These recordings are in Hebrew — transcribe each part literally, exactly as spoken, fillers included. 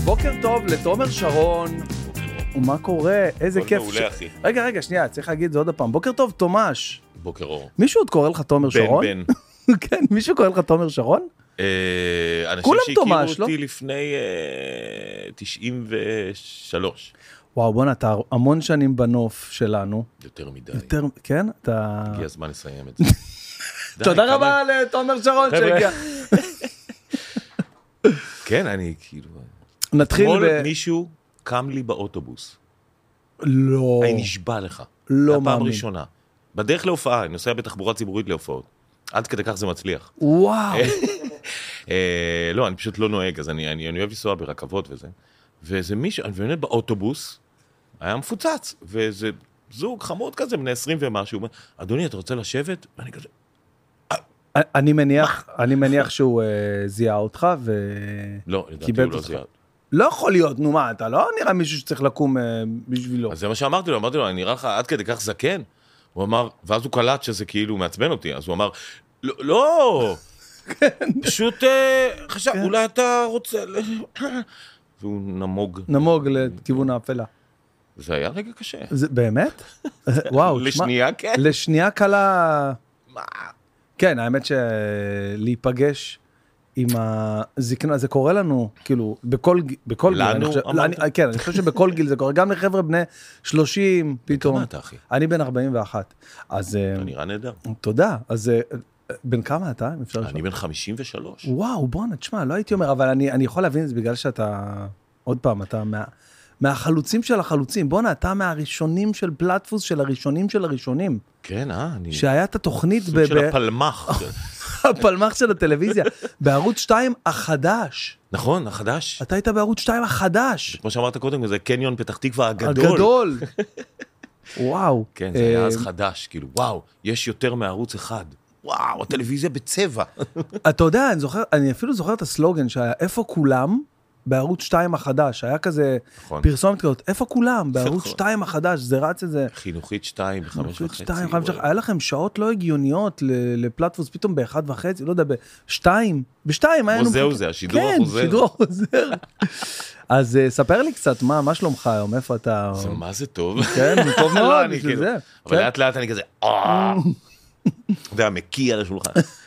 בוקר טוב לתומר שרון. ומה קורה? איזה כיף. מעולה, אחי. רגע, רגע, שנייה, צריך להגיד את זה עוד הפעם. בוקר טוב, תומש. בוקר אור. מישהו עוד קורא לך תומר שרון? בן, בן. כן, מישהו קורא לך תומר שרון? אנשים כולם שהכירו תומש, אותי לא? לפני תשעים ושלוש. וואו, בוא אתה המון שנים בנוף שלנו. יותר מדי. יותר, כן? אתה... הגיע הזמן לסיים את זה. די, תודה כמה- רבה לתומר שרון חבר'ה. שהגיע. כן, אני כאילו... נתחיל אתמול ב... מישהו קם לי באוטובוס. לא. אני נשבע לך. לא הפעם מאמין. ראשונה. בדרך להופעה, אני נוסע בתחבורה ציבורית להופעות. עד כדי כך זה מצליח. וואו. אה, לא, אני פשוט לא נוהג, אז אני, אני, אני אוהב לנסוע ברכבות וזה. וזה מישהו, אני באמת באוטובוס, היה מפוצץ, וזה זוג חמוד כזה, בני עשרים ומשהו, הוא אומר, אדוני, אתה רוצה לשבת? ואני כזה, אני מניח, אני מניח שהוא אה, זיהה אותך ו... לא, לדעתי קיבל הוא לא אותך. זיהה. לא יכול להיות, נו מה, אתה לא נראה מישהו שצריך לקום אה, בשבילו. אז זה מה שאמרתי לו, אמרתי לו, אני נראה לך עד כדי כך זקן? הוא אמר, ואז הוא קלט שזה כאילו מעצבן אותי, אז הוא אמר, לא, לא, פשוט אה, חשב, אולי אתה רוצה, ל-" והוא נמוג. נמוג לכיוון האפלה. זה היה רגע קשה. זה באמת? וואו, תשמע, לשנייה, כן. לשנייה קלה... מה? כן, האמת שלהיפגש עם הזקנה, זה קורה לנו, כאילו, בכל, ג- בכל גיל. לנו, אני חושב, אמרת? לא, אני, כן, אני חושב שבכל גיל זה קורה, גם לחבר'ה בני שלושים, פתאום. כמה אתה, אחי? אני בן ארבעים ואחת. אז, אה, אתה נראה נהדר. תודה. אז, אה, בן כמה אתה, אם אפשר לשאול? אני בן חמישים ושלוש. וואו, בוא'נה, תשמע, לא הייתי אומר, אבל אני, אני יכול להבין את זה בגלל שאתה, עוד פעם, אתה מה, מהחלוצים של החלוצים. בוא'נה, אתה מהראשונים של פלטפוס, של הראשונים של הראשונים. כן, אה? אני... שהיה את התוכנית סוג של הפלמח. הפלמח של הטלוויזיה, בערוץ שתיים החדש. נכון, החדש. אתה היית בערוץ שתיים החדש. כמו שאמרת קודם, זה קניון פתח תקווה הגדול. הגדול. וואו. כן, זה היה אז אה, חדש, כאילו, וואו, יש יותר מערוץ אחד. וואו, הטלוויזיה בצבע. אתה יודע, אני זוכר, אני אפילו זוכר את הסלוגן שהיה, איפה כולם? בערוץ שתיים החדש, היה כזה נכון. פרסומת כזאת, איפה כולם? בערוץ נכון. שתיים החדש, זה רץ איזה... חינוכית שתיים בחמש חינוכית וחצי. שתיים, חמש וואי. וחצי, היה לכם שעות לא הגיוניות ל- לפלטפוס, פתאום באחד וחצי, לא יודע, בשתיים, בשתיים היינו... זהו מחכים- זה, השידור כן, החוזר. שידור החוזר. אז אה, ספר לי קצת, מה, מה שלומך היום, איפה אתה... זה מה זה טוב. כן, זה טוב מאוד, לא, אני בשביל כאילו, זה. אבל כן. לאט לאט אני כזה, אה, זה המקיא על השולחן.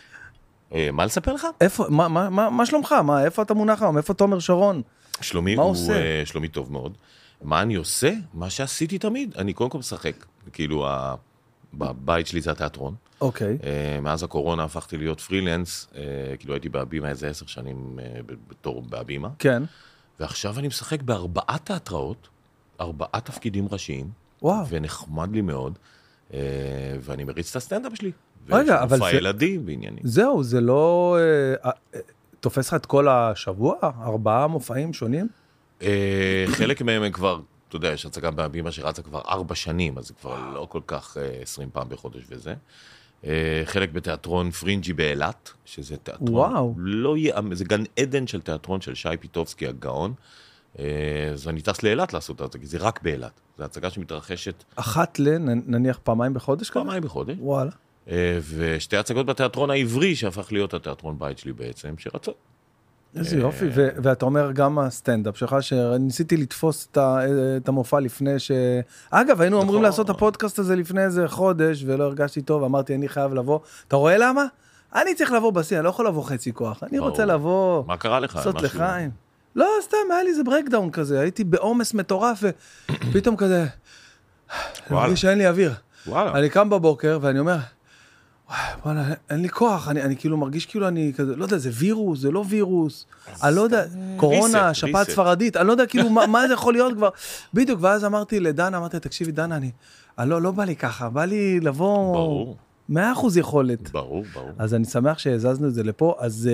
אה, מה לספר לך? איפה, מה, מה, מה, מה שלומך? מה, איפה אתה מונח היום? איפה תומר שרון? שלומי מה הוא, עושה? אה, שלומי טוב מאוד. מה אני עושה? מה שעשיתי תמיד. אני קודם כל משחק. כאילו, ה- בבית שלי זה התיאטרון. אוקיי. אה, מאז הקורונה הפכתי להיות פרילנס, אה, כאילו הייתי בהבימה איזה עשר שנים אה, ב- בתור בהבימה, כן. ועכשיו אני משחק בארבעה תיאטראות, ארבעה תפקידים ראשיים, וואו. ונחמד לי מאוד, אה, ואני מריץ את הסטנדאפ שלי. רגע, אבל ומופע זה- ילדים בעניינים. זהו, זה לא... אה, אה, תופס לך את כל השבוע? ארבעה מופעים שונים? אה, חלק מהם הם כבר, אתה יודע, יש הצגה בהבימה שרצה כבר ארבע שנים, אז זה כבר לא כל כך אה, עשרים פעם בחודש וזה. אה, חלק בתיאטרון פרינג'י באילת, שזה תיאטרון, וואו. לא יאמן, זה גן עדן של תיאטרון של שי פיטובסקי הגאון, אה, אז אני טס לאילת לעשות את זה, כי זה רק באילת. זו הצגה שמתרחשת אחת ל... נ- נניח פעמיים בחודש כזה? פעמיים בחודש, וואלה. אה, ושתי הצגות בתיאטרון העברי, שהפך להיות התיאטרון בית שלי בעצם, שרצות. איזה יופי, ו- ואתה אומר גם הסטנדאפ שלך, שניסיתי לתפוס את ה- את המופע לפני ש... אגב, היינו אמורים לעשות את הפודקאסט הזה לפני איזה חודש, ולא הרגשתי טוב, אמרתי, אני חייב לבוא. אתה רואה למה? אני צריך לבוא בשיא, אני לא יכול לבוא חצי כוח, אני ברור. רוצה לבוא, מה קרה לך? לעשות משהו? לחיים. לא, סתם, היה לי איזה ברקדאון כזה, הייתי בעומס מטורף, ופתאום כזה, אני וואלה. מרגיש שאין לי אוויר. וואלה. אני קם בבוקר, ואני אומר, וואי, וואלה, אין לי כוח, אני, אני כאילו מרגיש כאילו אני כזה, לא יודע, זה וירוס, זה לא וירוס, אני לא יודע, קורונה, reset, שפעת reset. ספרדית, אני לא יודע כאילו מה, מה זה יכול להיות כבר, בדיוק, ואז אמרתי לדנה, אמרתי, תקשיבי דנה, אני, אני לא, לא בא לי ככה, בא לי לבוא, ברור. מאה אחוז יכולת, ברור, ברור. אז אני שמח שהזזנו את זה לפה, אז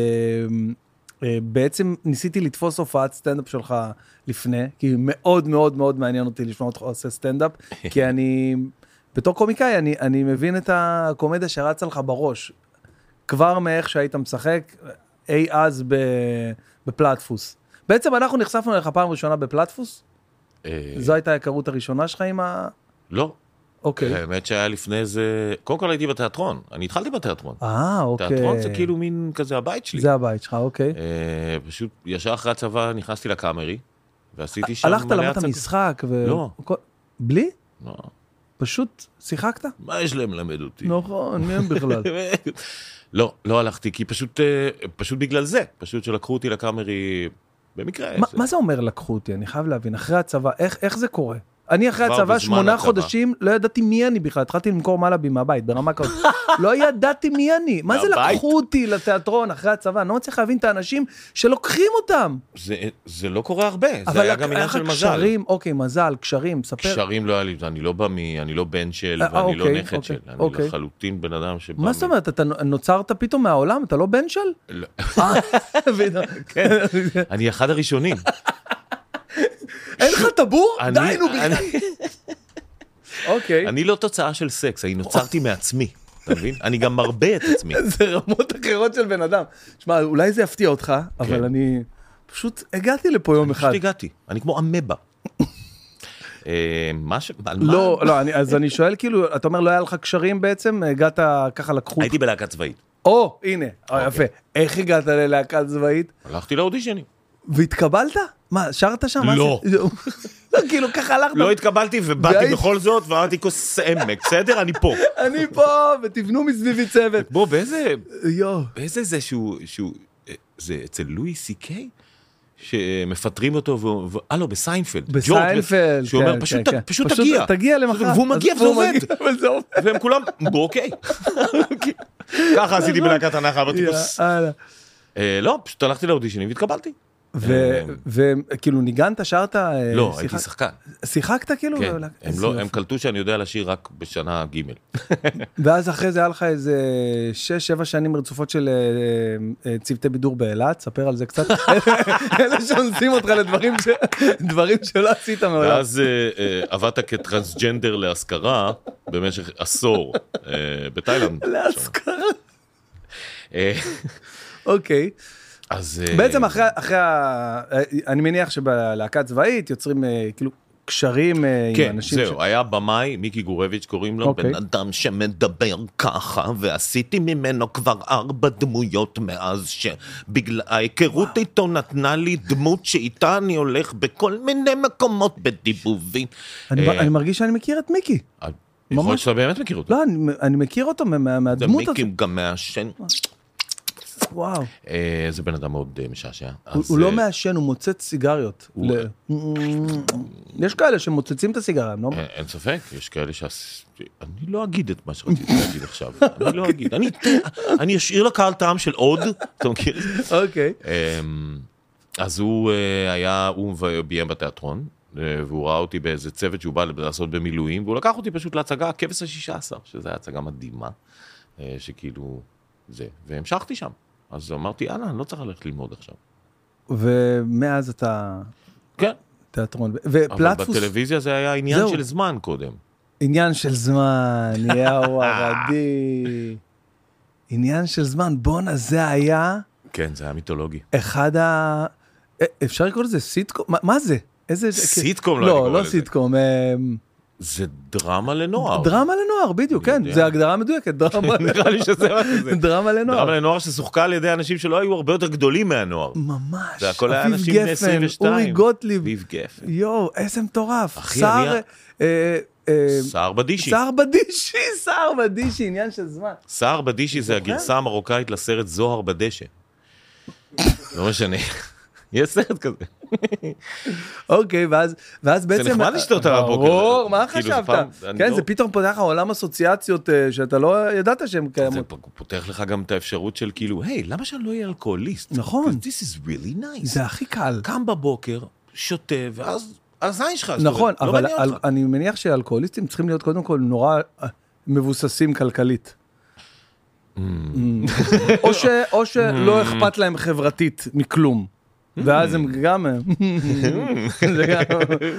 אה, אה, בעצם ניסיתי לתפוס הופעת סטנדאפ שלך לפני, כי מאוד מאוד מאוד מעניין אותי לשמוע אותך עושה סטנדאפ, כי אני... בתור קומיקאי, אני, אני מבין את הקומדיה שרצה לך בראש. כבר מאיך שהיית משחק, אי אז בפלטפוס. בעצם אנחנו נחשפנו לך פעם ראשונה בפלטפוס? אה, זו הייתה ההיכרות הראשונה שלך עם ה... לא. אוקיי. האמת שהיה לפני זה, קודם כל הייתי בתיאטרון, אני התחלתי בתיאטרון. אה, אוקיי. תיאטרון זה כאילו מין כזה הבית שלי. זה הבית שלך, אוקיי. אה, פשוט ישר אחרי הצבא נכנסתי לקאמרי, ועשיתי שם הלכת מלא למדת הצגות. משחק ו... לא. בלי? לא. פשוט שיחקת? מה יש להם ללמד אותי? נכון, מי הם בכלל? לא, לא הלכתי, כי פשוט, פשוט בגלל זה, פשוט שלקחו אותי לקאמרי במקרה. מה, מה זה אומר לקחו אותי? אני חייב להבין, אחרי הצבא, איך, איך זה קורה? אני אחרי כבר הצבא, בזמן שמונה הצבא. חודשים, לא ידעתי מי אני בכלל, התחלתי למכור מלאבי מהבית, ברמה כזאת. לא ידעתי מי אני. מה זה מהבית? לקחו אותי לתיאטרון אחרי הצבא? אני לא מצליח להבין את האנשים שלוקחים אותם. זה, זה לא קורה הרבה, זה אבל היה גם עניין היה של לך מזל. קשרים, אוקיי, מזל, קשרים, ספר. קשרים לא היה לי, אני לא בא מ... אני לא בן של, אה, ואני לא אוקיי, נכד אוקיי, של, אני אוקיי. לחלוטין בן אדם שבא... מה זאת אומרת? אתה נוצרת פתאום מהעולם? אתה לא בן של? לא. כן. אני אחד הראשונים. אין לך טבור? אני- די, נו בכלל. אני- אוקיי. אני לא תוצאה של סקס, אני נוצרתי מעצמי, אתה מבין? אני גם מרבה את עצמי. זה רמות אחרות של בן אדם. שמע, אולי זה יפתיע אותך, אבל כן. אני פשוט הגעתי לפה יום אחד. פשוט הגעתי, אני כמו אמבה. אה, מה ש... על מה? לא, לא, אני- אז אני שואל, כאילו, אתה אומר, לא היה לך קשרים בעצם? הגעת, ככה לקחו... הייתי בלהקה צבאית. או, הנה, אוקיי. יפה. איך הגעת ללהקה צבאית? הלכתי לאודישנים. והתקבלת? מה, שרת שם? מה לא. זה? לא, כאילו, ככה הלכת. לא התקבלתי ובאתי והיית- בכל זאת, ואמרתי כוס עמק, בסדר? אני פה. אני פה, ותבנו מסביבי צוות. בוא, באיזה... יו. באיזה זה שהוא... שהוא... זה אצל לואי סי קיי? שמפטרים אותו, והוא... אה, לא, בסיינפלד. בסיינפלד, שהוא אומר, כן, פשוט כן, ת- פשוט פשוט תגיע. תגיע למחר. והוא מגיע אז וזה הוא עובד. מגיע, וזה עובד. והם כולם, בוא, אוקיי. ככה עשיתי בלהקת הנחל, אמרתי כוס... יאללה. אה, לא, פשוט הלכתי לאודישנים והתקבלתי. וכאילו ניגנת, שרת? אה, לא, שיחק- הייתי שחקן. שיחקת כאילו? כן, ולה- הם איזה לא- יופי. הם קלטו שאני יודע לשיר רק בשנה ג'. ואז אחרי זה היה לך איזה שש, שבע שנים רצופות של אה, אה, צוותי בידור באילת, ספר על זה קצת. אלה שאונסים אותך לדברים ש- דברים שלא עשית מעולם. ואז אה, אה, עבדת כטרנסג'נדר להשכרה במשך עשור אה, בתאילנד. להשכרה. אה, אוקיי. אז... אה, בעצם אחרי, אחרי ה... אני מניח שבלהקה צבאית יוצרים אה, כאילו קשרים אה, עם כן, אנשים זהו, היה במאי, מיקי גורביץ' קוראים לו, אוקיי. בן אדם שמדבר ככה, ועשיתי ממנו כבר ארבע דמויות מאז שבגלל ההיכרות איתו נתנה לי דמות שאיתה אני הולך בכל מיני מקומות בדיבובים. אני, אה, אני מרגיש שאני מכיר את מיקי. יכול להיות ממש. שאתה באמת מכיר אותו. לא, אני, אני מכיר אותו מה, זה מהדמות הזאת. מיקי גם מעשן. וואו. אה, זה בן אדם מאוד אה, משעשע. הוא, אז, הוא לא אה, מעשן, הוא מוצץ סיגריות. הוא- ל... יש כאלה שמוצצים את הסיגריה, הם לא... אין אין ספק, יש כאלה ש... אני לא אגיד את מה שרציתי להגיד עכשיו. אני לא אגיד. אני אתן- אני אשאיר לקהל טעם של עוד, אתה מכיר את זה? אוקיי. אמ, אז הוא אה, היה, הוא ביים בתיאטרון, אה, והוא ראה אותי באיזה צוות שהוא בא לעשות במילואים, והוא לקח אותי פשוט להצגה הכבש השישה עשר, שזו הייתה הצגה מדהימה, אה, שכאילו זה, והמשכתי שם. אז אמרתי, יאללה, אני לא צריך ללכת ללמוד עכשיו. ומאז אתה כן, תיאטרון. אבל ופלטפוס, בטלוויזיה זה היה עניין זהו. של זמן קודם. עניין של זמן, יאו ערדי. עניין של זמן, בונה, זה היה כן, זה היה מיתולוגי. אחד ה... אה, אפשר לקרוא לזה סיטקום? מה- מה זה? איזה... סיטקום לא הייתי לא, קורא לא לזה. סיטקום. אה, זה דרמה לנוער. דרמה לנוער, בדיוק, אני כן. יודע. זה הגדרה מדויקת, דרמה נראה לי שזה מה שזה. דרמה לנוער. דרמה לנוער ששוחקה על ידי אנשים שלא היו הרבה יותר גדולים מהנוער. ממש. זה הכל היה אביב אנשים בני גפן, עשרים ושתיים. אורי גוטליב. אביב גפן. יואו, איזה מטורף. אחי, סער, אני- אה, אה, סער בדישי. סער בדישי, סער בדישי, עניין של זמן. סער בדישי זה זוכר? הגרסה המרוקאית לסרט זוהר בדשא. לא משנה. יש סרט כזה. אוקיי, ואז, ואז בעצם... נחמד לשתות על הבוקר. ברור, מה כאילו, זה חשבת? פעם- אני כן, לא- זה פתאום פותח לך עולם אסוציאציות אה, שאתה לא ידעת שהן זה קיימות. פותח לך גם את האפשרות של כאילו, היי, למה שאני לא אהיה אלכוהוליסט? נכון. This is really nice. זה הכי קל. קם בבוקר, שותה, ואז הזין שלך. זאת נכון, אומרת, לא אבל מעניין אל- אותך. אני מניח שאלכוהוליסטים צריכים להיות קודם כל נורא אה, מבוססים כלכלית. או ש- או שלא אכפת להם חברתית מכלום. ואז הם גם... זה גם-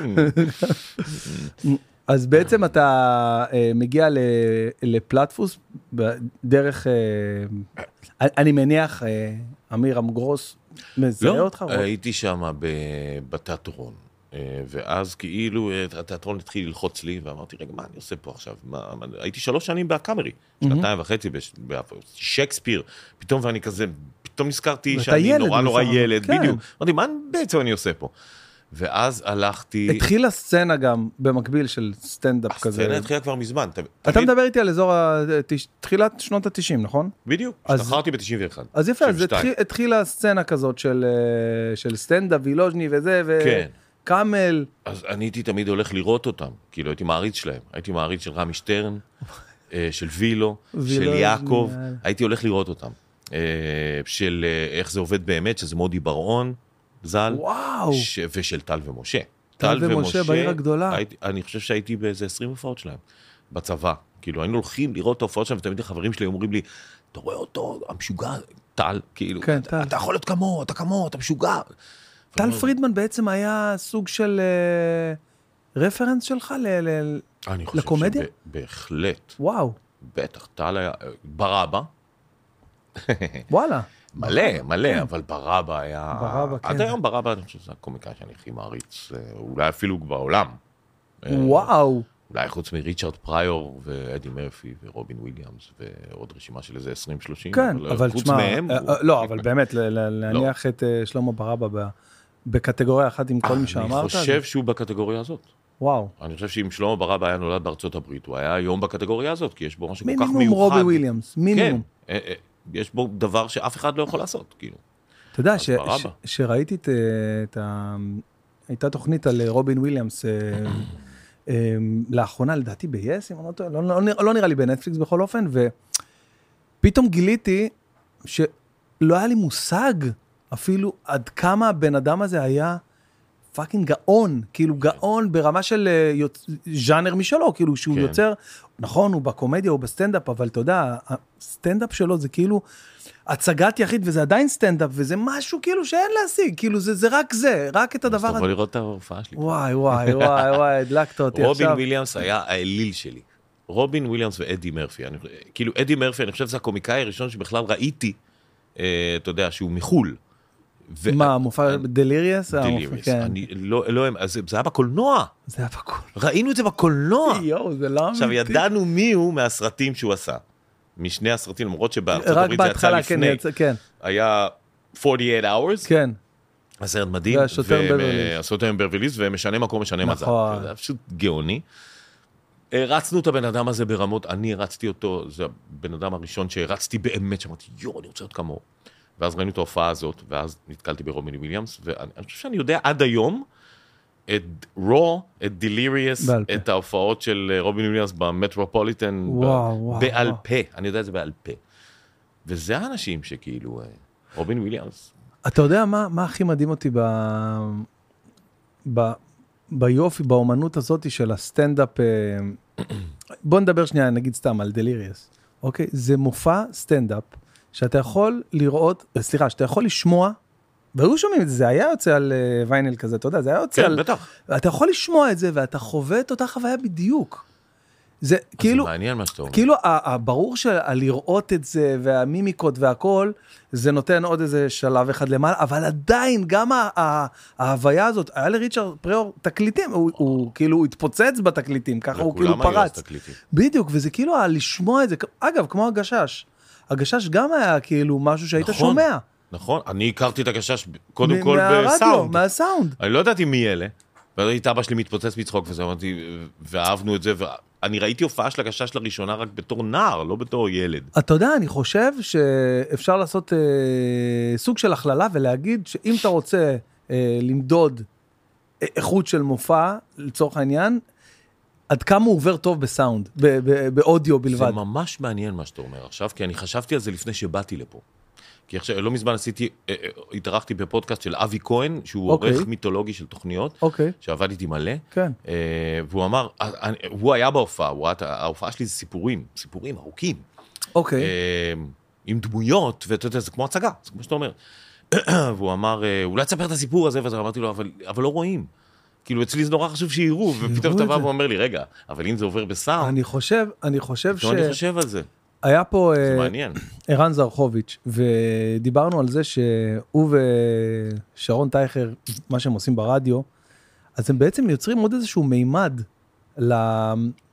אז בעצם אתה אה, מגיע ל- לפלטפוס דרך, אה, אני מניח, אה, אמיר אמגרוס מזהה לא, אותך? הייתי שם בתיאטרון, אה, ואז כאילו אה, התיאטרון התחיל ללחוץ לי, ואמרתי, רגע, מה אני עושה פה עכשיו? מה- מה- הייתי שלוש שנים בהקאמרי, שנתיים וחצי בשייקספיר, פתאום ואני כזה, פתאום נזכרתי ואתה שאני ילד נורא נורא בסך הכל, ילד, כן. בדיוק. אמרתי, מה בעצם אני עושה פה? ואז הלכתי... התחילה סצנה גם במקביל של סטנדאפ כזה. הסצנה התחילה כבר מזמן. אתה מדבר איתי על אזור תחילת שנות ה-תשעים, נכון? בדיוק, השתחררתי ב-תשעים ואחת. אז יפה, אז התחילה סצנה כזאת של סטנדאפ, וילוז'ני וזה, וקאמל. אז אני הייתי תמיד הולך לראות אותם, כאילו הייתי מעריץ שלהם. הייתי מעריץ של רמי שטרן, של וילו, של יעקב. הייתי הולך לראות אותם. של איך זה עובד באמת, שזה מודי ברעון. זל, וואו. ש... ושל טל ומשה. טל ומשה בעיר הגדולה. הייתי, אני חושב שהייתי באיזה עשרים הופעות שלהם, בצבא. כאילו, היינו הולכים לראות את ההופעות שלהם, ותמיד החברים שלי אומרים לי, אתה רואה אותו, המשוגע, טל, כאילו, כן, אתה, טל. אתה יכול להיות כמו, אתה כמו, אתה משוגע. טל ואומר... פרידמן בעצם היה סוג של uh, רפרנס שלך ל... ל... אני חושב לקומדיה? שבהחלט. וואו. בטח, טל היה, ברבא. וואלה. מלא, מלא, אבל ברבא היה... ברבא, כן. עד היום ברבא, אני חושב שזה הקומיקאי שאני הכי מעריץ, אולי אפילו בעולם. וואו. אולי חוץ מריצ'רד פריור ואדי מרפי ורובין וויליאמס ועוד רשימה של איזה עשרים שלושים. כן, אבל תשמע, לא, אבל באמת, להניח את שלמה ברבא בקטגוריה אחת עם כל מי שאמרת. אני חושב שהוא בקטגוריה הזאת. וואו. אני חושב שאם שלמה ברבא היה נולד בארצות הברית, הוא היה היום בקטגוריה הזאת, כי יש בו משהו כל כך מיוחד. מינימום רובי וויליאמס, מינימום. כן, יש בו דבר שאף אחד לא יכול לעשות, כאילו. אתה יודע, שראיתי את ה... הייתה תוכנית על רובין וויליאמס, לאחרונה, לדעתי ב-יס, לא נראה לי בנטפליקס בכל אופן, ופתאום גיליתי שלא היה לי מושג אפילו עד כמה הבן אדם הזה היה פאקינג גאון, כאילו גאון ברמה של ז'אנר משלו, כאילו שהוא יוצר, נכון, הוא בקומדיה, הוא בסטנדאפ, אבל אתה יודע, הסטנדאפ שלו זה כאילו הצגת יחיד, וזה עדיין סטנדאפ, וזה משהו כאילו שאין להשיג, כאילו זה, זה רק זה, רק את הדבר... אז תבוא לראות את ההופעה שלי. וואי, וואי, וואי, וואי, הדלקת אותי עכשיו. רובין וויליאמס היה האליל שלי. רובין וויליאמס ואדי מרפי. אני, כאילו, אדי מרפי, אני חושב שזה הקומיקאי הראשון שבכלל ראיתי, אה, אתה יודע, שהוא מחול. ו... מה, מופע דליריאס? דליריאס. כן. אני לא, לא, אז זה היה בקולנוע. זה היה בקולנוע. ראינו את זה בקולנוע. יואו, זה לא אמיתי. עכשיו, ידענו מי הוא מהסרטים שהוא עשה. משני הסרטים, למרות שבארצות הברית זה יצא לפני. כן. היה ארבעים ושמונה hours. כן. הסרט מדהים. והשוטר עם ברוויליס, ומשנה מקום, משנה מזל. זה היה פשוט גאוני. רצנו את הבן אדם הזה ברמות, אני רצתי אותו, זה הבן אדם הראשון שרצתי באמת, שאמרתי, יו, אני רוצה להיות כמוהו. ואז ראינו את ההופעה הזאת, ואז נתקלתי ברובין וויליאמס, ואני חושב שאני יודע עד היום, את רו, את דליריאס, את ההופעות של רובין וויליאמס במטרופוליטן, בעל פה, אני יודע את זה בעל פה. וזה האנשים שכאילו, רובין וויליאמס. אתה יודע מה, מה הכי מדהים אותי ב... ב... ביופי, באומנות הזאת של הסטנדאפ, בוא נדבר שנייה, נגיד סתם על דליריאס, אוקיי? זה מופע סטנדאפ, שאתה יכול לראות, סליחה, שאתה יכול לשמוע, והיו שומעים את זה, זה היה יוצא על ויינל כזה, אתה יודע, זה היה יוצא על... כן, בטח. אתה יכול לשמוע את זה, ואתה חווה את אותה חוויה בדיוק. זה כאילו... זה מעניין מה שאתה אומר. כאילו, הברור שלראות את זה, והמימיקות והכל, זה נותן עוד איזה שלב אחד למעלה, אבל עדיין, גם ההוויה הזאת, היה לריצ'רד פריור תקליטים, הוא כאילו, הוא התפוצץ בתקליטים, ככה הוא כאילו פרץ. בדיוק, וזה כאילו, לשמוע את זה, אגב, כמו הגשש. הגשש גם היה כאילו משהו שהיית שומע. נכון, אני הכרתי את הגשש קודם כל בסאונד. מהסאונד. אני לא ידעתי מי אלה, וראיתי אבא שלי מתפוצץ מצחוק וזה, אמרתי, ואהבנו את זה, ואני ראיתי הופעה של הגשש לראשונה רק בתור נער, לא בתור ילד. אתה יודע, אני חושב שאפשר לעשות אה, סוג של הכללה, ולהגיד שאם אתה רוצה אה, למדוד איכות של מופע, לצורך העניין, עד כמה הוא עובר טוב בסאונד, באודיו בלבד. זה ממש מעניין מה שאתה אומר עכשיו, כי אני חשבתי על זה לפני שבאתי לפה. כי עכשיו, לא מזמן עשיתי, התארחתי בפודקאסט של אבי כהן, שהוא עורך מיתולוגי של תוכניות, שעבד איתי מלא, והוא אמר, הוא היה בהופעה, ההופעה שלי זה סיפורים, סיפורים ארוכים, עם דמויות, ואתה יודע, זה כמו הצגה, זה כמו שאתה אומר. והוא אמר, אולי תספר את הסיפור הזה, ואז אמרתי לו, אבל לא רואים. כאילו, אצלי זה נורא חשוב שיראו, ופתאום אתה בא ואומר לי, רגע, אבל אם זה עובר בסאונד... אני חושב, אני חושב ש... אני חושב על זה. היה פה... זה מעניין. ערן זרחוביץ', ודיברנו על זה שהוא ושרון טייכר, מה שהם עושים ברדיו, אז הם בעצם יוצרים עוד איזשהו מימד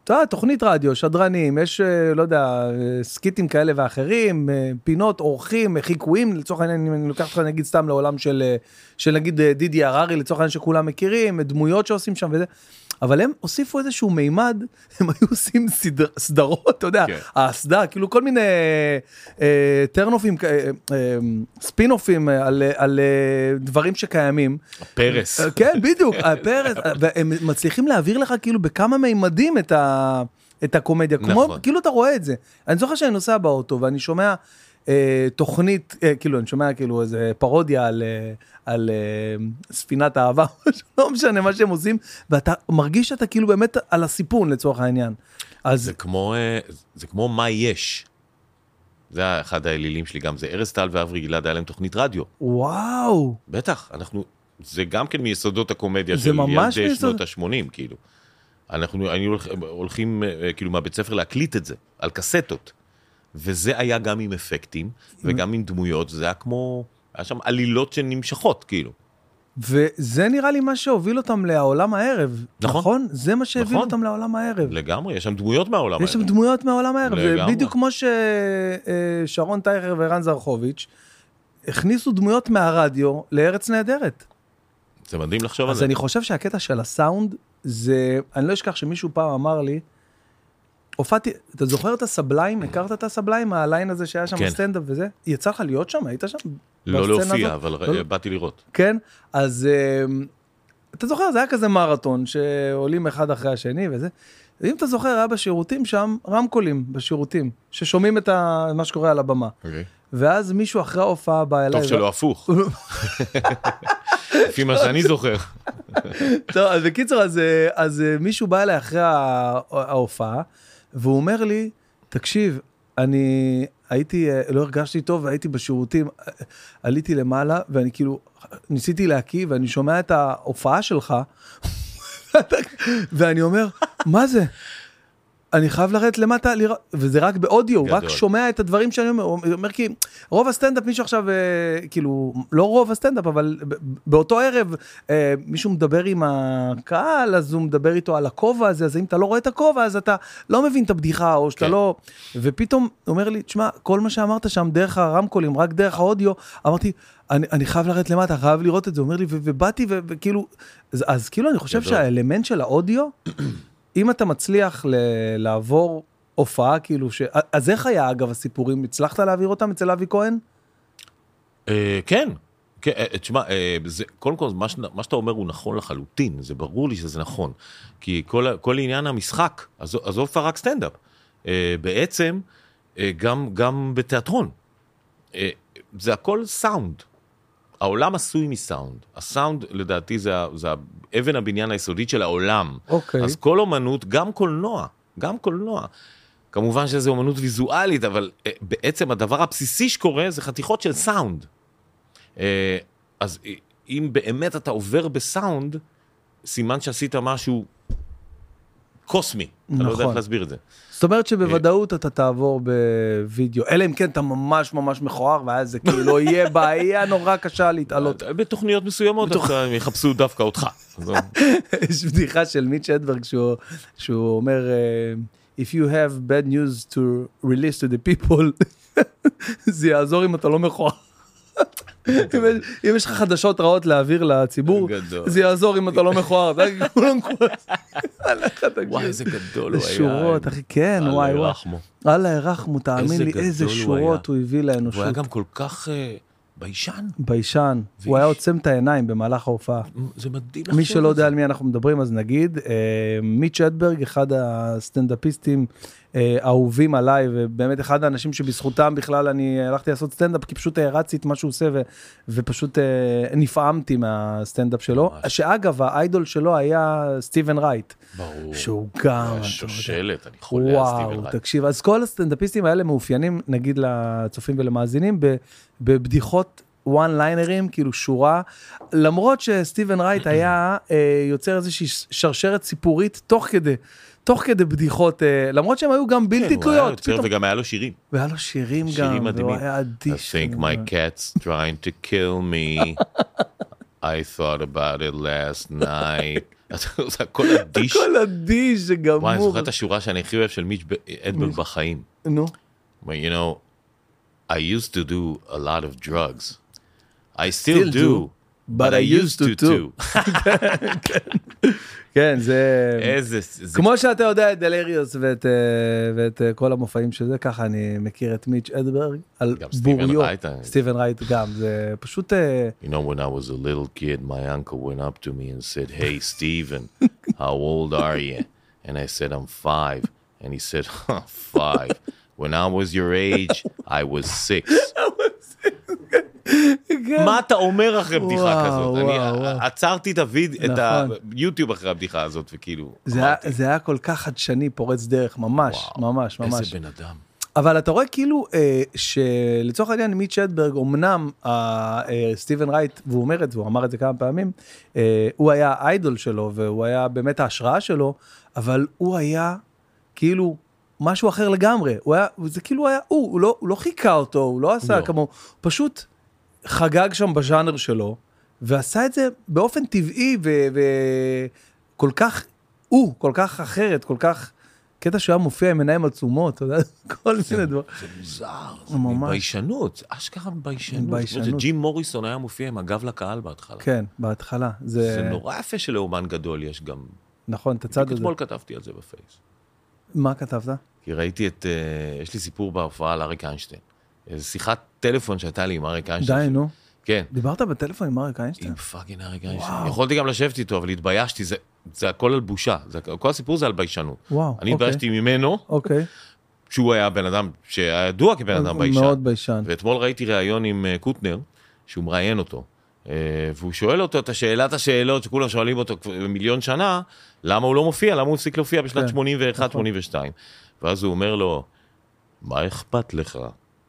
אתה יודע, תוכנית רדיו, שדרנים, יש, לא יודע, סקיטים כאלה ואחרים, פינות, אורחים, חיקויים, לצורך העניין, אני לוקח לך נגיד סתם לעולם של, של נגיד דידי הררי, לצורך העניין שכולם מכירים, דמויות שעושים שם וזה, אבל הם הוסיפו איזשהו מימד, הם היו עושים סדר, סדרות, אתה יודע, כן. הסדה, כאילו כל מיני אה, טרנופים, אה, אה, ספינופים על, על אה, דברים שקיימים. הפרס. אה, כן, בדיוק, הפרס, והם מצליחים להעביר לך כאילו בכמה מימדים את, ה, את הקומדיה, כמו, נכון. כאילו אתה רואה את זה. אני זוכר שאני נוסע באוטו ואני שומע אה, תוכנית, אה, כאילו אני שומע כאילו איזה פרודיה על... אה, על uh, ספינת האהבה, לא משנה מה שהם עושים, ואתה מרגיש שאתה כאילו באמת על הסיפון לצורך העניין. אז... זה כמו, זה כמו מה יש. זה אחד האלילים שלי גם, זה ארז טל ואברי גלעד, היה להם תוכנית רדיו. וואו. בטח, אנחנו, זה גם כן מיסודות הקומדיה של ילדי שנות ה-שמונים, כאילו. אנחנו היינו הולכים כאילו מהבית ספר להקליט את זה, על קסטות. וזה היה גם עם אפקטים, וגם עם דמויות, זה היה כמו... היה שם עלילות שנמשכות, כאילו. וזה נראה לי מה שהוביל אותם לעולם הערב. נכון? נכון? זה מה שהוביל נכון. אותם לעולם הערב. לגמרי, יש שם דמויות מהעולם יש הערב. יש שם דמויות מהעולם הערב. לגמרי. ובדיוק כמו ששרון טייכר ורן זרחוביץ' הכניסו דמויות מהרדיו לארץ נהדרת. זה מדהים לחשוב על זה. אז אני חושב שהקטע של הסאונד, זה, אני לא אשכח שמישהו פעם אמר לי, הופעתי, אתה זוכר את הסבליים? הכרת את הסבליים? הליין הזה שהיה שם סטנדאפ וזה? יצא לך להיות שם? היית שם? לא להופיע, אבל באתי לראות. כן, אז אתה זוכר, זה היה כזה מרתון, שעולים אחד אחרי השני וזה. אם אתה זוכר, היה בשירותים שם, רמקולים בשירותים, ששומעים את מה שקורה על הבמה. ואז מישהו אחרי ההופעה בא אליי... טוב שלא הפוך. לפי מה שאני זוכר. טוב, אז בקיצור, אז מישהו בא אליי אחרי ההופעה, והוא אומר לי, תקשיב, אני הייתי, לא הרגשתי טוב, והייתי בשירותים, עליתי למעלה, ואני כאילו, ניסיתי להקיא, ואני שומע את ההופעה שלך, ואני אומר, מה זה? אני חייב לרדת למטה, וזה רק באודיו, הוא רק שומע את הדברים שאני אומר, הוא אומר כי רוב הסטנדאפ, מישהו עכשיו, כאילו, לא רוב הסטנדאפ, אבל באותו ערב, מישהו מדבר עם הקהל, אז הוא מדבר איתו על הכובע הזה, אז אם אתה לא רואה את הכובע, אז אתה לא מבין את הבדיחה, או שאתה לא, ופתאום הוא אומר לי, תשמע, כל מה שאמרת שם, דרך הרמקולים, רק דרך האודיו, אמרתי, אני, אני חייב לרדת למטה, חייב לראות את זה, הוא אומר לי, ובאתי, וכאילו, אז כאילו אני חושב שהאלמנט של האודיו, אם אתה מצליח ל- לעבור הופעה, כאילו, ש... אז איך היה, אגב, הסיפורים? הצלחת להעביר אותם אצל אבי כהן? כן. תשמע, קודם כל, מה שאתה אומר הוא נכון לחלוטין, זה ברור לי שזה נכון, כי כל עניין המשחק, עזוב רק סטנדאפ, בעצם, גם בתיאטרון, זה הכל סאונד. העולם עשוי מסאונד. הסאונד, לדעתי, זה, זה אבן הבניין היסודית של העולם. אוקיי. אז כל אומנות, גם קולנוע, גם קולנוע. כמובן שזה אומנות ויזואלית, אבל אה, בעצם הדבר הבסיסי שקורה זה חתיכות של סאונד. אה, אז אה, אם באמת אתה עובר בסאונד, סימן שעשית משהו קוסמי. נכון. אני לא יודע איך להסביר את זה. זאת אומרת שבוודאות אתה תעבור בווידאו, אלא אם כן אתה ממש ממש מכוער, ואז זה כאילו לא יהיה בעיה נורא קשה להתעלות. בתוכניות מסוימות הם יחפשו דווקא אותך. יש בדיחה של מיץ' אדברג שהוא אומר, If you have bad news to release to the people, זה יעזור אם אתה לא מכוער. אם יש לך חדשות רעות להעביר לציבור, זה יעזור אם אתה לא מכוער. וואי, איזה גדול הוא היה. שורות, אחי, כן, וואי, וואי. אללה ירחמו, תאמין לי, איזה שורות הוא הביא לאנושות. הוא היה גם כל כך ביישן. ביישן. הוא היה עוצם את העיניים במהלך ההופעה. זה מדהים. מי שלא יודע על מי אנחנו מדברים, אז נגיד, מיץ' אדברג, אחד הסטנדאפיסטים אהובים עליי, ובאמת אחד האנשים שבזכותם בכלל אני הלכתי לעשות סטנדאפ, כי פשוט הרצתי את מה שהוא עושה, ופשוט נפעמתי מהסטנדאפ שלו, שאגב, האיידול שלו היה סטיבן רייט. ברור. שהוא גם... שושלת, אני חולה על סטיבן רייט. תקשיב, אז כל הסטנדאפיסטים האלה מאופיינים, נגיד לצופים ולמאזינים, בבדיחות וואן ליינרים, כאילו שורה, למרות שסטיבן רייט היה יוצר איזושהי שרשרת סיפורית תוך כדי, תוך כדי בדיחות, למרות שהם היו גם בלתי תלויות. כן, וגם היה לו שירים. והיה לו שירים גם. שירים מדהימים. והוא היה אדיש. I think my cat's trying to kill me. I thought about it last night. זה הכל אדיש. הכל אדיש, זה גמור. וואי, אני זוכר את השורה שאני הכי אוהב של מיץ' אדברג בחיים. נו. You know, I used to do a lot of drugs. I still do, but I used to too. כן, זה... איזה... כמו שאתה יודע את דלריוס ואת כל המופעים שזה, ככה אני מכיר את מיץ' אדברג על בוריו. סטיבן רייט גם, זה פשוט... You know, when I was a little kid, my uncle went up to me and said, hey, Steven, how old are you? And I said, I'm five. And he said, huh, five. When I was your age, I was six. מה אתה אומר אחרי בדיחה כזאת? אני עצרתי את היוטיוב אחרי הבדיחה הזאת, וכאילו... זה היה כל כך חדשני, פורץ דרך, ממש, ממש, ממש. איזה בן אדם. אבל אתה רואה כאילו שלצורך העניין מיץ' אדברג, אמנם סטיבן רייט, והוא אומר את זה, הוא אמר את זה כמה פעמים, הוא היה האיידול שלו, והוא היה באמת ההשראה שלו, אבל הוא היה כאילו... משהו אחר לגמרי, הוא היה, זה כאילו היה, הוא, הוא לא, הוא לא חיכה אותו, הוא לא עשה כמו, הוא פשוט חגג שם בז'אנר שלו, ועשה את זה באופן טבעי, וכל כך, הוא, כל כך אחרת, כל כך, קטע שהוא היה מופיע עם עיניים עצומות, אתה יודע, כל מיני דבר. זה מוזר, זה מביישנות, אשכרה מביישנות. ג'ים מוריסון היה מופיע עם הגב לקהל בהתחלה. כן, בהתחלה. זה נורא יפה שלאומן גדול יש גם. נכון, את הצד הזה. אתמול כתבתי על זה בפייס. מה כתבת? כי ראיתי את, uh, יש לי סיפור בהופעה על אריק איינשטיין. איזו שיחת טלפון שהייתה לי עם אריק איינשטיין. די, נו. כן. דיברת בטלפון עם אריק איינשטיין? עם פאקינג אריק איינשטיין. יכולתי גם לשבת איתו, אבל התביישתי, זה, זה הכל על בושה. זה, כל הסיפור זה על ביישנות. וואו, אני התביישתי אוקיי. ממנו, אוקיי. שהוא היה בן אדם, שהיה ידוע כבן אדם ביישן. מאוד ביישן. ואתמול ראיתי ראיון עם uh, קוטנר, שהוא מראיין אותו. Uh, והוא שואל אותו את השאלת השאלות שכולם שואלים אותו מיליון שנה, למה הוא לא מופיע, למה הוא הפסיק להופיע בשנת שמונים ואחת שמונים ושתיים. ואז הוא אומר לו, מה אכפת לך?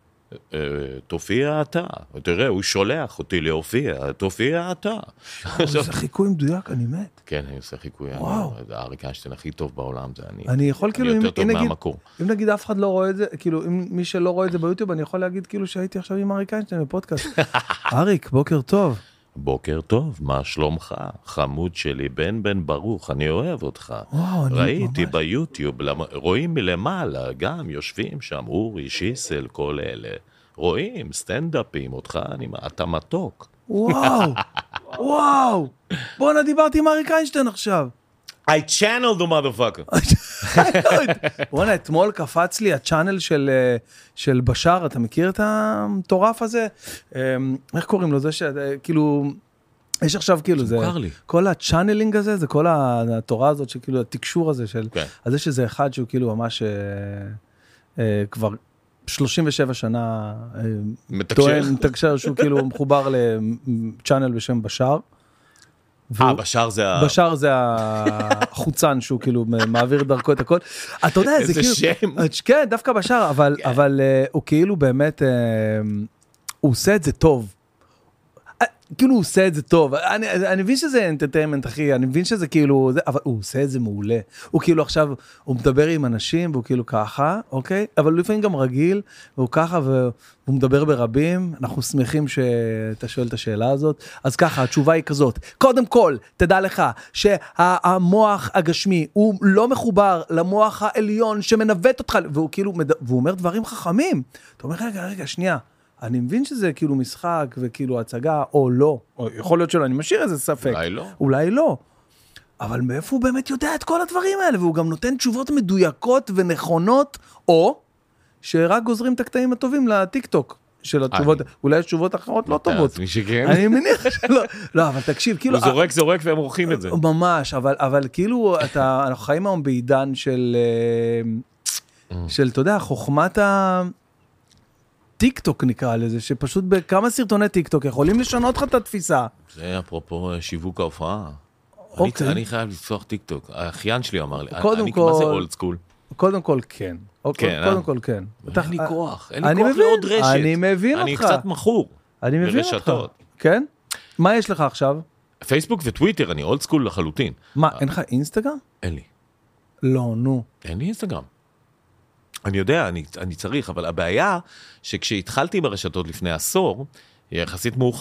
תופיע אתה. תראה, הוא שולח אותי להופיע, תופיע אתה. זה חיקוי מדויק, אני מת. כן, אני עושה חיקוי. אריק איינשטיין הכי טוב בעולם, זה אני. אני יכול כאילו, יותר טוב מהמקור. אם נגיד אף אחד לא רואה את זה, כאילו, אם מי שלא רואה את זה ביוטיוב, אני יכול להגיד כאילו שהייתי עכשיו עם אריק איינשטיין בפודקאסט. אריק, בוקר טוב. בוקר טוב, מה שלומך? חמוד שלי, בן בן ברוך, אני אוהב אותך. וואו, אני ראיתי ממש... ביוטיוב, רואים מלמעלה, גם יושבים שם, אורי, שיסל, כל אלה. רואים, סטנדאפים, אותך, אני... אתה מתוק. וואו, וואו. בוא'נה, דיברתי עם אריק איינשטיין עכשיו. I channeled the motherfucker. בוא'נה, אתמול קפץ לי הצ'אנל של, של בשאר, אתה מכיר את המטורף הזה? איך קוראים לו? זה שכאילו, יש עכשיו כאילו, זה, כל הצ'אנלינג הזה, זה כל התורה הזאת, שכאילו, התקשור הזה של, אז יש איזה אחד שהוא כאילו ממש כבר שלושים ושבע שנה, טוען, מתקשר שהוא כאילו מחובר לצ'אנל בשם בשאר, אה, בשאר זה ה... בשאר זה החוצן שהוא כאילו מעביר דרכו את הכל. אתה יודע, זה כאילו... איזה שם. כן, דווקא בשאר, אבל הוא כאילו באמת, הוא עושה את זה טוב. כאילו הוא עושה את זה טוב. אני, אני מבין שזה אנטרטיימנט, אחי, אני מבין שזה כאילו, זה, אבל הוא עושה את זה מעולה. הוא כאילו עכשיו, הוא מדבר עם אנשים, והוא כאילו ככה, אוקיי? אבל לפעמים גם רגיל, והוא ככה, והוא מדבר ברבים. אנחנו שמחים שאתה שואל את השאלה הזאת. אז ככה, התשובה היא כזאת. קודם כל, תדע לך, שהמוח הגשמי, הוא לא מחובר למוח העליון שמנווט אותך, והוא כאילו, והוא אומר דברים חכמים. אתה אומר, רגע, רגע, שנייה. אני מבין שזה כאילו משחק וכאילו הצגה, או לא. או יכול להיות שלא, אני משאיר איזה ספק. אולי לא. אולי לא. אבל מאיפה הוא באמת יודע את כל הדברים האלה, והוא גם נותן תשובות מדויקות ונכונות, או שרק גוזרים את הקטעים הטובים לטיק-טוק של התשובות. אולי יש תשובות אחרות לא טובות. אני מניח שלא. לא, אבל תקשיב, כאילו... הוא זורק, זורק והם עורכים את זה. ממש, אבל כאילו, אנחנו חיים היום בעידן של, של, אתה יודע, חוכמת ה... טיק טוק נקרא לזה, שפשוט בכמה סרטוני טיק טוק יכולים לשנות לך את התפיסה. זה אפרופו שיווק ההופעה. אוקיי. אני, אני חייב לפתוח טיק טוק. האחיין שלי אמר לי, קודם אני, כל, מה זה אולד סקול? קודם כל כן. כן קודם אה? כל כן. אין לי כוח, אין לי כוח לעוד רשת. אני מבין אני אותך. קצת מכור. אני מבין ברשתות. אותך. כן? מה יש לך עכשיו? פייסבוק וטוויטר, אני אולד סקול לחלוטין. מה, אין לך אינסטגרם? אין לי. לא, נו. אין לי אינסטגרם. אני יודע, אני, אני צריך, אבל הבעיה שכשהתחלתי ברשתות לפני עשור, יחסית מאוחר,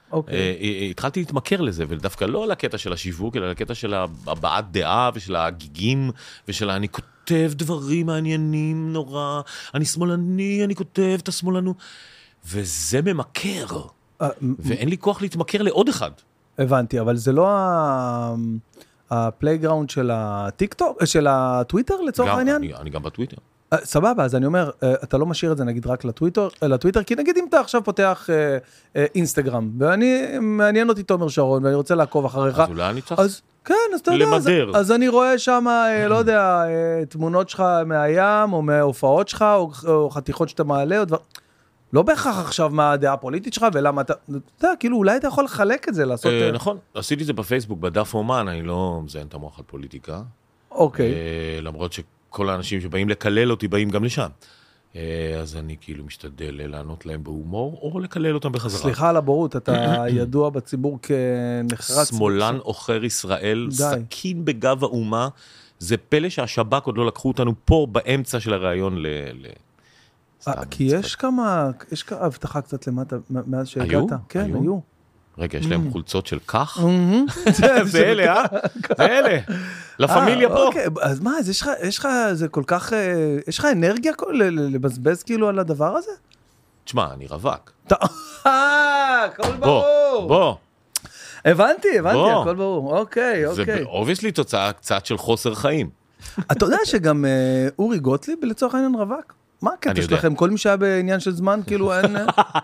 אוקיי. התחלתי להתמכר לזה, ודווקא לא לקטע של השיווק, אלא לקטע של הבעת דעה ושל הגיגים, ושל אני כותב דברים מעניינים נורא, אני שמאלני, אני כותב את השמאלנו, וזה ממכר, ואין לי כוח להתמכר לעוד אחד. הבנתי, אבל זה לא הפלייגראונד של הטיקטוק, של הטוויטר לצורך העניין? אני גם בטוויטר. סבבה, אז אני אומר, אתה לא משאיר את זה נגיד רק לטוויטר, לטוויטר, כי נגיד אם אתה עכשיו פותח אינסטגרם, ואני, מעניין אותי תומר שרון, ואני רוצה לעקוב אחריך. אז אולי אני צריך כן, אז אתה יודע, למדר. אז אני רואה שם, לא יודע, תמונות שלך מהים, או מההופעות שלך, או חתיכות שאתה מעלה, או דבר... לא בהכרח עכשיו מה הדעה הפוליטית שלך, ולמה אתה, אתה יודע, כאילו אולי אתה יכול לחלק את זה, לעשות... נכון, עשיתי את זה בפייסבוק, בדף אומן, אני לא מזיין את המוח על פוליטיקה. אוקיי. למרות שכל האנשים שבאים לקלל אותי, באים גם לשם. אז אני כאילו משתדל לענות להם בהומור, או לקלל אותם בחזרה. סליחה על הבורות, אתה ידוע בציבור כנחרץ. שמאלן עוכר ישראל, סכין בגב האומה, זה פלא שהשב"כ עוד לא לקחו אותנו פה באמצע של הרעיון ל... כי יש כמה, יש כמה הבטחה קצת למטה, מאז שהגעת. היו? כן, היו. רגע, יש להם חולצות של כך? זה אלה, אה? זה אלה. לפמיליה פה. אז מה, יש לך, זה כל כך, יש לך אנרגיה לבזבז כאילו על הדבר הזה? תשמע, אני רווק. אה, הכל ברור. בוא. הבנתי, הבנתי, הכל ברור. אוקיי, אוקיי. זה אובייסלי תוצאה קצת של חוסר חיים. אתה יודע שגם אורי גוטליב לצורך העניין רווק? מה הקטע שלכם? כל מי שהיה בעניין של זמן, כאילו אין...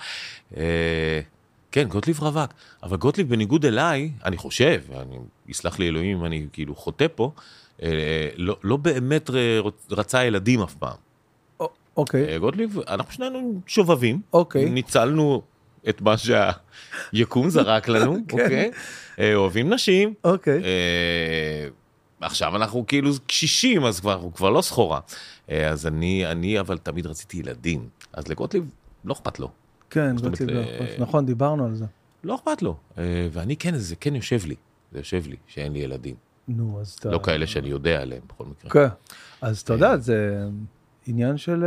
כן, גוטליב רווק. אבל גוטליב בניגוד אליי, אני חושב, אני אסלח לי אלוהים, אני כאילו חוטא פה, לא באמת רצה ילדים אף פעם. אוקיי. גוטליב, אנחנו שנינו שובבים. אוקיי. ניצלנו את מה שהיקום זרק לנו, אוקיי? אוהבים נשים. אוקיי. עכשיו אנחנו כאילו קשישים, אז כבר, הוא כבר לא סחורה. אז אני, אני אבל תמיד רציתי ילדים. אז לגוטליב לא אכפת לו. כן, גוטליב לא אכפת. נכון, דיברנו על זה. לא אכפת לו. ואני כן, זה כן יושב לי. זה יושב לי, שאין לי ילדים. נו, אז אתה... לא כאלה שאני יודע עליהם, בכל מקרה. כן. אז אתה יודע, זה עניין של...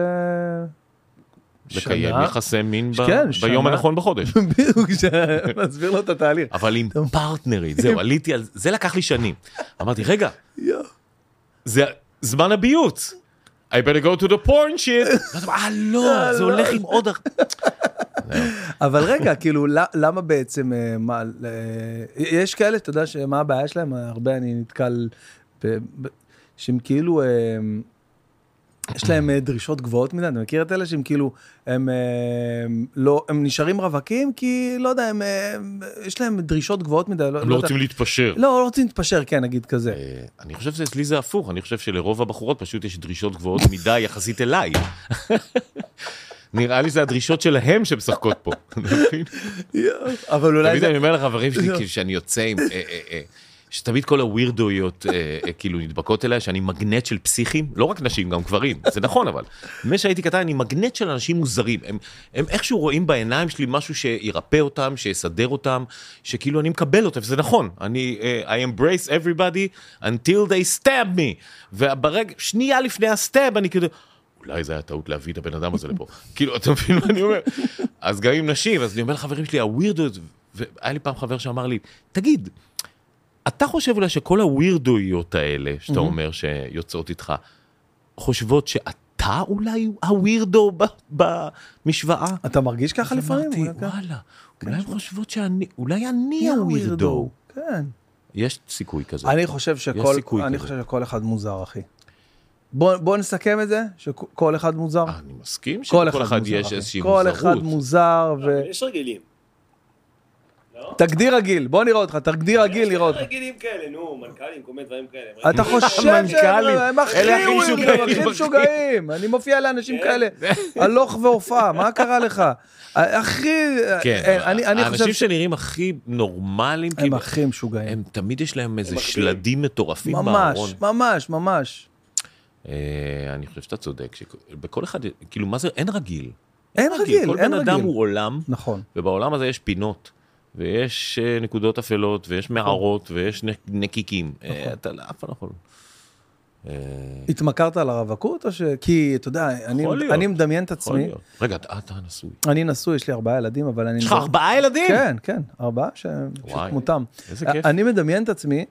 לקיים יחסי מין ביום הנכון בחודש. בדיוק, נסביר לו את התהליך. אבל עם פרטנרית, זהו, עליתי על... זה לקח לי שנים. אמרתי, רגע, זה זמן הביוץ. I better go to the porn shit. אה, לא, זה הולך עם עוד... אבל רגע, כאילו, למה בעצם... יש כאלה, אתה יודע, מה הבעיה שלהם? הרבה אני נתקל... שהם כאילו... יש להם דרישות גבוהות מדי, אני מכיר את אלה שהם כאילו, הם לא, הם נשארים רווקים, כי לא יודע, הם, יש להם דרישות גבוהות מדי. הם לא רוצים להתפשר. לא, לא רוצים להתפשר, כן, נגיד כזה. אני חושב שאצלי זה הפוך, אני חושב שלרוב הבחורות פשוט יש דרישות גבוהות מדי יחסית אליי. נראה לי זה הדרישות שלהם שמשחקות פה. אבל אולי... תמיד אני אומר לחברים שלי, שאני יוצא עם... שתמיד כל הווירדויות כאילו נדבקות אליי, שאני מגנט של פסיכים, לא רק נשים, גם גברים, זה נכון אבל. ממה שהייתי קטן, אני מגנט של אנשים מוזרים. הם, הם איכשהו רואים בעיניים שלי משהו שירפא אותם, שיסדר אותם, שכאילו אני מקבל אותם, וזה נכון. אני, uh, I embrace everybody until they stab me. וברגע, שנייה לפני הסטאב, אני כאילו, אולי זה היה טעות להביא את הבן אדם הזה לפה. כאילו, אתה מבין מה אני אומר? אז גם עם נשים, אז אני אומר לחברים שלי, הווירדויות, והיה לי פעם חבר שאמר לי, תגיד, אתה חושב אולי שכל הווירדויות האלה, שאתה אומר שיוצאות איתך, חושבות שאתה אולי הווירדו במשוואה? אתה מרגיש ככה לפעמים? אמרתי, וואלה, אולי הן חושבות שאני, אולי אני הווירדו. כן. יש סיכוי כזה. אני חושב שכל, אני חושב שכל אחד מוזר, אחי. בוא נסכם את זה, שכל אחד מוזר. אני מסכים שכל אחד יש איזושהי מוזרות. כל אחד מוזר ו... יש רגילים. תגדיר רגיל, בוא נראה אותך, תגדיר רגיל, נראה אותך. יש רגילים כאלה, נו, מנכ"לים, כל מיני דברים כאלה. אתה חושב שהם הכי משוגעים, אני מופיע לאנשים כאלה, הלוך והופעה, מה קרה לך? הכי, האנשים שנראים הכי נורמליים, הם הכי משוגעים. הם תמיד יש להם איזה שלדים מטורפים בארון. ממש, ממש, ממש. אני חושב שאתה צודק, שבכל אחד, כאילו מה זה, אין רגיל. אין רגיל, אין רגיל. כל בן אדם הוא עולם, נכון. ובעולם הזה יש פינות. ויש נקודות אפלות, ויש מערות, ויש נקיקים. אתה אף פעם לא יכול. התמכרת על הרווקות או ש... כי, אתה יודע, אני, אני מדמיין את עצמי. רגע, אתה נשוי. אני נשוי, יש לי ארבעה ילדים, אבל אני... יש לך ארבעה ילדים? כן, כן, ארבעה שכמותם. איזה כיף. אני מדמיין את עצמי,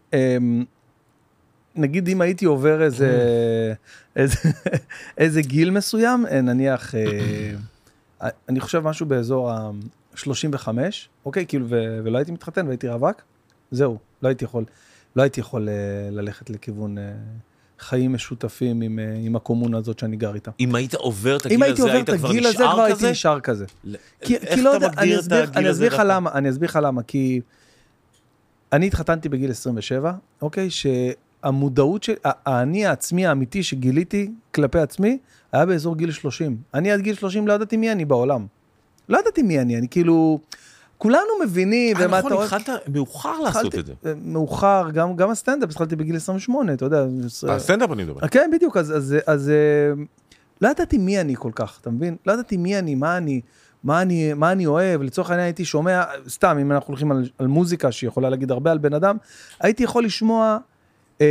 נגיד אם הייתי עובר איזה, איזה, איזה גיל מסוים, נניח, אני חושב משהו באזור ה-שלושים וחמש, אוקיי, כאילו, ולא הייתי מתחתן והייתי רווק, זהו, לא הייתי יכול, לא הייתי יכול ללכת לכיוון חיים משותפים עם, עם הקומונה הזאת שאני גר איתה. אם היית עובר את הגיל הזה, היית כבר נשאר כזה? כבר הייתי נשאר כזה. כי, כי לא יודע, אני אסביר, אני אסביר לך למה, אני אסביר לך למה, כי אני התחתנתי בגיל עשרים ושבע, אוקיי, שהמודעות של, האני העצמי האמיתי שגיליתי כלפי עצמי, היה באזור גיל שלושים. אני עד גיל שלושים לא ידעתי מי אני בעולם. לא ידעתי מי אני, אני כאילו, כולנו מבינים. אה, נכון, התחלת מאוחר לעשות את זה. מאוחר, גם, גם הסטנדאפ, התחלתי בגיל עשרים ושמונה, אתה יודע. הסטנדאפ אני מדבר. כן, בדיוק, אז, אז, אז, לא ידעתי מי אני כל כך, אתה מבין? לא ידעתי מי אני, מה אני, מה אני, מה אני אוהב, לצורך העניין הייתי שומע, סתם, אם אנחנו הולכים על, על מוזיקה שיכולה להגיד הרבה על בן אדם, הייתי יכול לשמוע, אה,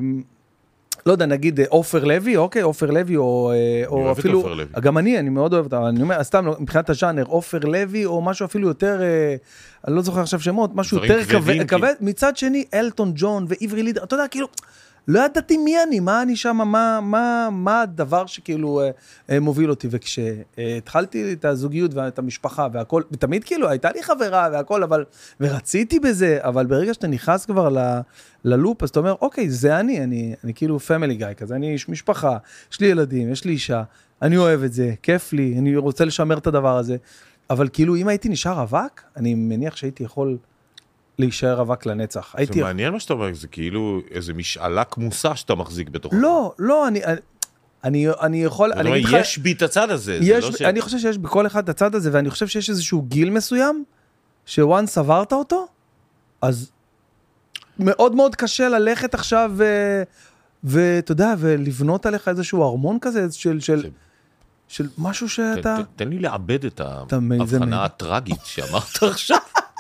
לא יודע, נגיד אופר לוי, אוקיי, אופר לוי, או, או אפילו, גם אני, אני מאוד אוהב אותה, אני אומר, סתם, מבחינת הז'אנר, אופר לוי, או משהו אפילו יותר, אני לא זוכר עכשיו שמות, משהו יותר כבד, מצד שני, אלטון ג'ון ועברי לידר, אתה יודע, כאילו, לא ידעתי מי אני, מה אני שם, מה, מה, מה הדבר שכאילו מוביל אותי, וכשהתחלתי את הזוגיות ואת המשפחה והכל, ותמיד כאילו הייתה לי חברה והכל, אבל, ורציתי בזה, אבל ברגע שאתה נכנס כבר ל, ללופ, אז אתה אומר, אוקיי, זה אני, אני, אני כאילו פמילי גאי כזה, אני איש משפחה, יש לי ילדים, יש לי אישה, אני אוהב את זה, כיף לי, אני רוצה לשמר את הדבר הזה, אבל כאילו אם הייתי נשאר רווק, אני מניח שהייתי יכול להישאר רווק לנצח. זה הייתי... מעניין מה שאתה אומר, זה כאילו איזה משאלה כמוסה שאתה מחזיק בתוך. לא, לא, אני, אני, אני יכול... אני אומר, יש בי את הצד הזה. יש, לא ש... אני חושב שיש בכל אחד את הצד הזה, ואני חושב שיש איזשהו גיל מסוים, שוואן סברת אותו, אז מאוד מאוד קשה ללכת עכשיו, ו... ואתה יודע, ולבנות עליך איזשהו הרמון כזה, של... של... זה... של משהו שאתה... ת, תן לי לאבד את ההבחנה הטרגית שאמרת עכשיו.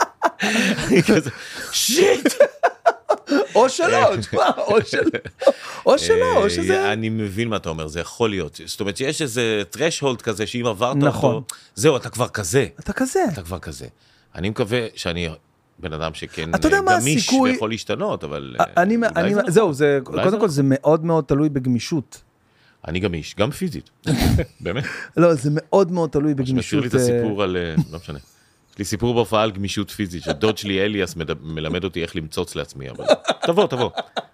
שיט! או שלא, או שלא, או שלא, או שזה... אני מבין מה אתה אומר, זה יכול להיות. זאת אומרת שיש איזה threshold כזה, שאם עברת אותו, זהו, אתה כבר כזה. אתה כזה. אתה כבר כזה. אני מקווה שאני בן אדם שכן גמיש ויכול להשתנות, אבל... זהו, קודם כל זה מאוד מאוד תלוי בגמישות. אני גמיש, גם פיזית. באמת. לא, זה מאוד מאוד תלוי בגמישות. משאיר לי את הסיפור על... לא משנה. יש לי סיפור בהופעה על גמישות פיזית, שדוד שלי אליאס מלמד אותי איך למצוץ לעצמי, אבל תבוא, תבוא.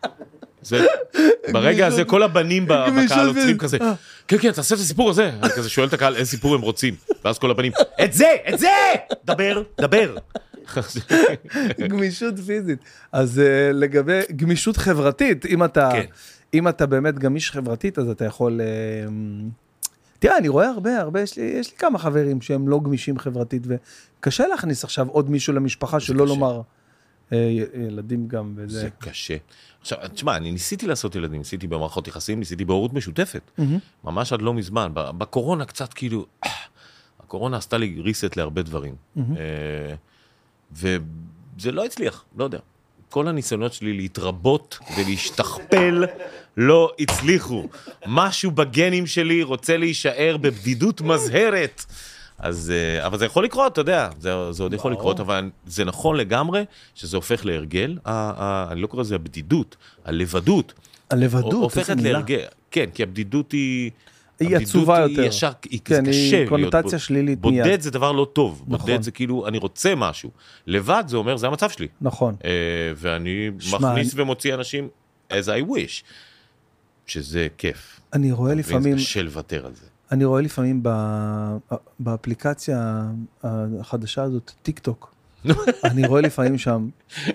ברגע הזה כל הבנים בקהל עוצרים כזה, כן, כן, תעשה את הסיפור הזה. אני כזה שואל את הקהל איזה סיפור הם רוצים, ואז כל הבנים, את זה, את זה! דבר, דבר. גמישות פיזית. אז לגבי גמישות חברתית, אם אתה... אם אתה באמת גמיש חברתית, אז אתה יכול... תראה, אני רואה הרבה, הרבה, יש לי, יש לי כמה חברים שהם לא גמישים חברתית, וקשה להכניס עכשיו עוד מישהו למשפחה שלא לומר ילדים גם וזה. זה קשה. עכשיו, תשמע, אני ניסיתי לעשות ילדים, ניסיתי במערכות יחסים, ניסיתי בהורות משותפת. ממש עד לא מזמן. בקורונה קצת כאילו, הקורונה עשתה לי ריסט להרבה דברים. וזה לא הצליח, לא יודע. כל הניסיונות שלי להתרבות ולהשתכפל לא הצליחו. משהו בגנים שלי רוצה להישאר בבדידות מזהרת. אז, אבל זה יכול לקרות, אתה יודע, זה, זה עוד יכול לקרות, אבל זה נכון לגמרי שזה הופך להרגל. ה, ה, אני לא קורא לזה הבדידות, הלבדות. הלבדות, הופכת להרגל. כן, כי הבדידות היא... היא עצובה יותר. היא ישר, היא כן, קשה. היא קונוטציה שלילית. בודד מיד. זה דבר לא טוב. נכון. בודד זה כאילו, אני רוצה משהו. לבד זה אומר, זה המצב שלי. נכון. אה, ואני שמה, מכניס אני... ומוציא אנשים as I wish. שזה כיף. אני רואה לפעמים... זה קשה לוותר על זה. אני רואה לפעמים ב... באפליקציה החדשה הזאת, טיק טוק. אני רואה לפעמים שם...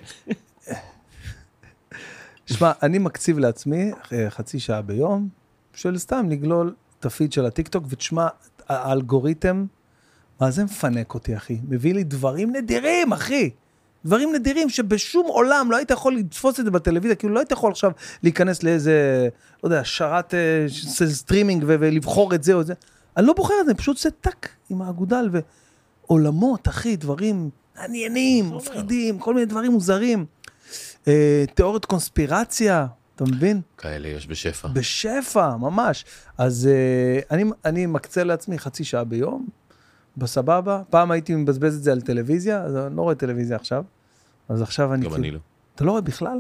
שמה, אני מקציב לעצמי חצי שעה ביום, של סתם לגלול את הפיד של הטיק-טוק, ותשמע, האלגוריתם, מה זה מפנק אותי, אחי? מביא לי דברים נדירים, אחי. דברים נדירים שבשום עולם לא היית יכול לתפוס את זה בטלוויזיה, כאילו לא היית יכול עכשיו להיכנס לאיזה, לא יודע, שרת סטרימינג ולבחור את זה או זה. אני לא בוחר את זה, פשוט זה טק עם האגודל ועולמות, אחי, דברים מעניינים, מפחידים, כל מיני דברים מוזרים. תיאוריות קונספירציה, אתה מבין? כאלה יש בשפע. בשפע, ממש. אז uh, אני, אני מקצה לעצמי חצי שעה ביום, בסבבה. פעם הייתי מבזבז את זה על טלוויזיה, אז אני לא רואה טלוויזיה עכשיו. אז עכשיו אני... גם אני לא. אתה לא רואה בכלל?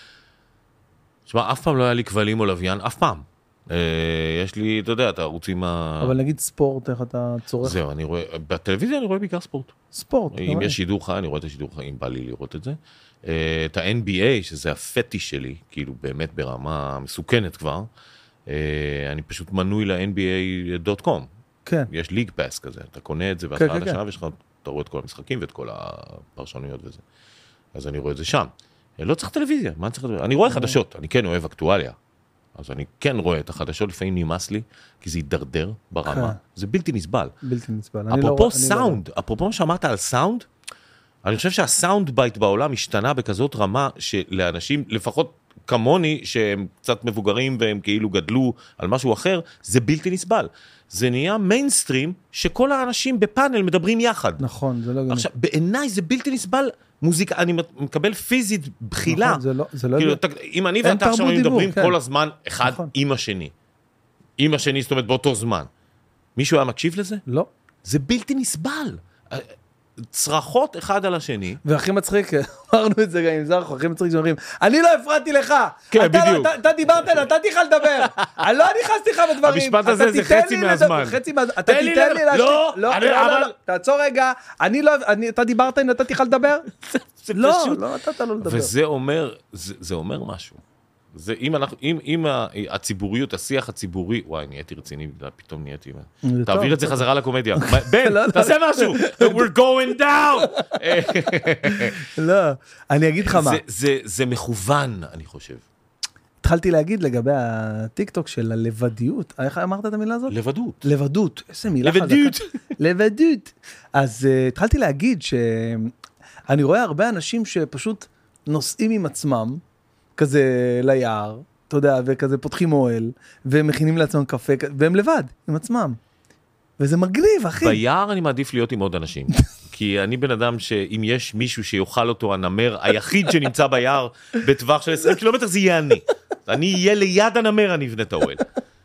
תשמע, אף פעם לא היה לי כבלים או לוויין, אף פעם. יש לי, אתה יודע, את הערוצים ה... אבל נגיד ספורט, איך אתה צורך? זהו, אני רואה, בטלוויזיה אני רואה בעיקר ספורט. ספורט. אם יש שידור חי, אני רואה את השידור חי, אם בא לי לראות את זה. את ה-אן בי איי, שזה הפטיש שלי, כאילו באמת ברמה מסוכנת כבר, אני פשוט מנוי ל-אן בי איי דוט קום. כן. יש ליג פאס כזה, אתה קונה את זה בהתחלת השנה, ואתה רואה את כל המשחקים ואת כל הפרשנויות וזה. אז אני רואה את זה שם. לא צריך טלוויזיה, מה צריך טלוויזיה? אני רואה חדשות, אני כן אוהב אקטואליה. אז אני כן רואה את החדשות, לפעמים נמאס לי, כי זה יידרדר ברמה. זה בלתי נסבל. בלתי נסבל. אפרופו סאונד, אפרופו מה שאמרת על סאונד, אני חושב שהסאונד בייט בעולם השתנה בכזאת רמה, שלאנשים, לפחות כמוני, שהם קצת מבוגרים והם כאילו גדלו על משהו אחר, זה בלתי נסבל. זה נהיה מיינסטרים, שכל האנשים בפאנל מדברים יחד. נכון, זה לא גני. עכשיו, בעיניי זה בלתי נסבל, מוזיקה, אני מקבל פיזית בחילה. נכון, זה לא, זה לא... כאילו, אם אני ואתה עכשיו מדברים כל הזמן אחד עם השני. עם השני, זאת אומרת, באותו זמן. מישהו היה מקשיב לזה? לא. זה בלתי נסבל. צרחות אחד על השני. והכי מצחיק, אמרנו את זה גם עם זרחו, הכי מצחיק שאומרים, אני לא הפרעתי לך. כן, בדיוק. אתה דיברת, נתתי לך לדבר. אני לא נכנסתי לך בדברים. המשפט הזה זה חצי מהזמן. חצי מהזמן. אתה תיתן לי להשתיק. לא, לא, לא, תעצור רגע. אני לא, אתה דיברת, נתתי לך לדבר? לא, לא נתת לו לדבר. וזה אומר, זה אומר משהו. זה, אם אנחנו, אם, אם הציבוריות, השיח הציבורי, וואי, נהייתי רציני, פתאום נהייתי, תעביר את זה חזרה לקומדיה. בן, תעשה משהו, we're going down. לא, אני אגיד לך מה. זה מכוון, אני חושב. התחלתי להגיד לגבי הטיקטוק של הלבדיות, איך אמרת את המילה הזאת? לבדות. לבדות, איזה מילה חזקה. לבדות. לבדות. אז התחלתי להגיד שאני רואה הרבה אנשים שפשוט נוסעים עם עצמם, כזה ליער, אתה יודע, וכזה פותחים אוהל, ומכינים לעצמם קפה, והם לבד, עם עצמם. וזה מגניב, אחי. ביער אני מעדיף להיות עם עוד אנשים. כי אני בן אדם שאם יש מישהו שיוכל אותו, הנמר היחיד שנמצא ביער, בטווח של עשרים קילומטר, זה יהיה אני. אני אהיה ליד הנמר, אני אבנה את האוהל.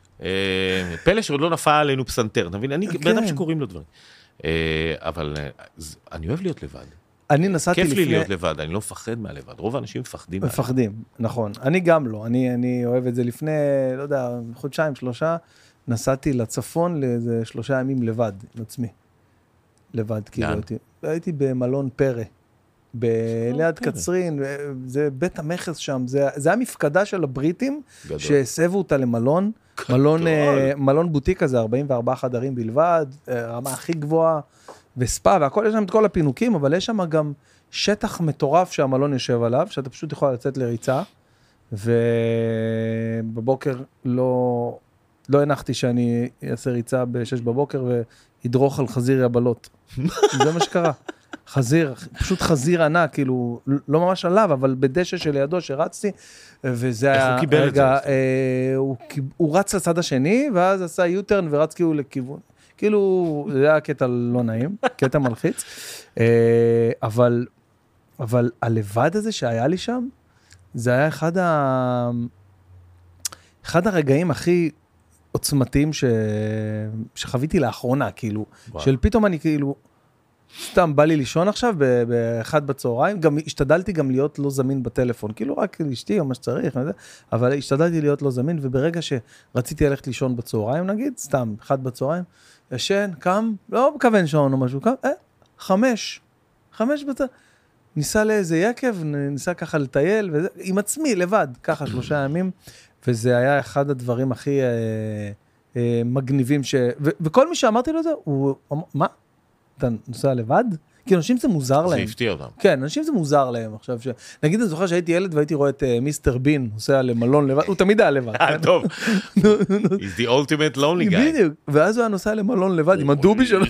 פלא שעוד לא נפל עלינו פסנתר, אתה מבין? אני בן אדם שקוראים לו דברים. אבל אני אוהב להיות לבד. אני נסעתי לפני... כיף לי להיות לבד, אני לא מפחד מהלבד. רוב האנשים מפחדים. מפחדים, נכון. אני גם לא. אני, אני אוהב את זה לפני, לא יודע, חודשיים, שלושה, נסעתי לצפון לאיזה שלושה ימים לבד, עם עצמי. לבד, כאילו הייתי. הייתי במלון פרא, ליד קצרין, זה בית המכס שם, זה, זה המפקדה של הבריטים, שהסבו אותה למלון, מלון, מלון בוטיק הזה, ארבעים וארבעה חדרים בלבד, רמה הכי גבוהה, וספה, והכל, יש שם את כל הפינוקים, אבל יש שם גם שטח מטורף שהמלון יושב עליו, שאתה פשוט יכול לצאת לריצה, ובבוקר לא, לא הנחתי שאני אעשה ריצה בשש בבוקר, וידרוך על חזיר יבלות. זה מה שקרה. חזיר, פשוט חזיר ענק, כאילו, לא ממש עליו, אבל בדשא שלידו שרצתי, וזה היה... איך הוא קיבל את זה? הוא, הוא רץ לצד השני, ואז עשה יוטרן ורץ כאילו לכיוון. כאילו, זה היה קטע לא נעים, קטע מלחיץ, אבל, אבל הלבד הזה שהיה לי שם, זה היה אחד ה... אחד הרגעים הכי עוצמתיים ש... שחוויתי לאחרונה, כאילו, וואו. של פתאום אני כאילו, סתם בא לי לישון עכשיו, באחד בצהריים, גם השתדלתי גם להיות לא זמין בטלפון, כאילו רק לאשתי או מה שצריך, אבל השתדלתי להיות לא זמין, וברגע שרציתי ללכת לישון בצהריים, נגיד, סתם, אחד בצהריים, ישן, קם, לא מכוון שעון או משהו, קם, אה, חמש, חמש בצהריים, ניסה לאיזה יקב, ניסה ככה לטייל, וזה, עם עצמי, לבד, ככה שלושה ימים, וזה היה אחד הדברים הכי אה, אה, מגניבים, ש... ו- וכל מי שאמרתי לו את זה, הוא, מה? אתה נוסע לבד? כי אנשים זה מוזר להם. זה הפתיע אותם. כן, אנשים זה מוזר להם עכשיו. ש... נגיד, אני זוכר שהייתי ילד והייתי רואה את uh, מיסטר בין, נוסע למלון לבד, הוא תמיד היה לבד. אה, טוב. He's the ultimate lonely guy. בדיוק. ואז הוא היה נוסע למלון לבד, עם הדובי שלו.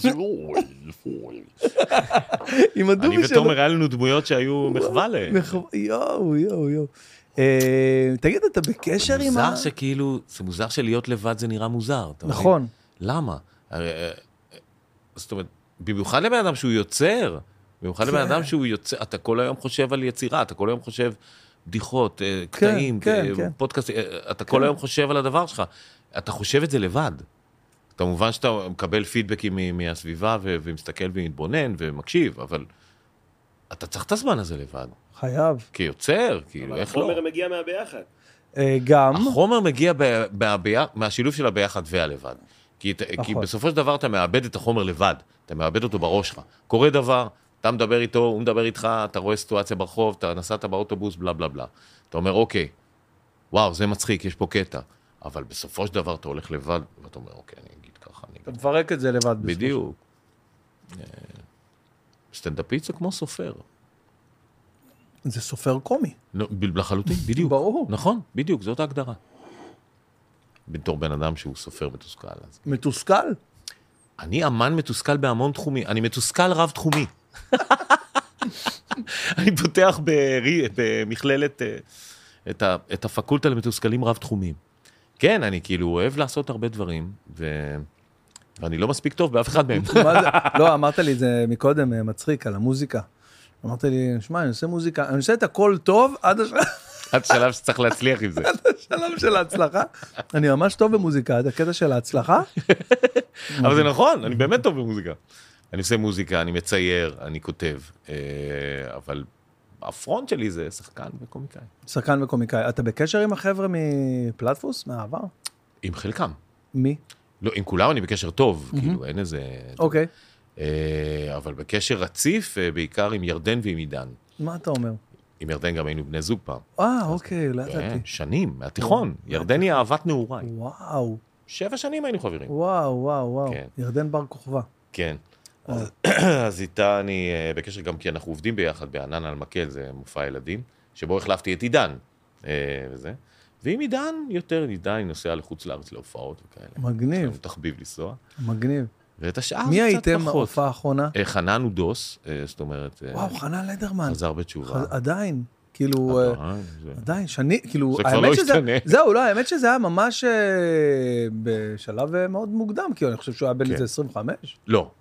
עם הדובי שלו. אני ותומר היה לנו דמויות שהיו מחווה להם. יואו, יואו, יואו. תגיד, אתה בקשר עם ה... מוזר שכאילו, זה מוזר שלהיות לבד זה נראה מוזר. נכון. למה? זאת אומרת, במיוחד לבן אדם שהוא יוצר, במיוחד לבן אדם שהוא יוצר, אתה כל היום חושב על יצירה, אתה כל היום חושב בדיחות, קטעים, פודקאסט, אתה כל היום חושב על הדבר שלך, אתה חושב את זה לבד. כמובן שאתה מקבל פידבקים מהסביבה, ומסתכל ומתבונן ומקשיב, אבל אתה צריך את הזמן הזה לבד. חייב. כיוצר, כאילו, איך לא? החומר מגיע מהביחד. גם. החומר מגיע מהשילוב של הביחד והלבד. כי בסופו של דבר אתה מאבד את החומר לבד, אתה מאבד אותו בראש שלך. קורה דבר, אתה מדבר איתו, הוא מדבר איתך, אתה רואה סיטואציה ברחוב, אתה נסעת באוטובוס, בלה בלה בלה. אתה אומר, אוקיי, וואו, זה מצחיק, יש פה קטע. אבל בסופו של דבר אתה הולך לבד, ואתה אומר, אוקיי, אני אגיד ככה. אתה מפרק את זה לבד. בדיוק. סטנדאפיסט זה כמו סופר. זה סופר קומי. לחלוטין, בדיוק. ברור. נכון, בדיוק, זאת ההגדרה. בתור בן אדם שהוא סופר מתוסכל. מתוסכל? אני אמן מתוסכל בהמון תחומי, אני מתוסכל רב תחומי. אני פותח במכללת את, ה, את הפקולטה למתוסכלים רב תחומים. כן, אני כאילו אוהב לעשות הרבה דברים, ו... ואני לא מספיק טוב באף אחד מהם. לא, אמרת לי זה מקודם מצחיק על המוזיקה. אמרת לי, שמע, אני עושה מוזיקה, אני עושה את הכל טוב עד השלב... עד השלב שצריך להצליח עם זה. עד השלב של ההצלחה. אני ממש טוב במוזיקה, עד הקטע של ההצלחה. אבל זה נכון, אני באמת טוב במוזיקה. אני עושה מוזיקה, אני מצייר, אני כותב, אבל הפרונט שלי זה שחקן וקומיקאי. שחקן וקומיקאי. אתה בקשר עם החבר'ה מפלטפוס, מהעבר? עם חלקם. מי? לא, עם כולם אני בקשר טוב, כאילו אין איזה... אוקיי. אבל בקשר רציף, בעיקר עם ירדן ועם עידן. מה אתה אומר? עם ירדן גם היינו בני זוג פעם. אה, אוקיי, לא ידעתי. שנים, מהתיכון. ירדן היא אהבת נעוריי. וואו. שבע שנים היינו חברים. וואו, וואו, וואו. ירדן בר כוכבא. כן. אז איתה אני בקשר גם כי אנחנו עובדים ביחד בענן על מקל, זה מופע ילדים, שבו החלפתי את עידן וזה. ועם עידן יותר, עידן נוסע לחוץ לארץ להופעות וכאלה. מגניב. יש לנו תחביב לנסוע. מגניב. ואת השאר מי הייתם בהופעה האחרונה? חנן ודוס, זאת אומרת... וואו, חנן לדרמן. חזר בתשובה. עדיין. כאילו, עדיין, שני, כאילו, זה כבר לא השתנה. זהו, לא, האמת שזה היה ממש בשלב מאוד מוקדם, כי אני חושב שהוא היה בין איזה עשרים וחמש. לא,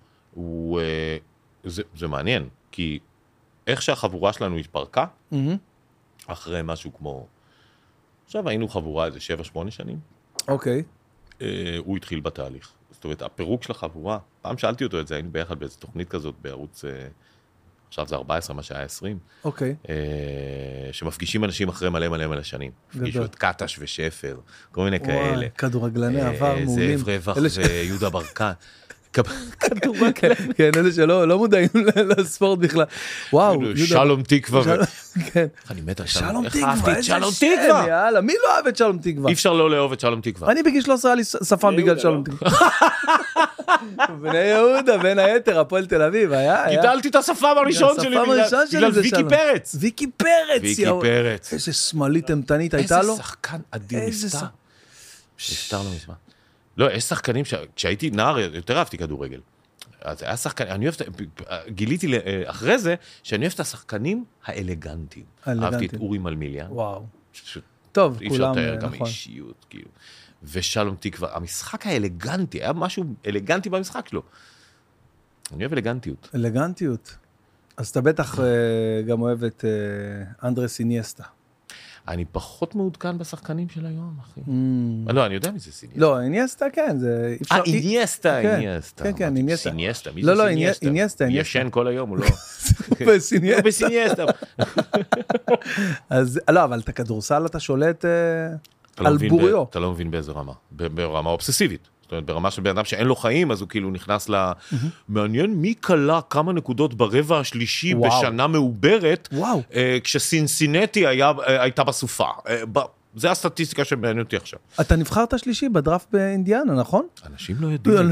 זה מעניין, כי איך שהחבורה שלנו התפרקה, אחרי משהו כמו, עכשיו היינו חבורה איזה שבע, שמונה שנים. אוקיי. הוא התחיל בתהליך. זאת אומרת, הפירוק של החבורה, פעם שאלתי אותו את זה, היינו ביחד באיזו תוכנית כזאת בערוץ... עכשיו זה ארבע עשרה, מה שהיה עשרים. אוקיי. שמפגישים אנשים אחרי מלא מלא מלא שנים. הפגישו את קטש ושפר, כל מיני כאלה. כדורגלני עבר מעולים. זאב רווח ויהודה ברקן. כדורגלני. כן, אלה שלא מודעים לספורט בכלל. וואו. שלום תקווה. כן. אני מת על שלום תקווה. איך אהבתי את שלום שם, תקווה? יאללה, מי לא אוהב את שלום תקווה? אי אפשר לא לאהוב את שלום תקווה. אני בגיל שלוש עשרה היה לי שפם בגלל שלום תקווה. בני יהודה, בין היתר, הפועל תל אביב, היה... גידלתי את השפם הראשון שלי בגלל ויקי פרץ. ויקי פרץ. ויקי פרץ. איזה שמאלית אמתנית הייתה לו. איזה שחקן אדיר נפטר. נפטר לא מזמן. לא, יש שחקנים, כשהייתי נער, יותר אהבתי כדורגל. אז היה שחקן, אני אוהב, גיליתי אחרי זה, שאני אוהב את השחקנים האלגנטיים. אהבתי את אורי מלמיליה. וואו. טוב, כולם, אי אפשר לתאר גם אישיות, כאילו. ושלום תקווה, המשחק האלגנטי, היה משהו אלגנטי במשחק שלו. אני אוהב אלגנטיות. אלגנטיות. אז אתה בטח גם אוהב את אנדרס אינייסטה. אני פחות מעודכן בשחקנים של היום, אחי. לא, אני יודע מי זה סינייסטה. לא, אינייסטה, כן, זה... אה, אינייסטה, אינייסטה. כן, כן, אינייסטה. סינייסטה, מי זה סינייסטה? לא, לא, אינייסטה. הוא ישן כל היום, הוא לא... בסינייסטה. בסינייסטה. אז, לא, אבל את הכדורסל אתה שולט על בוריו. אתה לא מבין באיזה רמה. ברמה אובססיבית. זאת אומרת, ברמה של בן אדם שאין לו חיים, אז הוא כאילו נכנס ל... מעניין מי קלה כמה נקודות ברבע השלישי בשנה מעוברת, כשסינסינטי הייתה בסופה. זה הסטטיסטיקה שמעניין אותי עכשיו. אתה נבחרת שלישי בדראפט באינדיאנה, נכון? אנשים לא יודעים.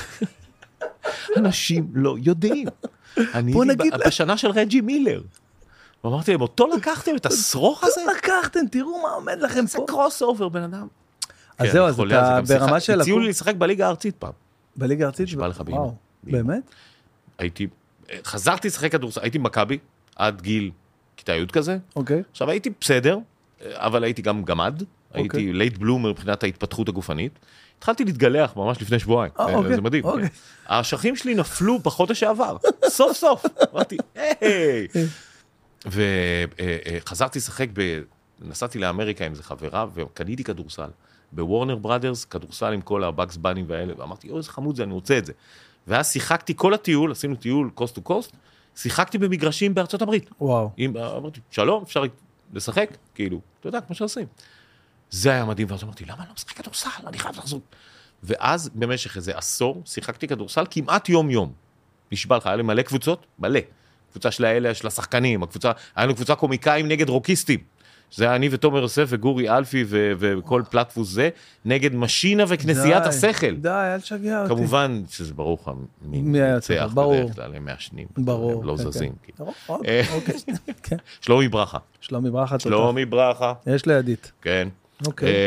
אנשים לא יודעים. אני בשנה של רג'י מילר. ואמרתי להם, אותו לקחתם את הסרוך הזה? אותו לקחתם, תראו מה עומד לכם פה. זה קרוס אובר, בן אדם. אז זהו, אז אתה ברמה של... הציעו לי לשחק בליגה הארצית פעם. בליגה הארצית? נשבע לך באמא. וואו, באמת? הייתי, חזרתי לשחק כדורסל, הייתי במכבי, עד גיל כיתה י' כזה. אוקיי. עכשיו הייתי בסדר, אבל הייתי גם גמד, הייתי לייט בלומר מבחינת ההתפתחות הגופנית. התחלתי להתגלח ממש לפני שבועיים, זה מדהים. האשכים שלי נפלו בחודש שעבר, סוף סוף. אמרתי, היי. וחזרתי לשחק, נסעתי לאמריקה עם איזה חברה, וקניתי כדורסל. בוורנר ברודרס, כדורסל עם כל הבאקס בנים והאלה, ואמרתי, אוי, איזה חמוד זה, אני רוצה את זה. ואז שיחקתי כל הטיול, עשינו טיול קוסט טו קוסט, שיחקתי במגרשים בארצות הברית. וואו. עם, אמרתי, שלום, אפשר לשחק? כאילו, אתה יודע, כמו שעושים. זה היה מדהים, ואז אמרתי, למה אני לא משחק כדורסל? אני חייב לחזור. ואז במשך איזה עשור, שיחקתי כדורסל כמעט יום-יום. נשבע לך, היה לי מלא קבוצות, מלא. קבוצה של האלה, של השחקנים, הקבוצה, היה לנו קבוצה קומיקאים נגד רוקיסטים. זה היה אני ותומר יוסף וגורי אלפי ו- וכל פלטפוס זה, נגד משינה וכנסיית די, השכל. די, אל תשגע אותי. כמובן שזה ברור לך, מי מי היה ניצח יותר, ברור. בדרך כלל, הם מעשנים. ברור. הם לא כן, זזים. כן. כאילו. אוקיי, אוקיי, כן. שלומי ברכה. שלומי ברכה, תודה. שלומי ברכה. יש לידית. כן. אוקיי.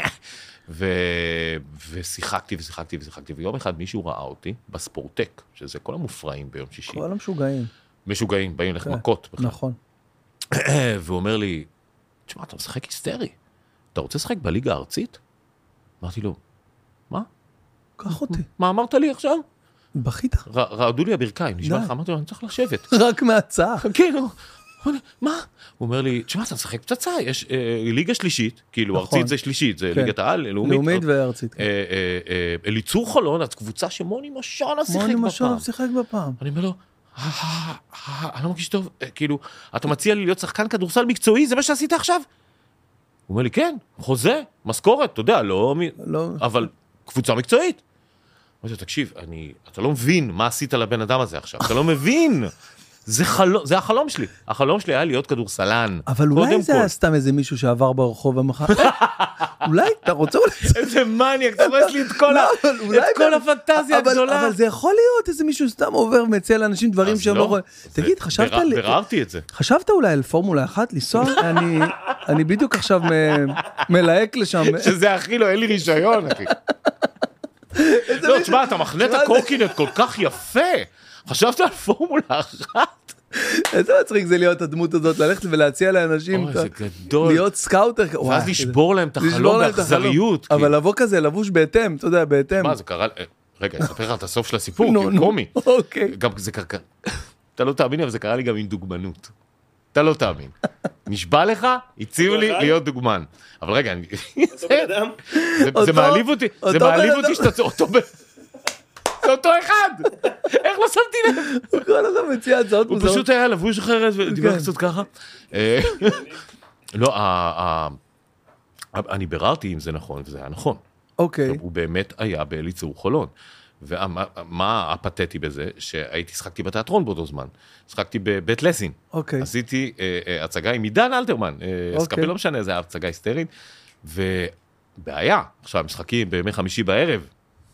ו- ושיחקתי ושיחקתי ושיחקתי, ויום אחד מישהו ראה אותי בספורטק, שזה כל המופרעים ביום שישי. כל המשוגעים. משוגעים, באים לך מכות. בכלל. נכון. והוא אומר לי, תשמע, אתה משחק היסטרי, אתה רוצה לשחק בליגה הארצית? אמרתי לו, מה? קח אותי. מה אמרת לי עכשיו? בכית? ר- רעדו לי הברכיים, נשמע לך, אמרתי לו, אני צריך לשבת. רק מהצעה. כן, הוא אומר, מה? הוא אומר לי, תשמע, אתה משחק פצצה, יש אה, ליגה שלישית, כאילו נכון. ארצית זה שלישית, זה כן. ליגת העל, לאומית. לאומית וארצית. אה, אה, אה, אליצור חולון, אז קבוצה שמוני משונה שיחק מוני בפעם. משוב שיחק בפעם. אני אומר לו, "אה, אה, אה, אני לא מרגיש טוב, אה, כאילו, אתה מציע לי להיות שחקן כדורסל מקצועי, זה מה שעשית עכשיו? הוא אומר לי, כן, חוזה, משכורת, אתה יודע, לא, מ- לא. אבל קבוצה מקצועית. אמרתי לו, תקשיב, אני, אתה לא מבין מה עשית לבן אדם הזה עכשיו, אתה לא מבין. זה חלום, זה החלום שלי. החלום שלי היה להיות כדורסלן. אבל אולי זה כל. היה סתם איזה מישהו שעבר ברחוב ומחר. אולי, אתה רוצה אולי... איזה מניאק, אתה רואה לי את כל, ה... אבל אולי את כל באמת- הפנטזיה אבל- הגדולה. אבל זה יכול להיות איזה מישהו סתם עובר מציע לאנשים דברים אז שהם לא רואים. זה- תגיד, חשבת בירר- לי... ביררתי את זה. חשבת אולי על פורמולה אחת לנסוע? אני, אני בדיוק עכשיו מ- מלהק לשם. שזה הכי לא, אין לי רישיון, אחי. לא, תשמע, אתה מחנה את תשמע, הקורקינט כל כך יפה. חשבת על פורמולה אחת? איזה מצחיק זה להיות הדמות הזאת, ללכת ולהציע לאנשים, אוי, אתה- זה גדול. להיות סקאוטר. ואז וואי, לשבור להם את לשבור החלום להם את באכזריות. החלום. כי- אבל לבוא כזה, לבוש בהתאם, אתה יודע, בהתאם. מה, זה קרה... רגע, אני אספר לך את הסוף של הסיפור, נו, כי הוא נו. קומי. אוקיי. גם זה קרה... אתה לא תאמין, אבל זה קרה לי גם עם דוגמנות. אתה לא תאמין. נשבע לך, הציעו לי להיות דוגמן. אבל רגע, אני... אותו בן אדם. זה- זה אותו- מעליב אותי, זה אותו מעליב בן אותי אדם. שאתה... אותו בן- זה אותו אחד! איך לא שמתי לב? הוא כל הזמן מציע הצעות הוא מוזרות. פשוט היה לבוש אחרת ודיבר כן. קצת ככה. אה, לא, ה- ה- אני ביררתי אם זה נכון, וזה היה נכון. אוקיי. הוא באמת היה באליצור חולון. ומה הפתטי בזה? שהייתי, שחקתי בתיאטרון באותו זמן. שחקתי בבית לסין. אוקיי. עשיתי אה, אה, הצגה עם עידן אלתרמן. אה, סקאפי לא משנה, זה היה הצגה היסטרית. ובעיה, עכשיו משחקים בימי חמישי בערב.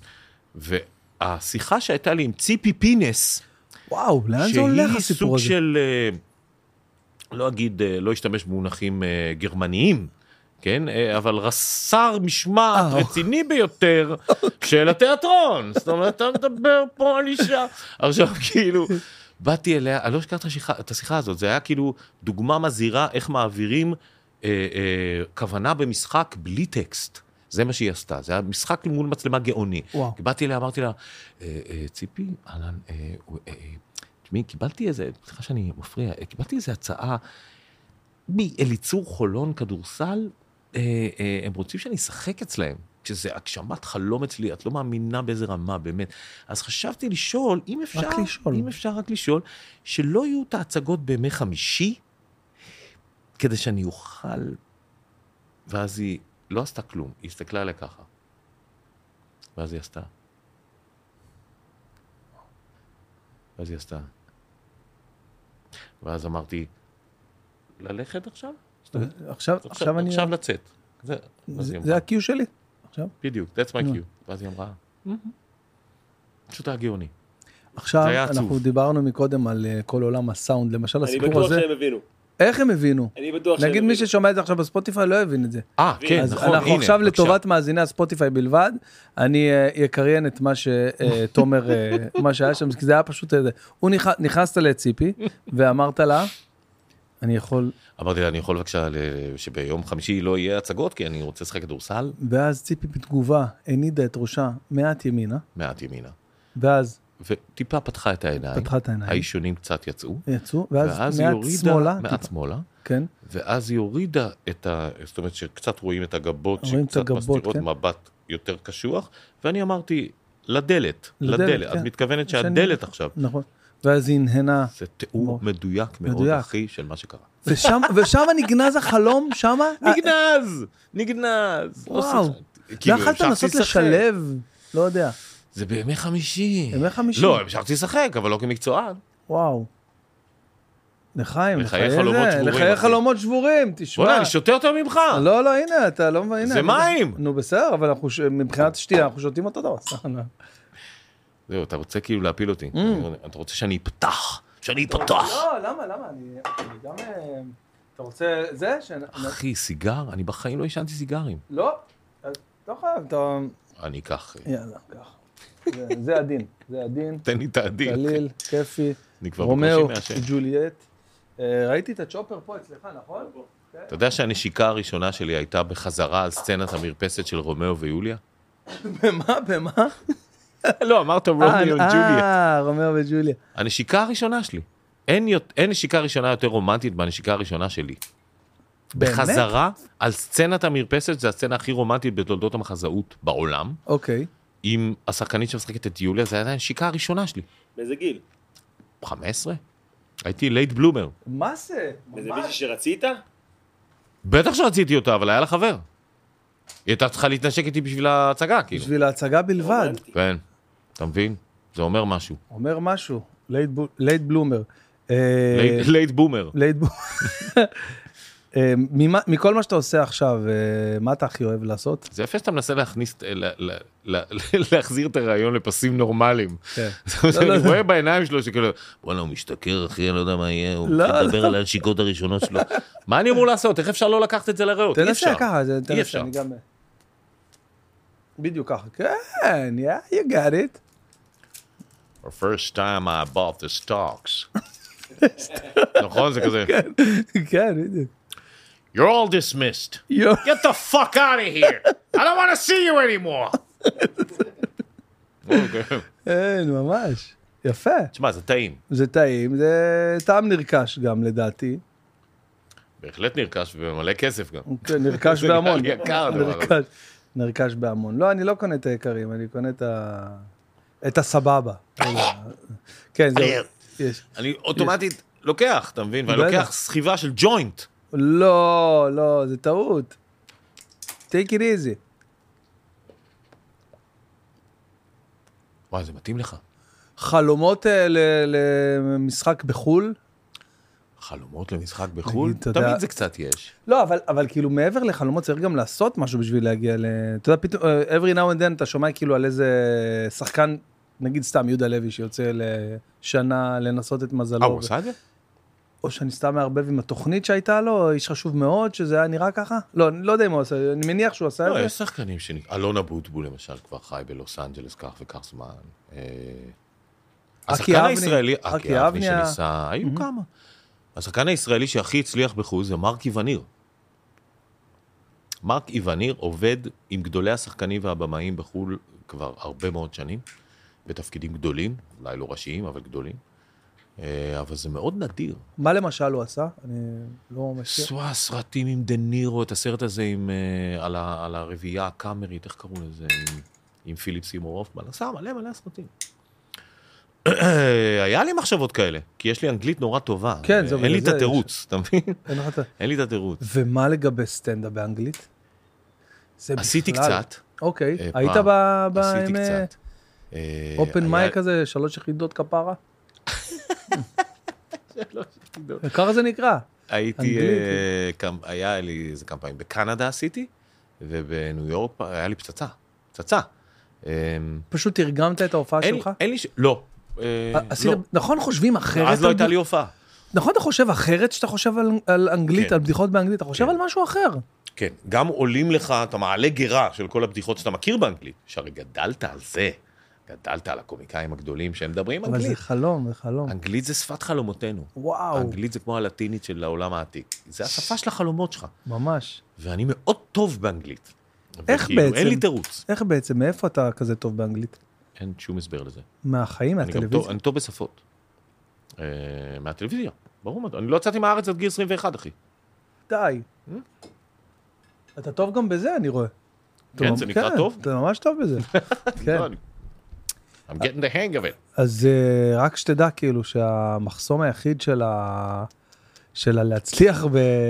והשיחה שהייתה לי עם ציפי פינס, וואו, לאן זה הולך שהיא הסיפור סוג הזה? של, אה, לא אגיד, אה, לא אשתמש במונחים אה, גרמניים, כן? אה, אבל רס"ר משמעת אה. רציני ביותר של התיאטרון. זאת אומרת, אתה מדבר פה על אישה. עכשיו, כאילו, באתי אליה, אני לא אשכח את השיחה- את השיחה הזאת, זה היה כאילו דוגמה מזהירה איך מעבירים אה, אה, כוונה במשחק בלי טקסט. זה מה שהיא עשתה, זה היה משחק מול מצלמה גאוני. וואו. באתי אליה, אמרתי לה, "אה, אה, ציפי, אהלן, אה, אה, תשמעי, קיבלתי איזה, סליחה שאני מפריע, אה, קיבלתי איזה הצעה מאליצור חולון כדורסל, אה, אה, הם רוצים שאני אשחק אצלהם, שזה הגשמת חלום אצלי, את לא מאמינה באיזה רמה, באמת. אז חשבתי לשאול, אם אפשר, רק לשאול. אם אפשר רק לשאול, שלא יהיו את ההצגות בימי חמישי, כדי שאני אוכל, ואז היא לא עשתה כלום, היא הסתכלה עליה ככה. ואז היא עשתה. ואז היא עשתה. ואז אמרתי, ללכת עכשיו? עכשיו, עכשיו אני... עכשיו לצאת. זה, ואז זה- היא זה אמרה, ה-Q שלי. עכשיו. בדיוק, that's my נו. cue. ואז היא אמרה, פשוט היה גאוני. עכשיו, זה היה עצוב. אנחנו דיברנו מקודם על אה, כל עולם הסאונד, למשל אני הסיפור בטוח הזה. שהם הבינו. איך הם הבינו? אני בטוח שהם נגיד מי הבינו. ששומע את זה עכשיו בספוטיפיי לא הבין את זה. אה, כן, אז נכון, אנחנו הנה, עכשיו בבקשה. לטובת מאזיני הספוטיפיי בלבד, אני אה, אקריין את מה שתומר, מה שהיה שם, כי זה היה פשוט איזה, הוא נכ- נכנסת לציפי ואמרת לה, אני יכול, אמרתי לה, אני יכול בבקשה ל- שביום חמישי לא יהיה הצגות, כי אני רוצה לשחק כדורסל, ואז ציפי בתגובה הנידה את ראשה מעט ימינה, מעט ימינה. ואז וטיפה פתחה את העיניים. פתחה את העיניים. האישונים קצת יצאו. יצאו, ואז מעט מעט שמאלה. מעט שמאלה. כן. ואז היא הורידה את ה... זאת אומרת שקצת רואים את הגבות, שקצת מסתירות מבט יותר קשוח, ואני אמרתי, לדלת, לדלת. את מתכוונת שהדלת עכשיו. נכון. ואז היא הנהנה. זה תיאור מדויק מאוד, אחי, של מה שקרה. ושם נגנז החלום, שמה? נגנז, נגנז. וואו. לא יכלת לנסות לשלב, לא יודע. זה בימי חמישי. בימי חמישי. לא, המשכתי לשחק, אבל לא כמקצוען. וואו. לחיים, לחיי חלומות שבורים. לחיי חלומות שבורים, תשמע. בוא'נה, אני שותה יותר ממך. לא, לא, הנה, אתה לא מבין. זה מים. נו, בסדר, אבל מבחינת שתייה, אנחנו שותים אותו דבר. זהו, אתה רוצה כאילו להפיל אותי. אתה רוצה שאני אפתח. שאני אפתח. לא, למה, למה? אני גם... אתה רוצה זה? אחי, סיגר? אני בחיים לא ישנתי סיגרים. לא, לא חייב, אתה... אני אקח. יאללה, ככה. זה הדין, זה הדין. תן לי את הדין. קליל, כיפי. אני כבר רומאו, בקושי מהשם. ג'וליאט. ראיתי את הצ'ופר פה אצלך, נכון? אתה יודע שהנשיקה הראשונה שלי הייתה בחזרה על סצנת המרפסת של רומאו ויוליה? במה? במה? לא, אמרת רומאו וג'וליאט. אה, רומאו וג'וליה. הנשיקה הראשונה שלי. אין, אין נשיקה ראשונה יותר רומנטית מהנשיקה הראשונה שלי. באמת? בחזרה על סצנת המרפסת, זה הסצנה הכי רומנטית בתולדות המחזאות בעולם. אוקיי. עם השחקנית שמשחקת את יוליה, זה הייתה הנשיקה הראשונה שלי. באיזה גיל? חמש עשרה? הייתי לייט בלומר. מה זה? איזה מישהי שרצית? בטח שרציתי אותה, אבל היה לה חבר. היא הייתה צריכה להתנשק איתי בשביל ההצגה, כאילו. בשביל ההצגה בלבד. כן, אתה מבין? זה אומר משהו. אומר משהו. לייט בלומר. לייט בומר. לייט בומר. מכל מה שאתה עושה עכשיו, מה אתה הכי אוהב לעשות? זה יפה שאתה מנסה להכניס, להחזיר את הרעיון לפסים נורמליים. אני רואה בעיניים שלו שכאילו, וואלה, הוא משתכר, אחי, אני לא יודע מה יהיה, הוא מדבר על הנשיקות הראשונות שלו. מה אני אמור לעשות? איך אפשר לא לקחת את זה לריאות? אי אפשר. תנסה ככה, אי אפשר. בדיוק ככה. כן, yeah, you got it. The first time I bought the stocks. נכון? זה כזה. כן, בדיוק. You're all dismissed. You're... Get the fuck out of here. I don't want to see you anymore. אין, ממש. יפה. תשמע, זה טעים. זה טעים, זה טעם נרכש גם לדעתי. בהחלט נרכש ובמלא כסף גם. נרכש בהמון. זה יקר. נרכש בהמון. לא, אני לא קונה את היקרים, אני קונה את הסבבה. כן, זה... אני אוטומטית לוקח, אתה מבין? ואני לוקח סחיבה של ג'וינט. לא, לא, זה טעות. take it easy. וואי, זה מתאים לך. חלומות למשחק בחול? חלומות למשחק בחול? תמיד זה קצת יש. לא, אבל כאילו מעבר לחלומות צריך גם לעשות משהו בשביל להגיע ל... אתה יודע, פתאום, every now and then אתה שומע כאילו על איזה שחקן, נגיד סתם יהודה לוי שיוצא לשנה לנסות את מזלו. אה, הוא עושה את זה? או שאני סתם מערבב עם התוכנית שהייתה לו, איש חשוב מאוד, שזה היה נראה ככה? לא, אני לא יודע אם הוא עושה, אני מניח שהוא עשה את זה. לא, יש שחקנים שנקרא, אלונה בוטבול למשל, כבר חי בלוס אנג'לס, כך וכך זמן. השחקן הישראלי, אקי אבני שניסה, היו כמה. השחקן הישראלי שהכי הצליח בחו"ל זה מרק איווניר. מרק איווניר עובד עם גדולי השחקנים והבמאים בחו"ל כבר הרבה מאוד שנים, בתפקידים גדולים, אולי לא ראשיים, אבל גדולים. אבל זה מאוד נדיר. מה למשל הוא עשה? אני לא מכיר. סווה, סרטים עם דנירו, את הסרט הזה עם, על, ה, על הרביעייה הקאמרית, איך קראו לזה? עם, עם פיליפ סימור הופמן. עשה מלא מלא סרטים. היה לי מחשבות כאלה, כי יש לי אנגלית נורא טובה. כן, זה אין לי את התירוץ, אתה מבין? אין לי את התירוץ. ומה לגבי סטנדאפ באנגלית? עשיתי קצת. אוקיי, היית ב... עשיתי קצת. אופן מייק כזה, שלוש יחידות כפרה? ככה זה נקרא. הייתי, היה לי איזה כמה פעמים, בקנדה עשיתי, ובניו יורק היה לי פצצה, פצצה. פשוט תרגמת את ההופעה שלך? אין לי, לא. נכון חושבים אחרת? אז לא הייתה לי הופעה. נכון אתה חושב אחרת שאתה חושב על אנגלית, על בדיחות באנגלית, אתה חושב על משהו אחר. כן, גם עולים לך, אתה מעלה גירה של כל הבדיחות שאתה מכיר באנגלית, שהרי גדלת על זה. גדלת על הקומיקאים הגדולים שהם מדברים אנגלית. אבל זה חלום, זה חלום. אנגלית זה שפת חלומותינו. וואו. אנגלית זה כמו הלטינית של העולם העתיק. זה השפה של החלומות שלך. ממש. ואני מאוד טוב באנגלית. איך בעצם? אין לי תירוץ. איך בעצם? מאיפה אתה כזה טוב באנגלית? אין שום הסבר לזה. מהחיים, אני גם מהטלוויזיה? טוב- אני טוב בשפות. אה, מהטלוויזיה, ברור מאוד. אני לא יצאתי מהארץ עד גיל עשרים ואחת, אחי. די. אתה טוב גם בזה, אני רואה. כן, אתה- זה נקרא טוב? אתה ממש טוב בזה. כן. לא, אני- I'm getting the hang of it. אז אה, רק שתדע כאילו שהמחסום היחיד של ה... של להצליח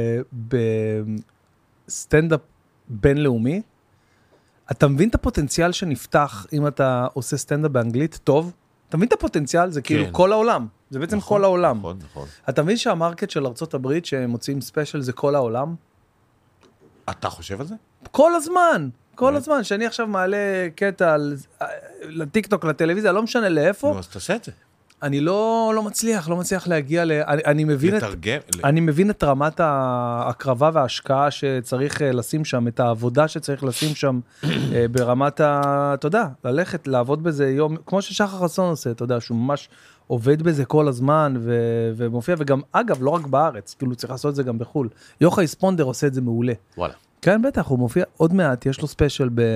בסטנדאפ בינלאומי, אתה מבין את הפוטנציאל שנפתח אם אתה עושה סטנדאפ באנגלית טוב? אתה מבין את הפוטנציאל? זה כאילו כן. כל העולם. זה בעצם נכון, כל העולם. נכון, נכון. אתה מבין שהמרקט של ארצות הברית שהם מוצאים ספיישל זה כל העולם? אתה חושב על זה? כל הזמן. כל באמת? הזמן. שאני עכשיו מעלה קטע על- לטיקטוק, לטלוויזיה, לא משנה לאיפה, נו, אז תעשה את זה. אני לא, לא מצליח, לא מצליח להגיע ל... אני, אני מבין את... לתרגם. אני מבין את רמת ההקרבה וההשקעה שצריך אה, לשים שם, את העבודה שצריך לשים שם, אה, ברמת ה... אתה יודע, ללכת, לעבוד בזה יום, כמו ששחר חסון עושה, אתה יודע, שהוא ממש עובד בזה כל הזמן, ו... ומופיע, וגם, אגב, לא רק בארץ, כאילו צריך לעשות את זה גם בחול. יוחאי ספונדר עושה את זה מעולה. וואלה. כן, בטח, הוא מופיע עוד מעט, יש לו ספיישל ב...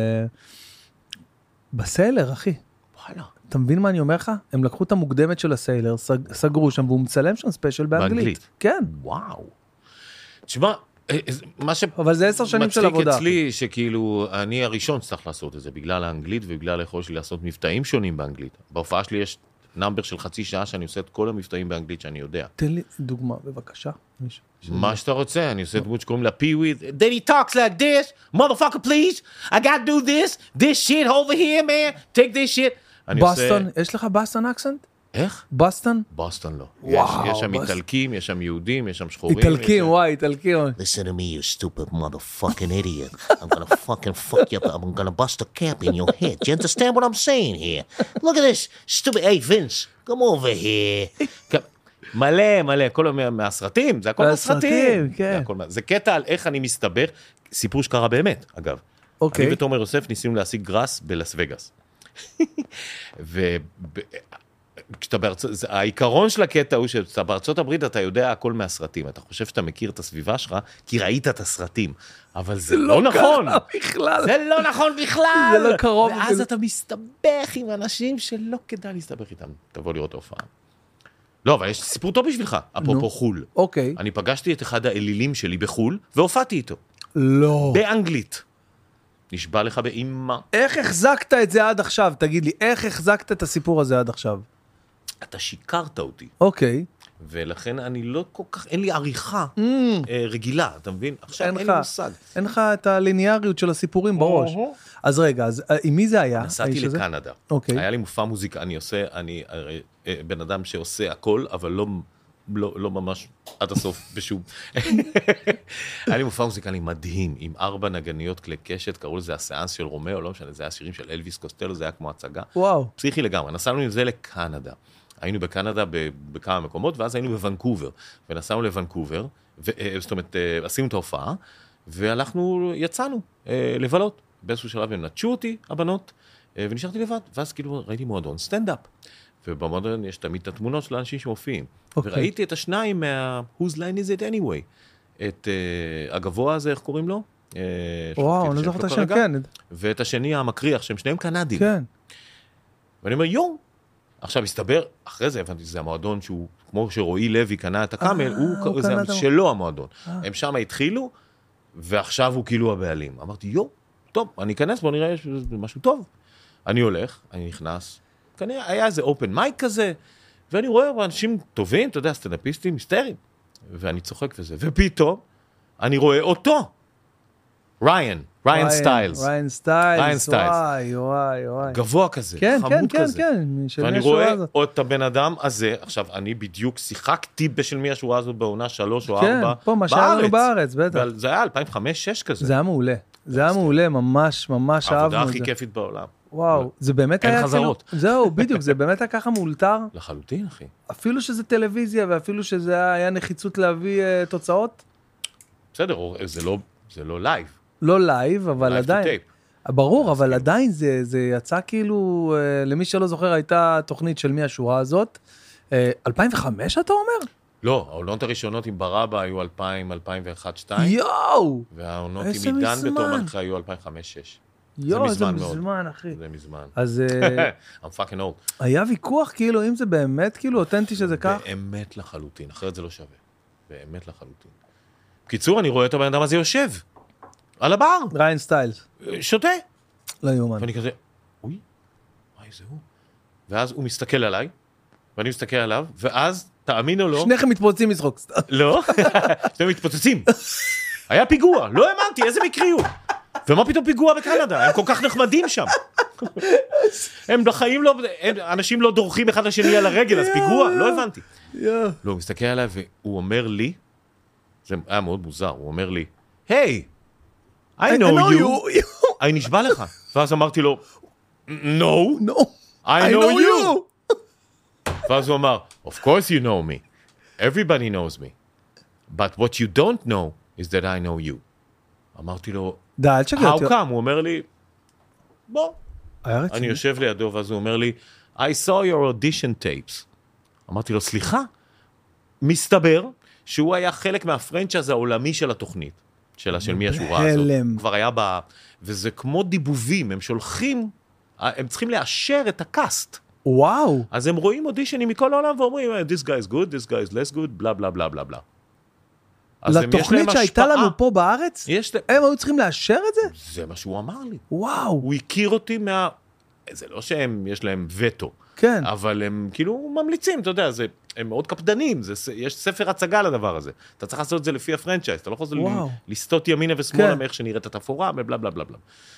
בסיילר, אחי. וואלה. אתה מבין מה אני אומר לך? הם לקחו את המוקדמת של הסיילר, סג... סגרו שם, והוא מצלם שם ספיישל באנגלית. באנגלית. כן. וואו. תשמע, אה, מה ש... אבל זה עשר שנים של עבודה. מצחיק אצלי שכאילו, אני הראשון שצריך לעשות את זה, בגלל האנגלית ובגלל היכולת שלי לעשות מבטאים שונים באנגלית. בהופעה שלי יש נאמבר של חצי שעה שאני עושה את כל המבטאים באנגלית שאני יודע. תן לי דוגמה, בבקשה. מה שאתה רוצה, אני עושה דמות שקוראים לה פי-ווי. Then he talks like this, motherfucker please, I gotta do this, this shit over here man, take this shit. אני עושה- בוסטון, יש לך בוסטון אקסנט? איך? בוסטון? בוסטון לא. וואו, יש- יש שם בוס- איטלקים, יש שם יהודים, יש שם שחורים. איטלקים, יש- וואי, איטלקים. Listen to me, you stupid motherfucking idiot. I'm gonna fucking fuck you up. I'm gonna bust a cap in your head. Do you understand what I'm saying here? Look at this stupid... Hey, Vince, come over here. כן, מלא, מלא, כל מה- מהסרטים, זה הכל מהסרטים, מהסרטים. כן. זה הכל מה- זה קטע על איך אני מסתבך, סיפור שקרה באמת, אגב. אוקיי. אני ותומר יוסף ניסינו להשיג גראס בלס וגאס. וכשאתה בארצות, זה- העיקרון של הקטע הוא שאתה בארצות הברית אתה יודע הכל מהסרטים, אתה חושב שאתה מכיר את הסביבה שלך, כי ראית את הסרטים, אבל זה לא נכון. ככה בכלל. זה לא נכון בכלל. זה לא קרוב ואז אפילו. אתה מסתבך עם אנשים שלא כדאי להסתבך איתם. תבוא לראות ההופעה. לא, אבל יש סיפור טוב בשבילך, אפרופו חול. אוקיי. אני פגשתי את אחד האלילים שלי בחול, והופעתי איתו. לא. באנגלית. נשבע לך באמא. איך החזקת את זה עד עכשיו? תגיד לי, איך החזקת את הסיפור הזה עד עכשיו? אתה שיקרת אותי. אוקיי. ולכן אני לא כל כך, אין לי עריכה Mm. אה, רגילה, אתה מבין? עכשיו אין אין לך- לי מושג. אין לך את הליניאריות של הסיפורים בראש. אז רגע, אז אה, עם מי זה היה? נסעתי האיש הזה? לקנדה. אוקיי. היה לי מופע מוזיקה, אני עושה, אני הרי, אה, בן אדם שעושה הכל, אבל לא, לא, לא ממש עד הסוף בשום. היה לי מופע מוזיקלי מדהים, עם ארבע נגניות כלי קשת, קראו לזה הסאנס של רומאו, לא משנה, זה היה שירים של אלוויס קוסטלו, זה היה כמו הצגה. וואו. פסיכי לגמרי, נסענו עם זה לקנדה. היינו בקנדה ב- בכמה מקומות, ואז היינו בוונקובר, ונסענו לוונקובר, ו- אה, זאת אומרת, אה, עשינו את ההופעה, והלכנו, יצאנו אה, לבלות. באיזשהו שלב הם נטשו אותי, הבנות, אה, ונשארתי לבד, ואז כאילו ראיתי מועדון סטנדאפ, ובמועדון יש תמיד את התמונות של האנשים שמופיעים. אוקיי. וראיתי את השניים מה- Whose line is it anyway? את אה, הגבוה הזה, איך קוראים לו? אה, וואו, שיש אני לא לו זוכר את השם, כרגע, כן. ואת השני המקריח, שהם שניהם קנדים. כן. ואני אומר, יואו. עכשיו, הסתבר, אחרי זה הבנתי שזה המועדון שהוא, כמו שרועי לוי קנה את הקאמל, אה, הוא, הוא זה קנה את המ- שלו המועדון. הם שם התחילו, ועכשיו הוא כאילו הבעלים. אמרתי, יואו, טוב, אני אכנס, בוא נראה, יש משהו טוב. אני הולך, אני נכנס, כנראה היה איזה אופן מייק כזה, ואני רואה אנשים טובים, אתה יודע, סטנדאפיסטים, היסטריים, ואני צוחק וזה, ופתאום, אני רואה אותו, ריין, ריין סטיילס, ריין סטיילס. ריין סטיילס. וואי, וואי, וואי. גבוה כזה, כן, כן, חמוד כן, כזה. כן. של ואני מי השורה רואה הזאת. עוד את הבן אדם הזה, עכשיו, אני בדיוק שיחקתי בשל מי השורה הזאת בעונה שלוש או כן, ארבע, פה מה שהיה לנו בארץ, בטח. ועל- זה היה אלפיים וחמש שש כזה. זה היה מעולה. זה היה מעולה, ממש, ממש אהבנו העבודה את הכי זה. כיפית בעולם. וואו, זה באמת אין היה חזרות. כאילו, זהו, בדיוק, זה באמת היה ככה מאולתר, לחלוטין, אחי. אפילו שזה טלוויזיה, ואפילו שזה היה נחיצות להביא אה, תוצאות, בסדר, או- זה לא, זה לא לייב. לא לייב, אבל לייב טו עדיין, טייפ. ברור, אבל עדיין זה, זה יצא כאילו, אה, למי שלא זוכר, הייתה תוכנית של מי השורה הזאת, אה, אלפיים וחמש אתה אומר? לא, העונות הראשונות עם ברבא היו אלפיים, אלפיים ואחת, אלפיים ושתיים, יואו! והעונות איזה עם עידן מזמן. בתור מנחה היו אלפיים וחמש שש. יו, זה מזמן מאוד. מזמן, אחי. זה מזמן. אז אה, I'm fucking old. היה ויכוח, כאילו, אם זה באמת, כאילו, אותנטי שזה כך? באמת לחלוטין, אחרת זה לא שווה. באמת לחלוטין. בקיצור, אני רואה את הבן אדם הזה יושב, על הבר, ריין סטיילס. שותה. לא יאומן. ואני כזה, אוי, מה זה הוא? ואז הוא מסתכל עליי, ואני מסתכל עליו, ואז, תאמין או לא, שניכם מתפוצצים מצחוק. לא, אתם מתפוצצים. היה פיגוע, לא האמנתי, איזה מקריות. ומה פתאום פיגוע בקנדה? הם כל כך נחמדים שם. הם בחיים לא, הם, אנשים לא דורכים אחד לשני על הרגל, אז פיגוע, לא הבנתי. לא, הוא מסתכל עליי והוא אומר לי, זה היה מאוד מוזר, הוא אומר לי, היי, I know you, אני נשבע לך. ואז אמרתי לו, no, No, I know you. ואז הוא אמר, of course you know me. Everybody knows me. But what you don't know is that I know you. אמרתי לו, די, אל תשגע how אותי. come? הוא אומר לי, בוא. היה רציני? אני יושב לידו, ואז הוא אומר לי, I saw your audition tapes. אמרתי לו, סליחה? מסתבר שהוא היה חלק מהפרנצ'ייז העולמי של התוכנית, שלה, של מי השורה הזאת. בהלם. כבר היה בה, וזה כמו דיבובים, הם שולחים, הם צריכים לאשר את הקאסט. וואו. אז הם רואים אודישנים מכל העולם ואומרים, this guy is good, this guy is less good, בלה בלה בלה בלה בלה. אז הם- יש לתוכנית להם שהייתה השפעה. לנו פה בארץ, יש להם, הם היו צריכים לאשר את זה? זה מה שהוא אמר לי. וואו. הוא הכיר אותי מה... זה לא שהם, יש להם וטו. כן. אבל הם כאילו ממליצים, אתה יודע, זה, הם מאוד קפדנים, זה, יש ספר הצגה לדבר הזה. אתה צריך לעשות את זה לפי הפרנצ'ייז, אתה לא יכול וואו. לסטות ימינה ושמאלה כן. מאיך שנראית התפאורה, ובלה בלה בלה בלה.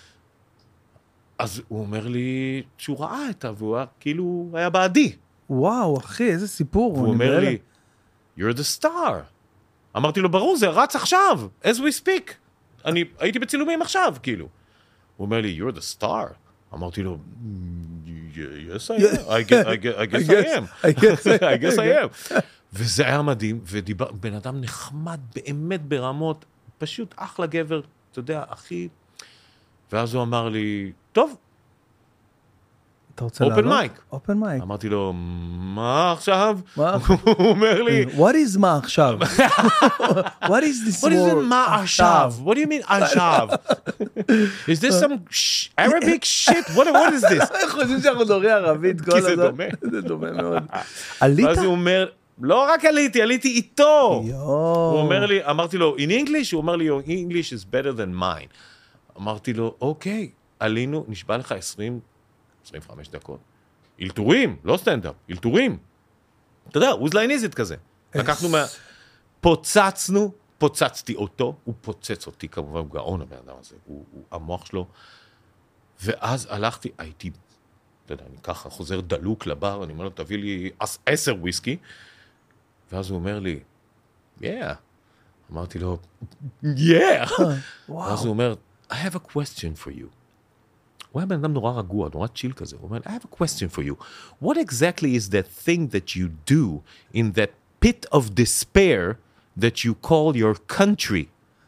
אז הוא אומר לי שהוא ראה את זה, והוא היה, כאילו היה בעדי. וואו, אחי, איזה סיפור. והוא אני אומר בהלם. לי, you're the star. אמרתי לו, ברור, זה רץ עכשיו, as we speak. אני הייתי בצילומים עכשיו, כאילו. הוא אומר לי, you're the star. אמרתי לו, yes I am, I guess I guess- I guess I am, I guess I- I guess I am. וזה היה מדהים, ודיבר, בן אדם נחמד באמת ברמות, פשוט אחלה גבר, אתה יודע, הכי... ואז הוא אמר לי, טוב, אתה רוצה open לעלות? mic. אופן מייק. אמרתי לו, מה עכשיו? מה? הוא אומר לי, What is מה עכשיו? What is this What is it, word? מה עכשיו? What do you mean עכשיו? Is this some sh- Arabic shit? What, what is this? חושבים שאנחנו דורי ערבית כל כי זה הזמן. דומה. זה דומה מאוד. עלית? ואז הוא אומר, לא רק עליתי, עליתי איתו. יואו. הוא אומר לי, אמרתי לו, in English? הוא אומר לי, your English is better than mine. אמרתי לו, אוקיי, עלינו, נשבע לך עשרים, עשרים וחמש דקות. אילתורים, לא סטנדאפ, אילתורים. אתה יודע, אוזלייניזית כזה. לקחנו מה... פוצצנו, פוצצתי אותו, הוא פוצץ אותי כמובן, הוא גאון הבן אדם הזה, הוא, הוא המוח שלו. ואז הלכתי, הייתי, אתה יודע, אני ככה חוזר דלוק לבר, אני אומר לו, תביא לי עש- עשר וויסקי. ואז הוא אומר לי, yeah. אמרתי לו, yeah. ואז הוא אומר, I have a question for you. הוא היה בן אדם נורא רגוע, נורא צ'יל כזה. הוא אומר, I have a question for you. What exactly is that thing that you do in that pit of despair that you call your country?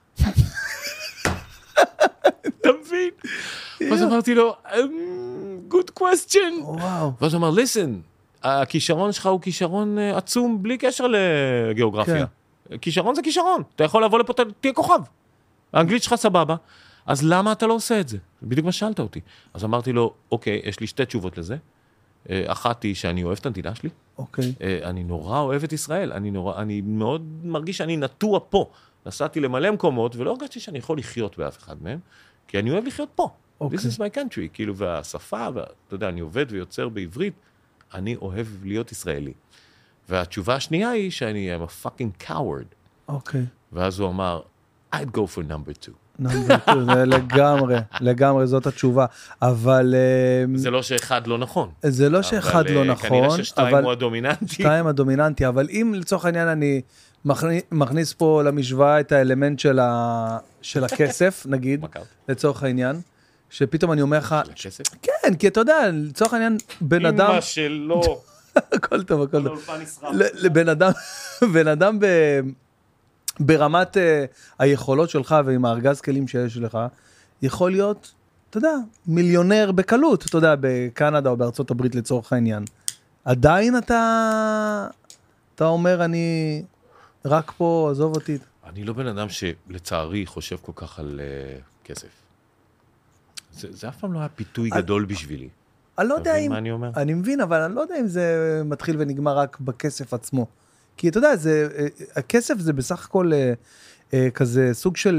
אתה מבין? ואז אמרתי לו, "Um, good question. וואו. ואז הוא אמר, listen, הכישרון שלך הוא כישרון אה, עצום בלי קשר לגיאוגרפיה. כישרון זה כישרון. אתה יכול לבוא לפה, ת- תהיה כוכב. האנגלית שלך סבבה. אז למה אתה לא עושה את זה? בדיוק מה שאלת אותי. אז אמרתי לו, אוקיי, יש לי שתי תשובות לזה. אה, אחת היא שאני אוהב את המדינה שלי. אוקיי. אה, אני נורא אוהב את ישראל. אני נורא, אני מאוד מרגיש שאני נטוע פה. נסעתי למלא מקומות, ולא הרגשתי שאני יכול לחיות באף אחד מהם, כי אני אוהב לחיות פה. אוקיי. This is my country. כאילו, והשפה, ואתה יודע, אני עובד ויוצר בעברית, אני אוהב להיות ישראלי. והתשובה השנייה היא שאני am a fucking coward. אוקיי. ואז הוא אמר, I'd go for number two. נאמבר טו, זה לגמרי, לגמרי זאת התשובה. אבל אה, זה לא שאחד לא נכון. זה לא שאחד אבל, לא אה, נכון, כנראה ששתיים אבל הוא הדומיננטי. שתיים הדומיננטי, אבל אם לצורך העניין אני מכניס, מכניס פה למשוואה את האלמנט של, ה, של הכסף, נגיד, מכר. לצורך העניין, שפתאום אני אומר לך, לכסף? כן, כי אתה יודע, לצורך העניין, בן אדם, אמא שלו. הכל טוב, הכל טוב, לאולפן נשרף. ל- לבן אדם, בן אדם ב, ברמת uh, היכולות שלך ועם הארגז כלים שיש לך, יכול להיות, אתה יודע, מיליונר בקלות, אתה יודע, בקנדה או בארצות הברית לצורך העניין. עדיין אתה, אתה אומר, אני רק פה, עזוב אותי. אני לא בן אדם שלצערי חושב כל כך על uh, כסף. זה, זה אף פעם לא היה פיתוי גדול בשבילי. אני לא יודע אם... מה אני אומר? אני מבין, אבל אני לא יודע אם זה מתחיל ונגמר רק בכסף עצמו. כי אתה יודע, זה, הכסף זה בסך הכל כזה סוג של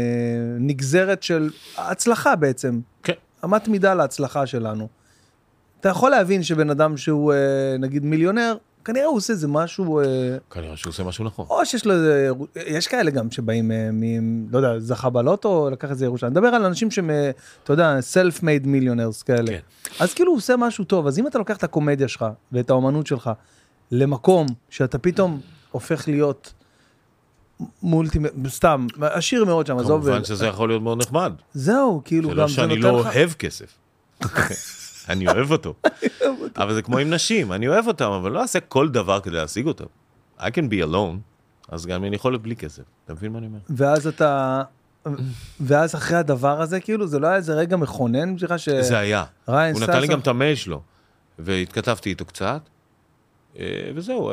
נגזרת של הצלחה בעצם. כן. אמת מידה להצלחה שלנו. אתה יכול להבין שבן אדם שהוא נגיד מיליונר, כנראה הוא עושה איזה משהו... כנראה שהוא עושה משהו נכון. או שיש לו איזה... יש כאלה גם שבאים מ... לא יודע, זכה בלוטו, לקח את זה ירושלים. נדבר על אנשים שהם, אתה יודע, self-made millionaires כאלה. כן. אז כאילו הוא עושה משהו טוב. אז אם אתה לוקח את הקומדיה שלך ואת האומנות שלך למקום שאתה פתאום הופך להיות מולטי... סתם, עשיר מאוד שם. כמובן שזה יכול להיות מאוד נחמד. זהו, כאילו גם זה לא שאני לא אוהב כסף. אני אוהב אותו. אבל זה כמו עם נשים, אני אוהב אותם, אבל לא אעשה כל דבר כדי להשיג אותם. I can be alone, אז גם אני יכול להיות בלי כסף. אתה מבין מה אני אומר? ואז אתה... ואז אחרי הדבר הזה, כאילו, זה לא היה איזה רגע מכונן בשבילך ש... זה היה. הוא נתן לי גם את המייל שלו, והתכתבתי איתו קצת, וזהו.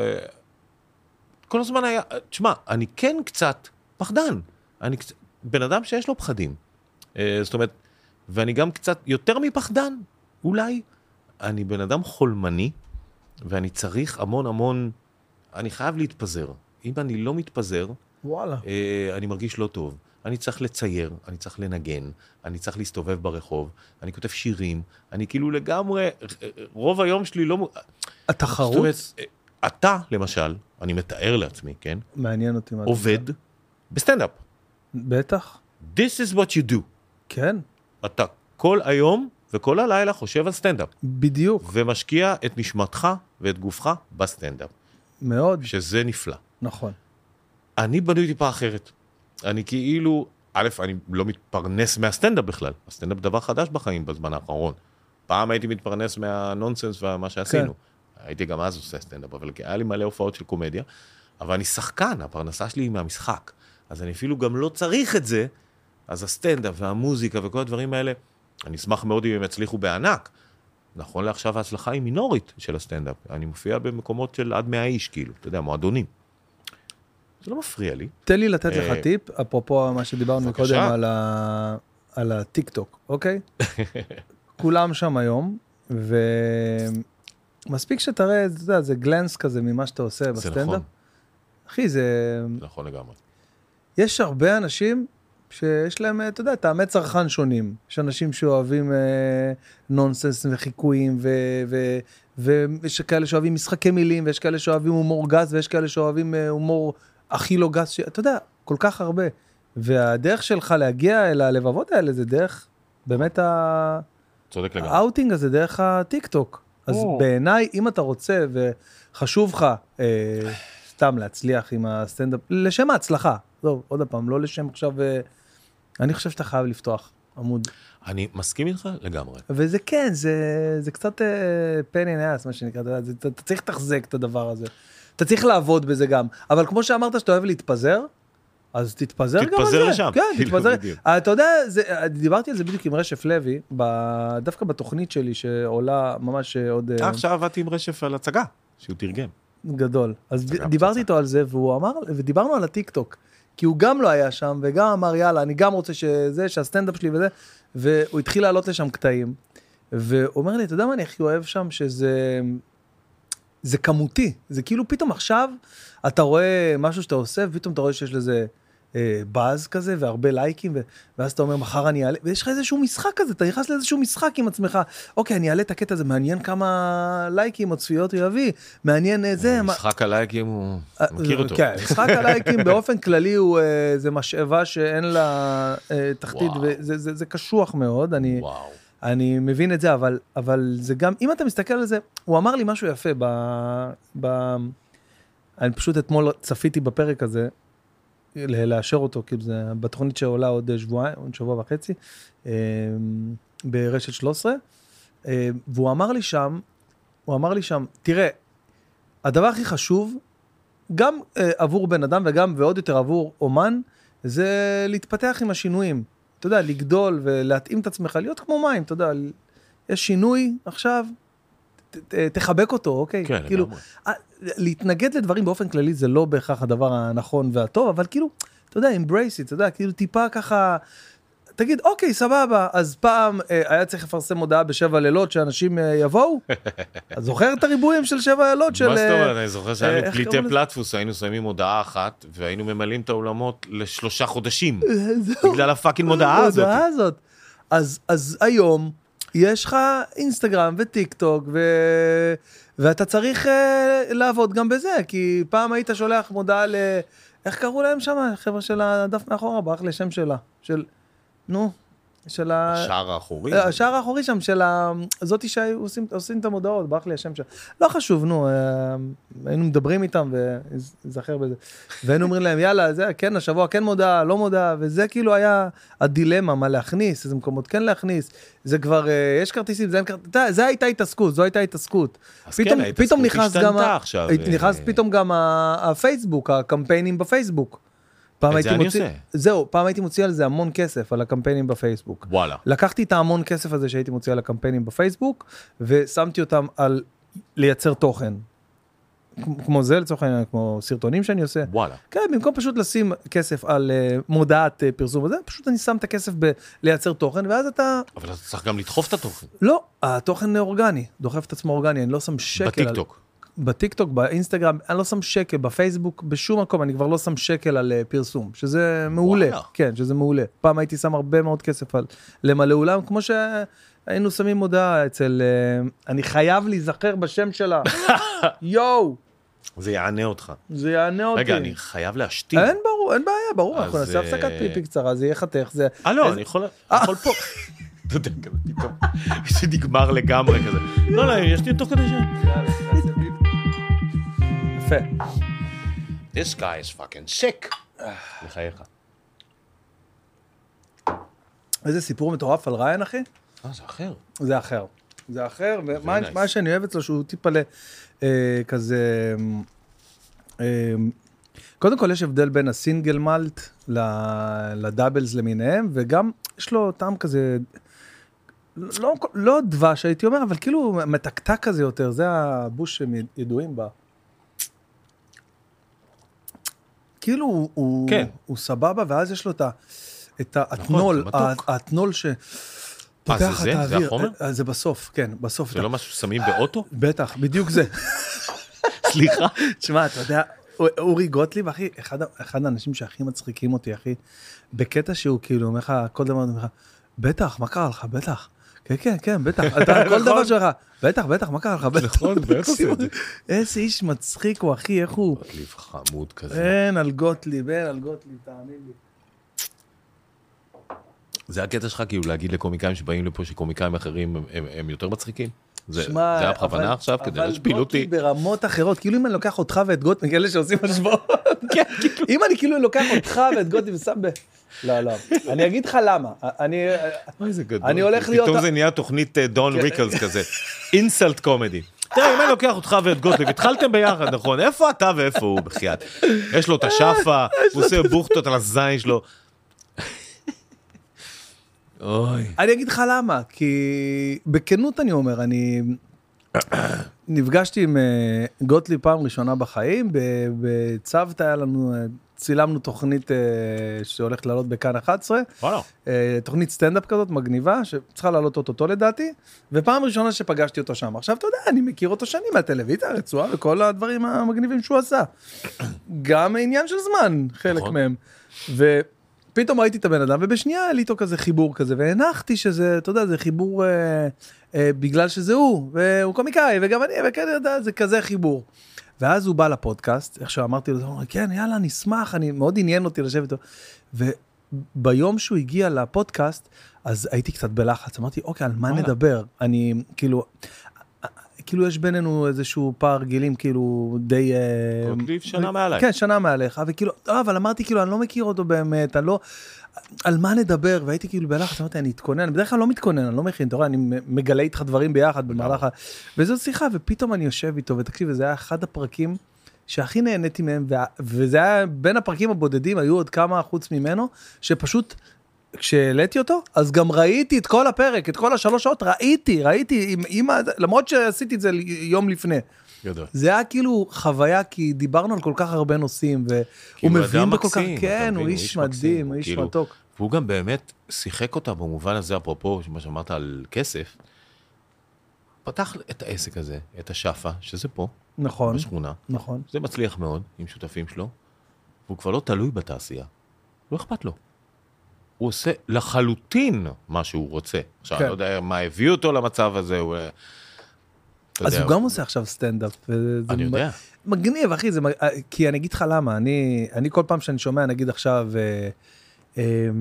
כל הזמן היה... תשמע, אני כן קצת פחדן. אני בן אדם שיש לו פחדים. זאת אומרת, ואני גם קצת יותר מפחדן. אולי אני בן אדם חולמני, ואני צריך המון המון, אני חייב להתפזר. אם אני לא מתפזר, וואלה. אה, אני מרגיש לא טוב. אני צריך לצייר, אני צריך לנגן, אני צריך להסתובב ברחוב, אני כותב שירים, אני כאילו לגמרי, רוב היום שלי לא... אתה חרוץ? אתה, למשל, אני מתאר לעצמי, כן? מעניין אותי מה. עובד בסטנדאפ. בטח. This is what you do. כן. אתה כל היום וכל הלילה חושב על סטנדאפ. בדיוק. ומשקיע את נשמתך ואת גופך בסטנדאפ. מאוד. שזה נפלא. נכון. אני בנוי טיפה אחרת. אני כאילו, א', אני לא מתפרנס מהסטנדאפ בכלל. הסטנדאפ דבר חדש בחיים בזמן האחרון. פעם הייתי מתפרנס מהנונסנס ומה שעשינו. כן. הייתי גם אז עושה סטנדאפ, אבל היה לי מלא הופעות של קומדיה. אבל אני שחקן, הפרנסה שלי היא מהמשחק. אז אני אפילו גם לא צריך את זה. אז הסטנדאפ והמוזיקה וכל הדברים האלה, אני אשמח מאוד אם הם יצליחו בענק. נכון לעכשיו ההצלחה היא מינורית של הסטנדאפ. אני מופיע במקומות של עד מאה איש, כאילו, אתה יודע, מועדונים. זה לא מפריע לי. תן לי לתת לך טיפ, אפרופו מה שדיברנו קודם על, ה... על הטיק טוק, אוקיי? כולם שם היום, ומספיק שתראה, אתה יודע, זה גלנס כזה ממה שאתה עושה בסטנדאפ. נכון. אחי, זה... נכון לגמרי. יש הרבה אנשים שיש להם, אתה יודע, טעמי צרכן שונים. יש אנשים שאוהבים אה, נונסנס וחיקויים, ו, ו, ויש כאלה שאוהבים משחקי מילים, ויש כאלה שאוהבים הומור גס, ויש כאלה שאוהבים אה, הומור הכי לא גס, ש... אתה יודע, כל כך הרבה. והדרך שלך להגיע אל הלבבות האלה, זה דרך, באמת ה... צודק לגמרי. האוטינג הזה, דרך הטיק טוק. אז או. בעיניי, אם אתה רוצה, וחשוב לך, אה, סתם להצליח עם הסטנדאפ, לשם ההצלחה. טוב, עוד הפעם, לא לשם עכשיו, אני חושב שאתה חייב לפתוח עמוד. אני מסכים איתך לגמרי. וזה כן, זה, זה קצת pain in ass, מה שנקרא, אתה, אתה, אתה צריך לתחזק את הדבר הזה. אתה צריך לעבוד בזה גם. אבל כמו שאמרת שאתה אוהב להתפזר, אז תתפזר גם על זה. תתפזר לשם. כן, תתפזר. אתה יודע, זה, דיברתי על זה בדיוק עם רשף לוי, דווקא בתוכנית שלי שעולה ממש עוד... עכשיו עבדתי עם רשף על הצגה, שהוא תרגם. גדול. אז דיברתי איתו על זה, והוא אמר, ודיברנו על הטיק טוק. כי הוא גם לא היה שם, וגם אמר, יאללה, אני גם רוצה שזה, שהסטנדאפ שלי וזה, והוא התחיל לעלות לשם קטעים, והוא אומר לי, אתה יודע מה אני הכי אוהב שם, שזה, זה כמותי, זה כאילו פתאום עכשיו, אתה רואה משהו שאתה עושה, ופתאום אתה רואה שיש לזה אה, באז כזה, והרבה לייקים, ו, ואז אתה אומר, מחר אני אעלה, ויש לך איזשהו משחק כזה, אתה נכנס לאיזשהו משחק עם עצמך, אוקיי, אני אעלה את הקטע הזה, מעניין כמה לייקים או צפיות הוא יביא, מעניין זה. משחק הלייקים הוא מכיר אותו. כן, משחק הלייקים באופן כללי הוא, זה משאבה שאין לה תחתית, וזה קשוח מאוד, אני... וואו. אני מבין את זה, אבל, אבל זה גם, אם אתה מסתכל על זה, הוא אמר לי משהו יפה, ב, ב, אני פשוט אתמול צפיתי בפרק הזה, לאשר אותו, כאילו זה בתוכנית שעולה עוד שבועיים, עוד שבוע וחצי, ברשת שלוש עשרה, והוא אמר לי שם, הוא אמר לי שם, תראה, הדבר הכי חשוב, גם עבור בן אדם וגם ועוד יותר עבור אומן, זה להתפתח עם השינויים. אתה יודע, לגדול ולהתאים את עצמך, להיות כמו מים, אתה יודע, יש שינוי עכשיו, ת, ת, תחבק אותו, אוקיי? כן, כאילו, להתנגד לדברים באופן כללי זה לא בהכרח הדבר הנכון והטוב, אבל כאילו, אתה יודע, embrace it, אתה יודע, כאילו טיפה ככה, תגיד, אוקיי, סבבה, אז פעם אה, היה צריך לפרסם הודעה בשבע לילות שאנשים אה, יבואו? אז זוכר את הריבועים של שבע לילות של... מה זאת אה, אומרת? אני זוכר אה, שהיינו איך פליטי קראו לזה? פלטפוס, היינו שמים הודעה אחת, והיינו ממלאים את האולמות לשלושה חודשים, בגלל הפאקינג מודעה הזאת. ההודעה הזאת. אז, אז היום יש לך אינסטגרם וטיק טוק, ו... ואתה צריך אה, לעבוד גם בזה, כי פעם היית שולח מודעה ל... איך קראו להם שם? חבר'ה של הדף מאחורה, ברח לי שם שלה. של... נו, של ה... השער האחורי. השער האחורי שם, של ה... זאתי שעושים את המודעות, ברח לי השם שלה. לא חשוב, נו, היינו מדברים איתם וזכר בזה. והיינו אומרים להם, יאללה, זה, כן, השבוע כן מודעה, לא מודעה, וזה כאילו היה הדילמה, מה להכניס, איזה מקומות כן להכניס, זה כבר, יש כרטיסים, זה אין כרטיסים, זה הייתה התעסקות, זו הייתה התעסקות. אז כן, ההתעסקות השתנתה עכשיו. נכנס פתאום גם הפייסבוק, הקמפיינים בפייסבוק. את זה אני עושה. זהו, פעם הייתי מוציא על זה המון כסף, על הקמפיינים בפייסבוק. וואלה. לקחתי את ההמון כסף הזה שהייתי מוציא על הקמפיינים בפייסבוק, ושמתי אותם על לייצר תוכן. כמו זה לצורך העניין, כמו סרטונים שאני עושה. וואלה. כן, במקום פשוט לשים כסף על uh, מודעת uh, פרסום וזה, פשוט אני שם את הכסף בלייצר תוכן, ואז אתה... אבל אתה צריך גם לדחוף את התוכן. לא, התוכן אורגני, דוחף את עצמו אורגני, אני לא שם שקל. בטיקטוק. בטיקטוק, באינסטגרם, אני לא שם שקל, בפייסבוק, בשום מקום, אני כבר לא שם שקל על uh, פרסום, שזה מעולה. וואלה. כן, שזה מעולה. פעם הייתי שם הרבה מאוד כסף על למלא אולם, כמו שהיינו שמים מודעה אצל... Uh, אני חייב להיזכר בשם שלה. יואו! זה יענה אותך. זה יענה אותי. רגע, אני חייב להשתין. אין ברור, אין בעיה, ברור, אנחנו אז, נעשה הפסקת אה, פיפי קצרה, זה יהיה חתך, זה... אה, לא, אני יכול אני יכול פה. אתה יודע, כזה פתאום. זה נגמר לגמרי כזה. לא, לא, יש לי תוך כדי ש... יפה. This guy is fucking sick. לחייך. איזה סיפור מטורף על ריין, אחי? אה, זה אחר. זה אחר. זה אחר, ומה nice. מה שאני אוהב אצלו, שהוא טיפה ל... אה, כזה... אה, קודם כל יש הבדל בין הסינגל מלט ל- לדאבלס למיניהם, וגם יש לו טעם כזה... לא, לא דבש, הייתי אומר, אבל כאילו מתקתק כזה יותר, זה הבוש שהם ידועים בה. כאילו הוא, הוא, כן. הוא סבבה, ואז יש לו את ה- את האתנול, זה מתוק. האתנול ש... אה, פותח זה את זה? זה האוויר. החומר? אה, זה בסוף, כן, בסוף. זה לא משהו ששמים באוטו? בטח, בדיוק זה. סליחה. תשמע, אתה יודע, אורי גוטליב, אחי, אחד, אחד האנשים שהכי מצחיקים אותי, אחי, בקטע שהוא כאילו, אומר לך, כל דבר, אומר לך, בטח, מה קרה לך, בטח. כן, כן, כן, בטח, אתה, כל דבר שלך, בטח, בטח, מה קרה לך, בטח. נכון, בטח עושה את זה. איזה איש מצחיק הוא, אחי, איך הוא... גוטליב חמוד כזה. אין על גוטליב, אין על גוטליב, תאמין לי. זה הקטע שלך, כאילו, להגיד לקומיקאים שבאים לפה, שקומיקאים אחרים הם- הם הם יותר מצחיקים? זה שמע, זה היה בכוונה אבל- עכשיו, כדי אבל להשפיל אותי? גוטליב ברמות אחרות, כאילו אם אני לוקח אותך ואת גוטליב, כאלה שעושים השוואות, אם אני כאילו לוקח אותך ואת גוטליב ושם ב... לא, לא, אני אגיד לך למה, אני... אוי, זה גדול. אני הולך להיות- פתאום זה נהיה תוכנית אה, דון ריקלס כזה. אינסלט קומדי. תראה, אם אני לוקח אותך ואת גוטליב, התחלתם ביחד, נכון? איפה אתה ואיפה הוא בחייאת? יש לו את השאפה, הוא עושה בוכטות על הזין שלו. אוי. אני אגיד לך למה, כי בכנות אני אומר, אני נפגשתי עם אה, גוטליב פעם ראשונה בחיים, ב- בצוותא היה לנו, אה, צילמנו תוכנית אה, שהולכת לעלות בכאן אחת עשרה, וואלה. אה, תוכנית סטנדאפ כזאת מגניבה, שצריכה לעלות אותו לדעתי, ופעם ראשונה שפגשתי אותו שם. עכשיו אתה יודע, אני מכיר אותו שנים מהטלוויזיה, הרצועה וכל הדברים המגניבים שהוא עשה. גם העניין של זמן, חלק נכון. מהם. ופתאום ראיתי את הבן אדם, ובשנייה היה לי איתו כזה חיבור כזה, והנחתי שזה, אתה יודע, זה חיבור אה, אה, בגלל שזה הוא, והוא קומיקאי, וגם אני, וכן, יודע, זה כזה חיבור. ואז הוא בא לפודקאסט, איך שאמרתי לו, הוא אומר, כן, יאללה, נשמח, אני מאוד עניין אותי לשבת איתו. וביום שהוא הגיע לפודקאסט, אז הייתי קצת בלחץ, אמרתי, אוקיי, על מה נדבר? אני, כאילו, כאילו יש בינינו איזשהו פער גילים, כאילו, די... גוטליב שנה מעליי. כן, שנה מעליך, וכאילו, לא, אבל אמרתי, כאילו, אני לא מכיר אותו באמת, אני לא... על מה נדבר? והייתי כאילו בלחץ, אמרתי, אני אתכונן, אני בדרך כלל לא מתכונן, אני לא מכין, אתה רואה, אני מגלה איתך דברים ביחד במהלך ה... וזו שיחה, ופתאום אני יושב איתו, ותקשיב, וזה היה אחד הפרקים שהכי נהניתי מהם, וזה היה בין הפרקים הבודדים, היו עוד כמה חוץ ממנו, שפשוט, כשהעליתי אותו, אז גם ראיתי את כל הפרק, את כל השלוש שעות, ראיתי, ראיתי, עם, עם, למרות שעשיתי את זה יום לפני. גדול. זה היה כאילו חוויה, כי דיברנו על כל כך הרבה נושאים, והוא כאילו, מבין אדם בכל כך, מקסים, אתה כן, מבין, הוא איש מדהים, הוא איש כאילו, מתוק. והוא גם באמת שיחק אותה במובן הזה, אפרופו, מה שאמרת על כסף, פתח את העסק הזה, את השאפה, שזה פה, נכון, בשכונה. נכון. זה מצליח מאוד עם שותפים שלו, והוא כבר לא תלוי בתעשייה. לא אכפת לו. הוא עושה לחלוטין מה שהוא רוצה. עכשיו, כן. אני לא יודע מה הביא אותו למצב הזה, הוא... אז הוא גם עושה עכשיו סטנדאפ. אני יודע. מגניב, אחי, זה, כי אני אגיד לך למה, אני, אני כל פעם שאני שומע, נגיד עכשיו, אה, אה,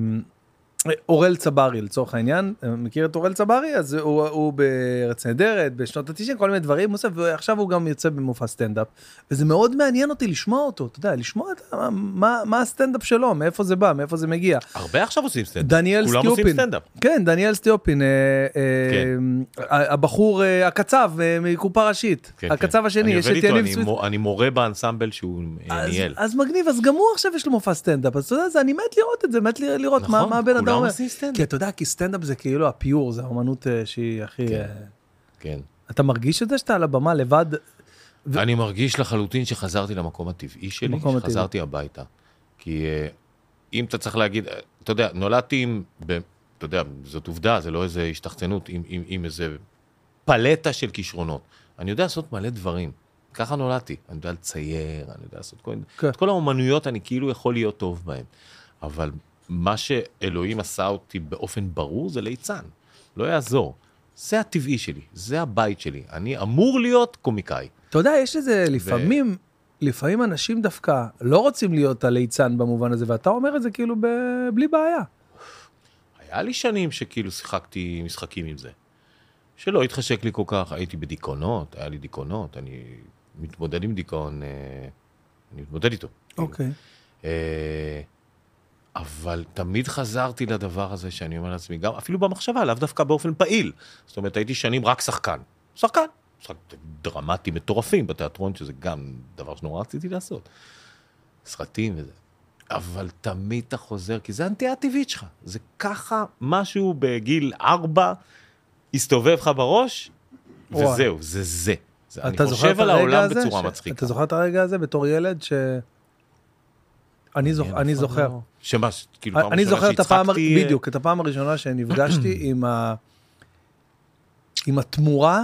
אורל צברי, לצורך העניין, מכיר את אורל צברי? אז הוא, הוא בארץ נהדרת, בשנות ה-תשעים, כל מיני דברים, מוסף, ועכשיו הוא גם יוצא במופע סטנדאפ, וזה מאוד מעניין אותי לשמוע אותו, אתה יודע, לשמוע את, מה, מה הסטנדאפ שלו, מאיפה זה בא, מאיפה זה מגיע. הרבה עכשיו עושים סטנדאפ. דניאל כולם סטיופין. עושים סטנדאפ. כן, דניאל סטיופין, אה, כן. אה, הבחור, אה, הקצב, אה, מקופה ראשית, כן, הקצב כן. השני, אני יש עובד את איתו, יניב אני, סוויט. מור, אני מורה באנסמבל שהוא אז, ניהל. אז מגניב, אז גם הוא עכשיו יש לו מופע סטנדאפ, אז אתה יודע, אני מת לראות את זה, מת לראות נכון, מה, מה הבן אדם כולם אומר. עושים סטנדאפ. כי אתה יודע, כי סטנדאפ זה כאילו הפיור, זה האמנות אה, שהיא הכי... כן. אה, כן. אתה מרגיש את זה שאתה על הבמה לבד? ו- אני מרגיש לחלוטין שחזרתי למקום הטבעי שלי, למקום הטבעי. שחזרתי הביתה. כי אה, אם אתה צריך להגיד, אה, אתה יודע, נולדתי עם, ב- אתה יודע, זאת עובדה, זה לא איזו השתחצנות, עם, עם, עם איזה פלטה של כישרונות. אני יודע לעשות מלא דברים. ככה נולדתי. אני יודע לצייר, אני יודע לעשות כל... כן. את כל האומנויות אני כאילו יכול להיות טוב בהן. אבל מה שאלוהים עשה אותי באופן ברור זה ליצן. לא יעזור. זה הטבעי שלי, זה הבית שלי. אני אמור להיות קומיקאי. אתה יודע, יש איזה, לפעמים, לפעמים אנשים דווקא לא רוצים להיות הליצן במובן הזה, ואתה אומר את זה כאילו ב- בלי בעיה. היה לי שנים שכאילו שיחקתי משחקים עם זה. שלא התחשק לי כל כך, הייתי בדיכאונות, היה לי דיכאונות, אני מתמודד עם דיכאון, אה, אני מתמודד איתו. אוקיי. אה, אבל תמיד חזרתי לדבר הזה שאני אומר לעצמי, גם אפילו במחשבה, לאו דווקא באופן פעיל. זאת אומרת, הייתי שנים רק שחקן. שחקן. שחק דרמטי מטורפים בתיאטרון, שזה גם דבר שנורא רציתי לעשות. סרטים וזה. אבל תמיד אתה חוזר, כי זה הנטייה הטבעית שלך. זה ככה משהו בגיל ארבע, הסתובב לך בראש, וואי. וזהו, זה זה. זה אני אתה זוכר חושב את על הרגע העולם הזה בצורה ש- מצחיקה. אתה זוכר את הרגע הזה בתור ילד ש... אני זוכ- אני איפה זוכר. לא? שמה, כאילו פעם אני ראשונה זוכר את הפעם, שהצחקתי, בדיוק, את הפעם הראשונה שנפגשתי עם ה... עם התמורה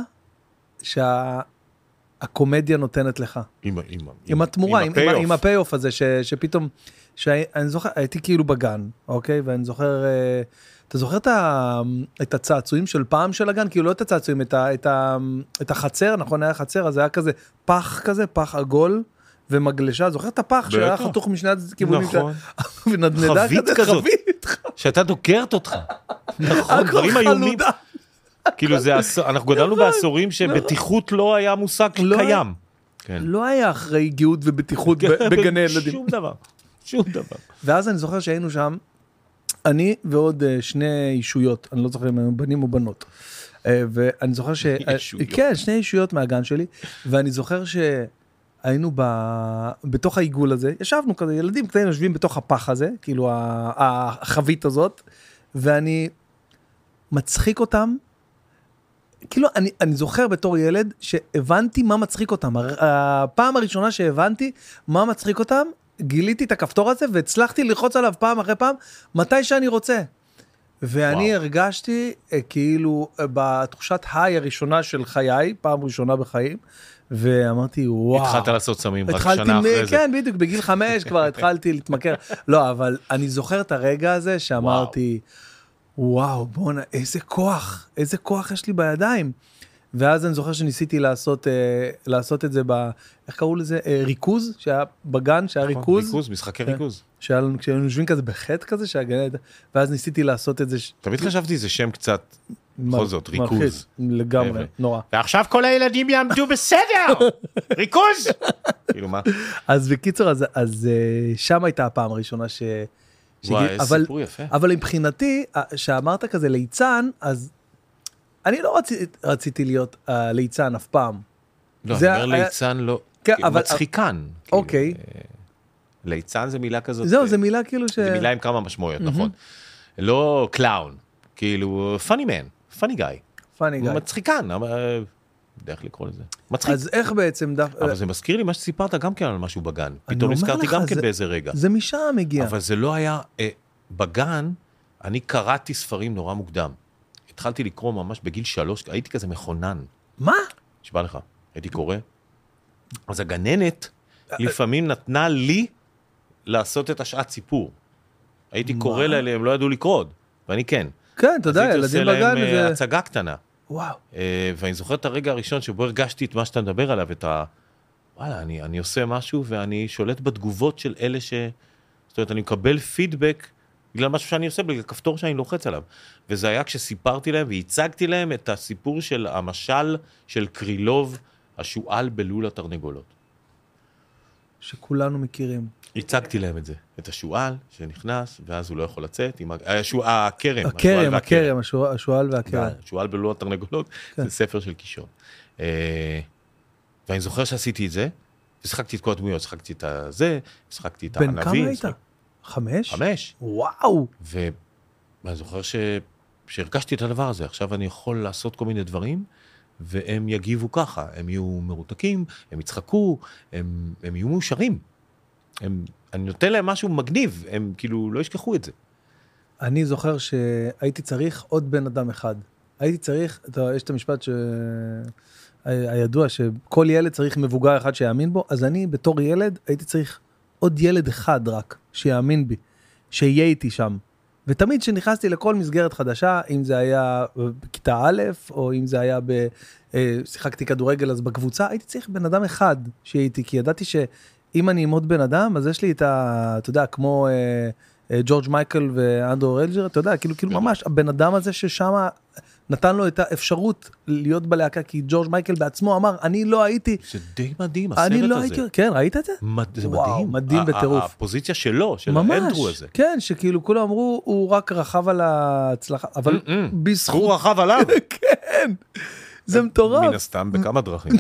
שהקומדיה נותנת לך. עם, עם, עם התמורה, עם, עם, הפי-אוף. עם הפי-אוף הזה, ש, שפתאום, שאני זוכר, הייתי כאילו בגן, אוקיי? ואני זוכר, אה, אתה זוכר את, ה, את הצעצועים של פעם של הגן? כאילו לא את הצעצועים, את, ה, את, ה, את החצר, נכון? היה חצר, אז היה כזה פח כזה, פח עגול ומגלשה, זוכר את הפח שהיה בטח. חתוך משני כיוונים? נכון. ונדנדה חבית כזה, כזאת. חבית. שאתה דוקרת אותך. נכון, הכל דברים איומים. חלודה. כאילו זה, עשור- אנחנו גדלנו בעשורים שבטיחות לא היה מושג לא היה- קיים. כן. לא היה אחרי גאות ובטיחות ב- בגני ילדים. שום דבר. שום דבר. ואז אני זוכר שהיינו שם, אני ועוד אה, שני אישויות, אני לא זוכר אם הם בנים או בנות. אה, ואני זוכר ש... אישויות. כן, שני אישויות מהגן שלי, ואני זוכר שהיינו ב... בתוך העיגול הזה, ישבנו כזה, ילדים קטנים יושבים בתוך הפח הזה, כאילו ה- החבית הזאת, ואני מצחיק אותם, כאילו אני, אני זוכר בתור ילד שהבנתי מה מצחיק אותם. הר- הפעם הראשונה שהבנתי מה מצחיק אותם, גיליתי את הכפתור הזה והצלחתי ללחוץ עליו פעם אחרי פעם, מתי שאני רוצה. ואני וואו. הרגשתי אה, כאילו אה, בתחושת היי הראשונה של חיי, פעם ראשונה בחיים, ואמרתי וואו. התחלת לעשות סמים רק התחלתי שנה מ- אחרי זה. כן, בדיוק, בגיל חמש כבר התחלתי להתמכר. לא, אבל אני זוכר את הרגע הזה שאמרתי, וואו, בואנה, איזה כוח, איזה כוח יש לי בידיים. ואז אני זוכר שניסיתי לעשות, אה, לעשות את זה ב... איך קראו לזה? אה, ריכוז, שהיה בגן, שהיה נכון, ריכוז. ריכוז, משחקי כן. ריכוז. שהיה לנו, כשהיינו יושבים כזה בחטא כזה, שהגננת, ואז ניסיתי לעשות את זה. ש- תמיד חשבתי זה שם קצת, בכל זאת, מלחיץ, ריכוז. לגמרי, חבר'ה. נורא. ועכשיו כל הילדים יעמדו בסדר! ריכוז! כאילו מה? אז בקיצור, אז, אז אה, שם הייתה הפעם הראשונה ש... וואי, שגיל- איזה אבל, סיפור יפה. אבל מבחינתי, אה, שאמרת כזה ליצן, אז אני לא רצי, רציתי להיות uh, ליצן אף פעם. לא, זה אני אומר היה- ליצן לא, כן, כאילו, אבל- מצחיקן. כאילו, אוקיי. אה, ליצן זה מילה כזאת. זהו, אה, זה מילה כאילו ש... זה מילה עם כמה משמעויות, נכון. לא קלאון, כאילו, funny man, funny guy. פאני גיא. מצחיקן, אבל, אה, יודע איך לקרוא לזה. מצחיק. אז איך בעצם דף... אבל זה מזכיר לי מה שסיפרת גם כן על משהו בגן. אני פתאום אומר נזכרתי לך, גם כן זה- באיזה רגע. זה משם מגיע. אבל זה לא היה, אה, בגן, אני קראתי ספרים נורא מוקדם. התחלתי לקרוא ממש בגיל שלוש, הייתי כזה מכונן. מה? שבא לך, הייתי קורא. אז הגננת לפעמים נתנה לי לעשות את השעת סיפור. הייתי קורא לה, הם לא ידעו לקרוד, ואני כן. כן, אתה יודע, ילדים בגן. אז הייתי עושה להם הצגה קטנה. וואו. ואני זוכר את הרגע הראשון שבו הרגשתי את מה שאתה מדבר עליו, את ה... וואלה, אני, אני עושה משהו ואני שולט בתגובות של אלה ש... זאת אומרת, אני מקבל פידבק בגלל משהו שאני עושה, בגלל כפתור שאני לוחץ עליו. וזה היה כשסיפרתי להם והצגתי להם את הסיפור של המשל של קרילוב, השואל בלול התרנגולות. שכולנו מכירים. הצגתי להם את זה, את השואל שנכנס, ואז הוא לא יכול לצאת, עם השואל, הכרם, הכרם, הכרם, השואל והכרם. השואל בלול התרנגולות, זה ספר של קישון. ואני זוכר שעשיתי את זה, ושחקתי את כל הדמויות, שחקתי את זה, שחקתי את הנביא. בן כמה היית? חמש? חמש. וואו. ואני זוכר ש... שהרגשתי את הדבר הזה, עכשיו אני יכול לעשות כל מיני דברים, והם יגיבו ככה, הם יהיו מרותקים, הם יצחקו, הם, הם יהיו מאושרים. הם, אני נותן להם משהו מגניב, הם כאילו לא ישכחו את זה. אני זוכר שהייתי צריך עוד בן אדם אחד. הייתי צריך, יש את המשפט ש... הידוע שכל ילד צריך מבוגר אחד שיאמין בו, אז אני בתור ילד הייתי צריך עוד ילד אחד רק שיאמין בי, שיהיה איתי שם. ותמיד שנכנסתי לכל מסגרת חדשה, אם זה היה בכיתה א', או אם זה היה ב... שיחקתי כדורגל אז בקבוצה, הייתי צריך בן אדם אחד שיהיה איתי, כי ידעתי שאם אני אעמוד בן אדם, אז יש לי את ה... אתה יודע, כמו ג'ורג' מייקל ואנדרו רלג'ר, אתה יודע, כאילו, כאילו ממש, הבן אדם הזה ששם נתן לו את האפשרות להיות בלהקה, כי ג'ורג' מייקל בעצמו אמר, אני לא הייתי... זה די מדהים, הסרט אני לא הזה. הייתי... כן, ראית את זה? זה וואו, מדהים. מדהים בטירוף. הפוזיציה שלו, של האנדרו הזה. כן, שכאילו כולם אמרו, הוא רק רחב על ההצלחה, אבל בזכות... הוא רחב עליו. כן, זה מטורף. מן הסתם בכמה דרכים.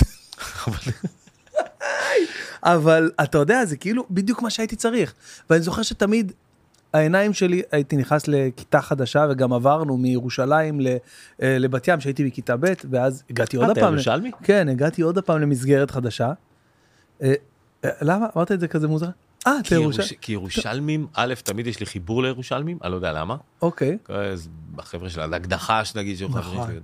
אבל אתה יודע, זה כאילו בדיוק מה שהייתי צריך. ואני זוכר שתמיד העיניים שלי, הייתי נכנס לכיתה חדשה, וגם עברנו מירושלים לבת ים, שהייתי בכיתה ב', ואז הגעתי עוד הפעם. אתה ירושלמי? כן, הגעתי עוד הפעם למסגרת חדשה. למה? אמרת את זה כזה מוזר? אה, אתה ירושלמי. כי ירושלמים, א', תמיד יש לי חיבור לירושלמים, אני לא יודע למה. אוקיי. החבר'ה שלה, הדחש נגיד, נכון.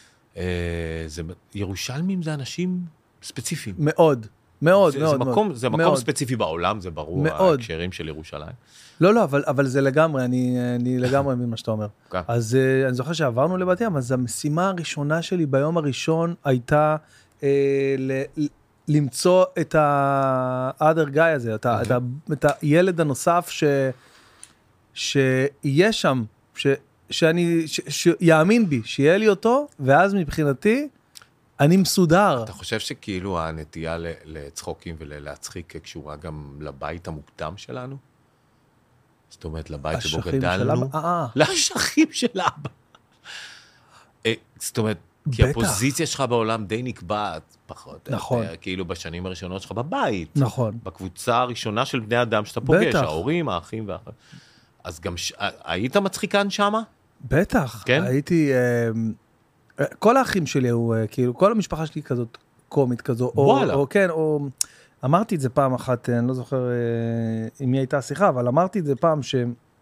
ירושלמים זה אנשים ספציפיים. מאוד, מאוד, זה, מאוד. זה מקום, מאוד. זה מקום מאוד. ספציפי בעולם, זה ברור, מאוד. ההקשרים של ירושלים. לא, לא, אבל, אבל זה לגמרי, אני, אני לגמרי מבין מה שאתה אומר. Okay. אז uh, אני זוכר שעברנו לבת ים, אז המשימה הראשונה שלי ביום הראשון הייתה uh, ל, למצוא את ה-other guy הזה, את, okay. את, ה, את הילד הנוסף ש, שיהיה שם, ש, שאני, ש, שיאמין בי, שיהיה לי אותו, ואז מבחינתי, אני מסודר. אתה חושב שכאילו הנטייה לצחוקים ולהצחיק קשורה גם לבית המוקדם שלנו? זאת אומרת, לבית שבו גדלנו. לאשכים של אבא. זאת אומרת, כי הפוזיציה שלך בעולם די נקבעת פחות. נכון. כאילו בשנים הראשונות שלך בבית. נכון. בקבוצה הראשונה של בני אדם שאתה פוגש, ההורים, האחים והאחים. אז גם, היית מצחיקן שמה? בטח. כן? הייתי... כל האחים שלי הוא, כאילו, כל המשפחה שלי כזאת קומית כזו. וואלה. או, כן, או... אמרתי את זה פעם אחת, אני לא זוכר אם מי הייתה השיחה, אבל אמרתי את זה פעם ש...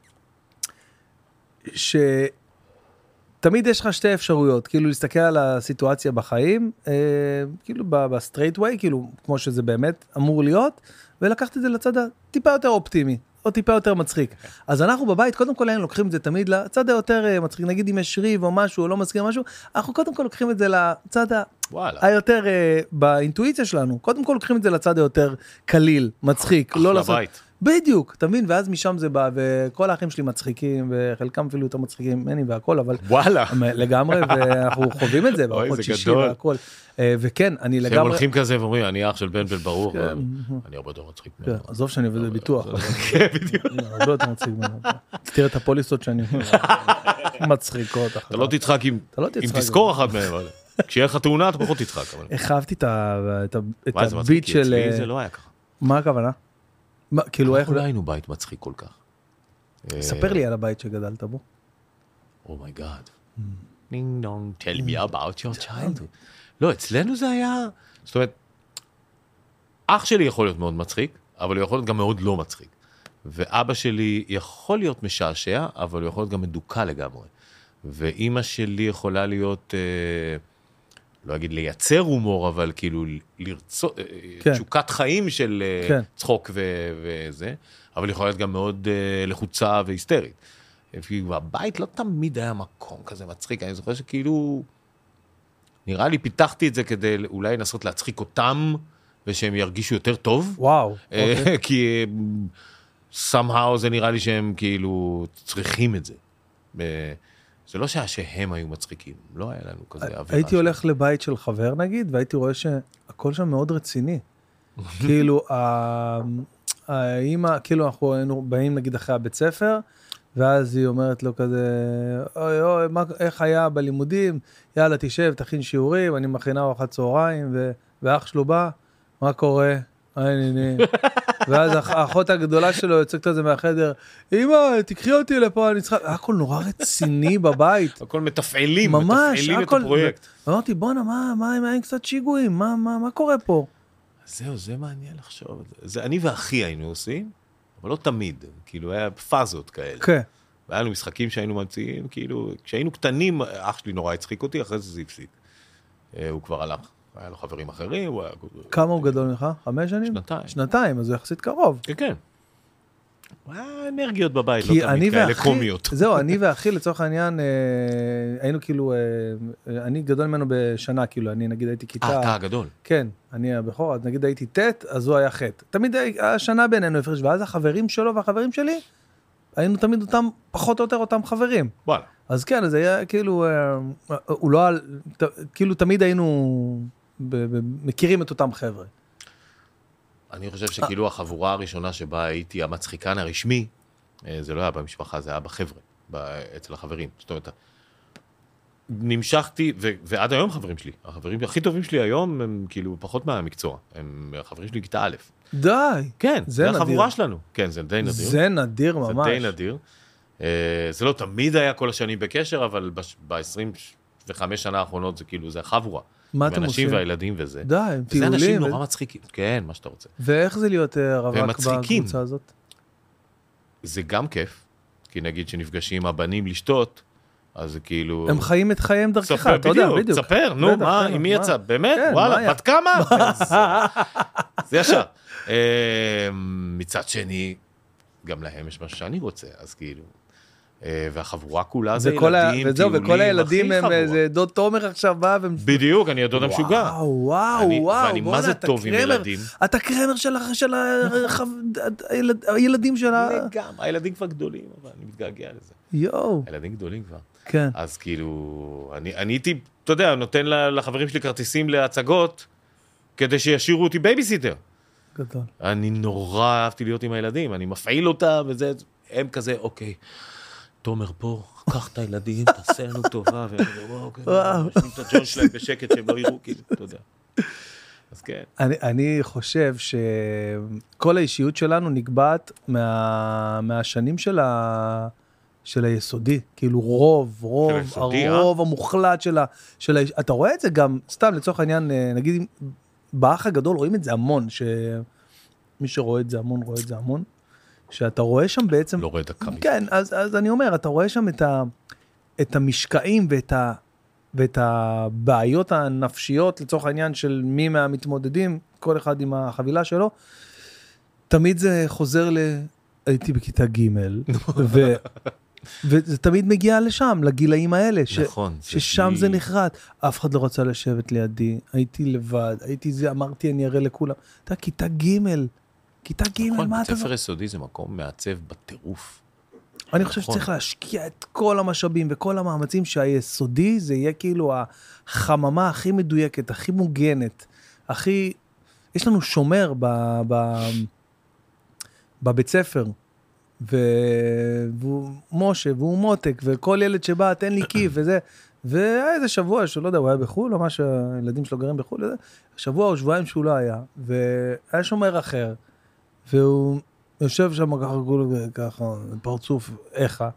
ש... תמיד יש לך שתי אפשרויות, כאילו להסתכל על הסיטואציה בחיים, אה, כאילו בסטרייט ווי, כאילו כמו שזה באמת אמור להיות, ולקחת את זה לצד הטיפה יותר אופטימי, או טיפה יותר מצחיק. Okay. אז אנחנו בבית, קודם כל היינו לוקחים את זה תמיד לצד היותר מצחיק, נגיד אם יש ריב או משהו, או לא מזכיר משהו, אנחנו קודם כל לוקחים את זה לצד ה... וואלה. היותר uh, באינטואיציה שלנו, קודם כל לוקחים את זה לצד היותר קליל, מצחיק, לא לעשות... בבית. בדיוק, אתה מבין? ואז משם זה בא, וכל האחים שלי מצחיקים, וחלקם אפילו יותר מצחיקים ממני והכל, אבל... וואלה. לגמרי, ואנחנו חווים את זה, בארוחות שישי והכל. וכן, אני לגמרי... שהם הולכים כזה ואומרים, אני אח של בן בן ברור, אני הרבה יותר מצחיק. עזוב שאני עובד בביטוח. כן, בדיוק. הרבה יותר מצחיק. תראה את הפוליסות שאני מצחיקות. אתה לא תצחק אם תזכור אחת מהם, כשיהיה לך תאונה, אתה פחות תצחק. החבתי את הביט של... זה לא היה ככה. מה הכוונה? כאילו איך... לא היינו בית מצחיק כל כך. ספר לי על הבית שגדלת בו. אומייגאד. דינג דונג, tell me about your childhood. לא, אצלנו זה היה... זאת אומרת, אח שלי יכול להיות מאוד מצחיק, אבל הוא יכול להיות גם מאוד לא מצחיק. ואבא שלי יכול להיות משעשע, אבל הוא יכול להיות גם מדוכא לגמרי. ואימא שלי יכולה להיות, אה, לא אגיד לייצר הומור, אבל כאילו לרצות, כן. תשוקת חיים של אה, כן. צחוק ו- וזה, אבל יכולה להיות גם מאוד אה, לחוצה והיסטרית. והבית לא תמיד היה מקום כזה מצחיק, אני זוכר שכאילו, נראה לי פיתחתי את זה כדי אולי לנסות להצחיק אותם, ושהם ירגישו יותר טוב. וואו. אה, כי somehow זה נראה לי שהם כאילו צריכים את זה. אה, זה לא שהיה שהם היו מצחיקים, לא היה לנו כזה אווירה. הייתי הולך לבית של חבר נגיד, והייתי רואה שהכל שם מאוד רציני. כאילו, האמא, כאילו אנחנו היינו באים נגיד אחרי הבית ספר, ואז היא אומרת לו כזה, אוי אוי, מה, איך היה בלימודים? יאללה, תשב, תכין שיעורים, אני מכינה ארוחת צהריים, ו- ואח שלו בא, מה קורה? היי ניני. ואז האחות הגדולה שלו יוצאת את זה מהחדר, אמא, תקחי אותי לפה, אני צריכה, הכל נורא רציני בבית. הכל מתפעלים, ממש, מתפעלים את הכל, הפרויקט. ואמרתי, בוא'נה, מה, מה, מה, אין קצת שיגועים, מה, מה, מה קורה פה? זהו, זה מעניין לחשוב. זה אני ואחי היינו עושים, אבל לא תמיד, כאילו היה פאזות כאלה. כן. והיה לנו משחקים שהיינו ממציאים, כאילו, כשהיינו קטנים, אח שלי נורא הצחיק אותי, אחרי זה זה הפסיק. הוא כבר הלך, היה לו חברים אחרים, הוא היה... כמה הוא גדול ממך? חמש שנים? שנתיים. שנתיים, אז הוא יחסית קרוב. כן, כן. היה אנרגיות בבית, לא כי תמיד אני כאלה ואחי, קומיות. זהו, אני ואחי לצורך העניין, אה, היינו כאילו, אה, אני גדול ממנו בשנה, כאילו, אני נגיד הייתי כיתה... אה, אתה הגדול. כן, אני הבכור, אז נגיד הייתי ט', אז הוא היה ח'. תמיד היה שנה בינינו הפרש, ואז החברים שלו והחברים שלי, היינו תמיד אותם, פחות או יותר אותם חברים. וואלה. אז כן, אז היה כאילו, אה, הוא לא, ת, כאילו תמיד היינו ב, ב, מכירים את אותם חבר'ה. אני חושב שכאילו החבורה הראשונה שבה הייתי המצחיקן הרשמי, זה לא היה במשפחה, זה היה בחבר'ה, אצל החברים. זאת אומרת, נמשכתי, ו- ועד היום חברים שלי, החברים הכי טובים שלי היום הם כאילו פחות מהמקצוע, הם החברים שלי כיתה א'. די. כן, זה זה נדיר. החבורה שלנו. כן, זה די נדיר. זה נדיר ממש. זה די נדיר. זה לא תמיד היה כל השנים בקשר, אבל ב-עשרים וחמש שנה האחרונות זה כאילו, זה החבורה. מה אתם עושים? האנשים והילדים וזה. די, הם וזה אנשים טיולים. נורא מצחיקים. כן, מה שאתה רוצה. ואיך זה להיות אה, רווק ומצחיקים. בקבוצה הזאת? זה גם כיף, כי נגיד שנפגשים עם הבנים לשתות, אז זה כאילו... הם חיים את חייהם דרכך, ספר, אתה יודע, בדיוק. ספר, נו, בטח, מה, בטח, עם מי מה? יצא? באמת? כן, מה וואלה, היה? בת כמה? זה ישר. אה, מצד שני, גם להם יש משהו שאני רוצה, אז כאילו... אה, והחבורה כולה זה וכל ה- ילדים, וזהו, טיולים, וכל הילדים הכי הם, חבורה. איזה דוד תומר עכשיו בא, והם... בדיוק, אני הדוד המשוגע. וואו, וואו, אני- וואו. ואני מה בוא'נה, זה אתה טוב עם קרמר. ילדים. אתה קרמר של ה- של ה- חב- הילד- הילדים של ה... גם, הילדים כבר גדולים, אבל אני מתגעגע לזה. יואו, הילדים גדולים כבר. כן. אז כאילו, אני, אני הייתי, אתה יודע, נותן לחברים שלי כרטיסים להצגות, כדי שישירו אותי בייביסיטר. גדול. אני נורא אהבתי להיות עם הילדים, אני מפעיל אותם, וזה, הם כזה, אוקיי, תומר פה, קח את הילדים, תעשה לנו טובה, ואני אומר, וואו, כן, משנים את הג'ון שלהם בשקט, שהם לא יראו, כאילו, אתה יודע. אז כן. אני, אני חושב שכל האישיות שלנו נקבעת מה, מהשנים של, ה, של היסודי, כאילו רוב, רוב, היסודי, הרוב המוחלט של ה... של ה... אתה רואה את זה גם, סתם לצורך העניין, נגיד, באח הגדול רואים את זה המון, שמי שרואה את זה המון, רואה את זה המון, שאתה רואה שם בעצם... לא רואה דקה. כן, אז, אז אני אומר, אתה רואה שם את, ה, את המשקעים ואת, ה, ואת הבעיות הנפשיות, לצורך העניין של מי מהמתמודדים, כל אחד עם החבילה שלו, תמיד זה חוזר ל... הייתי בכיתה ג' ו... וזה תמיד מגיע לשם, לגילאים האלה, ש... נכון, ששם לי... זה נחרט. אף אחד לא רצה לשבת לידי, הייתי לבד, הייתי זה, אמרתי אני אראה לכולם. אתה כיתה ג' כיתה ג' נכון, מה אתה... בית ספר יסודי זה מקום מעצב בטירוף. אני חושב שצריך להשקיע את כל המשאבים וכל המאמצים שהיסודי זה יהיה כאילו החממה הכי מדויקת, הכי מוגנת, הכי... יש לנו שומר ב... ב... בבית ספר, ו... והוא משה, והוא מותק, וכל ילד שבא, תן לי כיף, וזה... והיה איזה שבוע שהוא לא יודע, הוא היה בחול, או מה שהילדים שלו גרים בחול, וזה... שבוע או שבועיים שהוא לא היה, והיה שומר אחר, והוא... יושב שם ככה, ככה, פרצוף, איכה.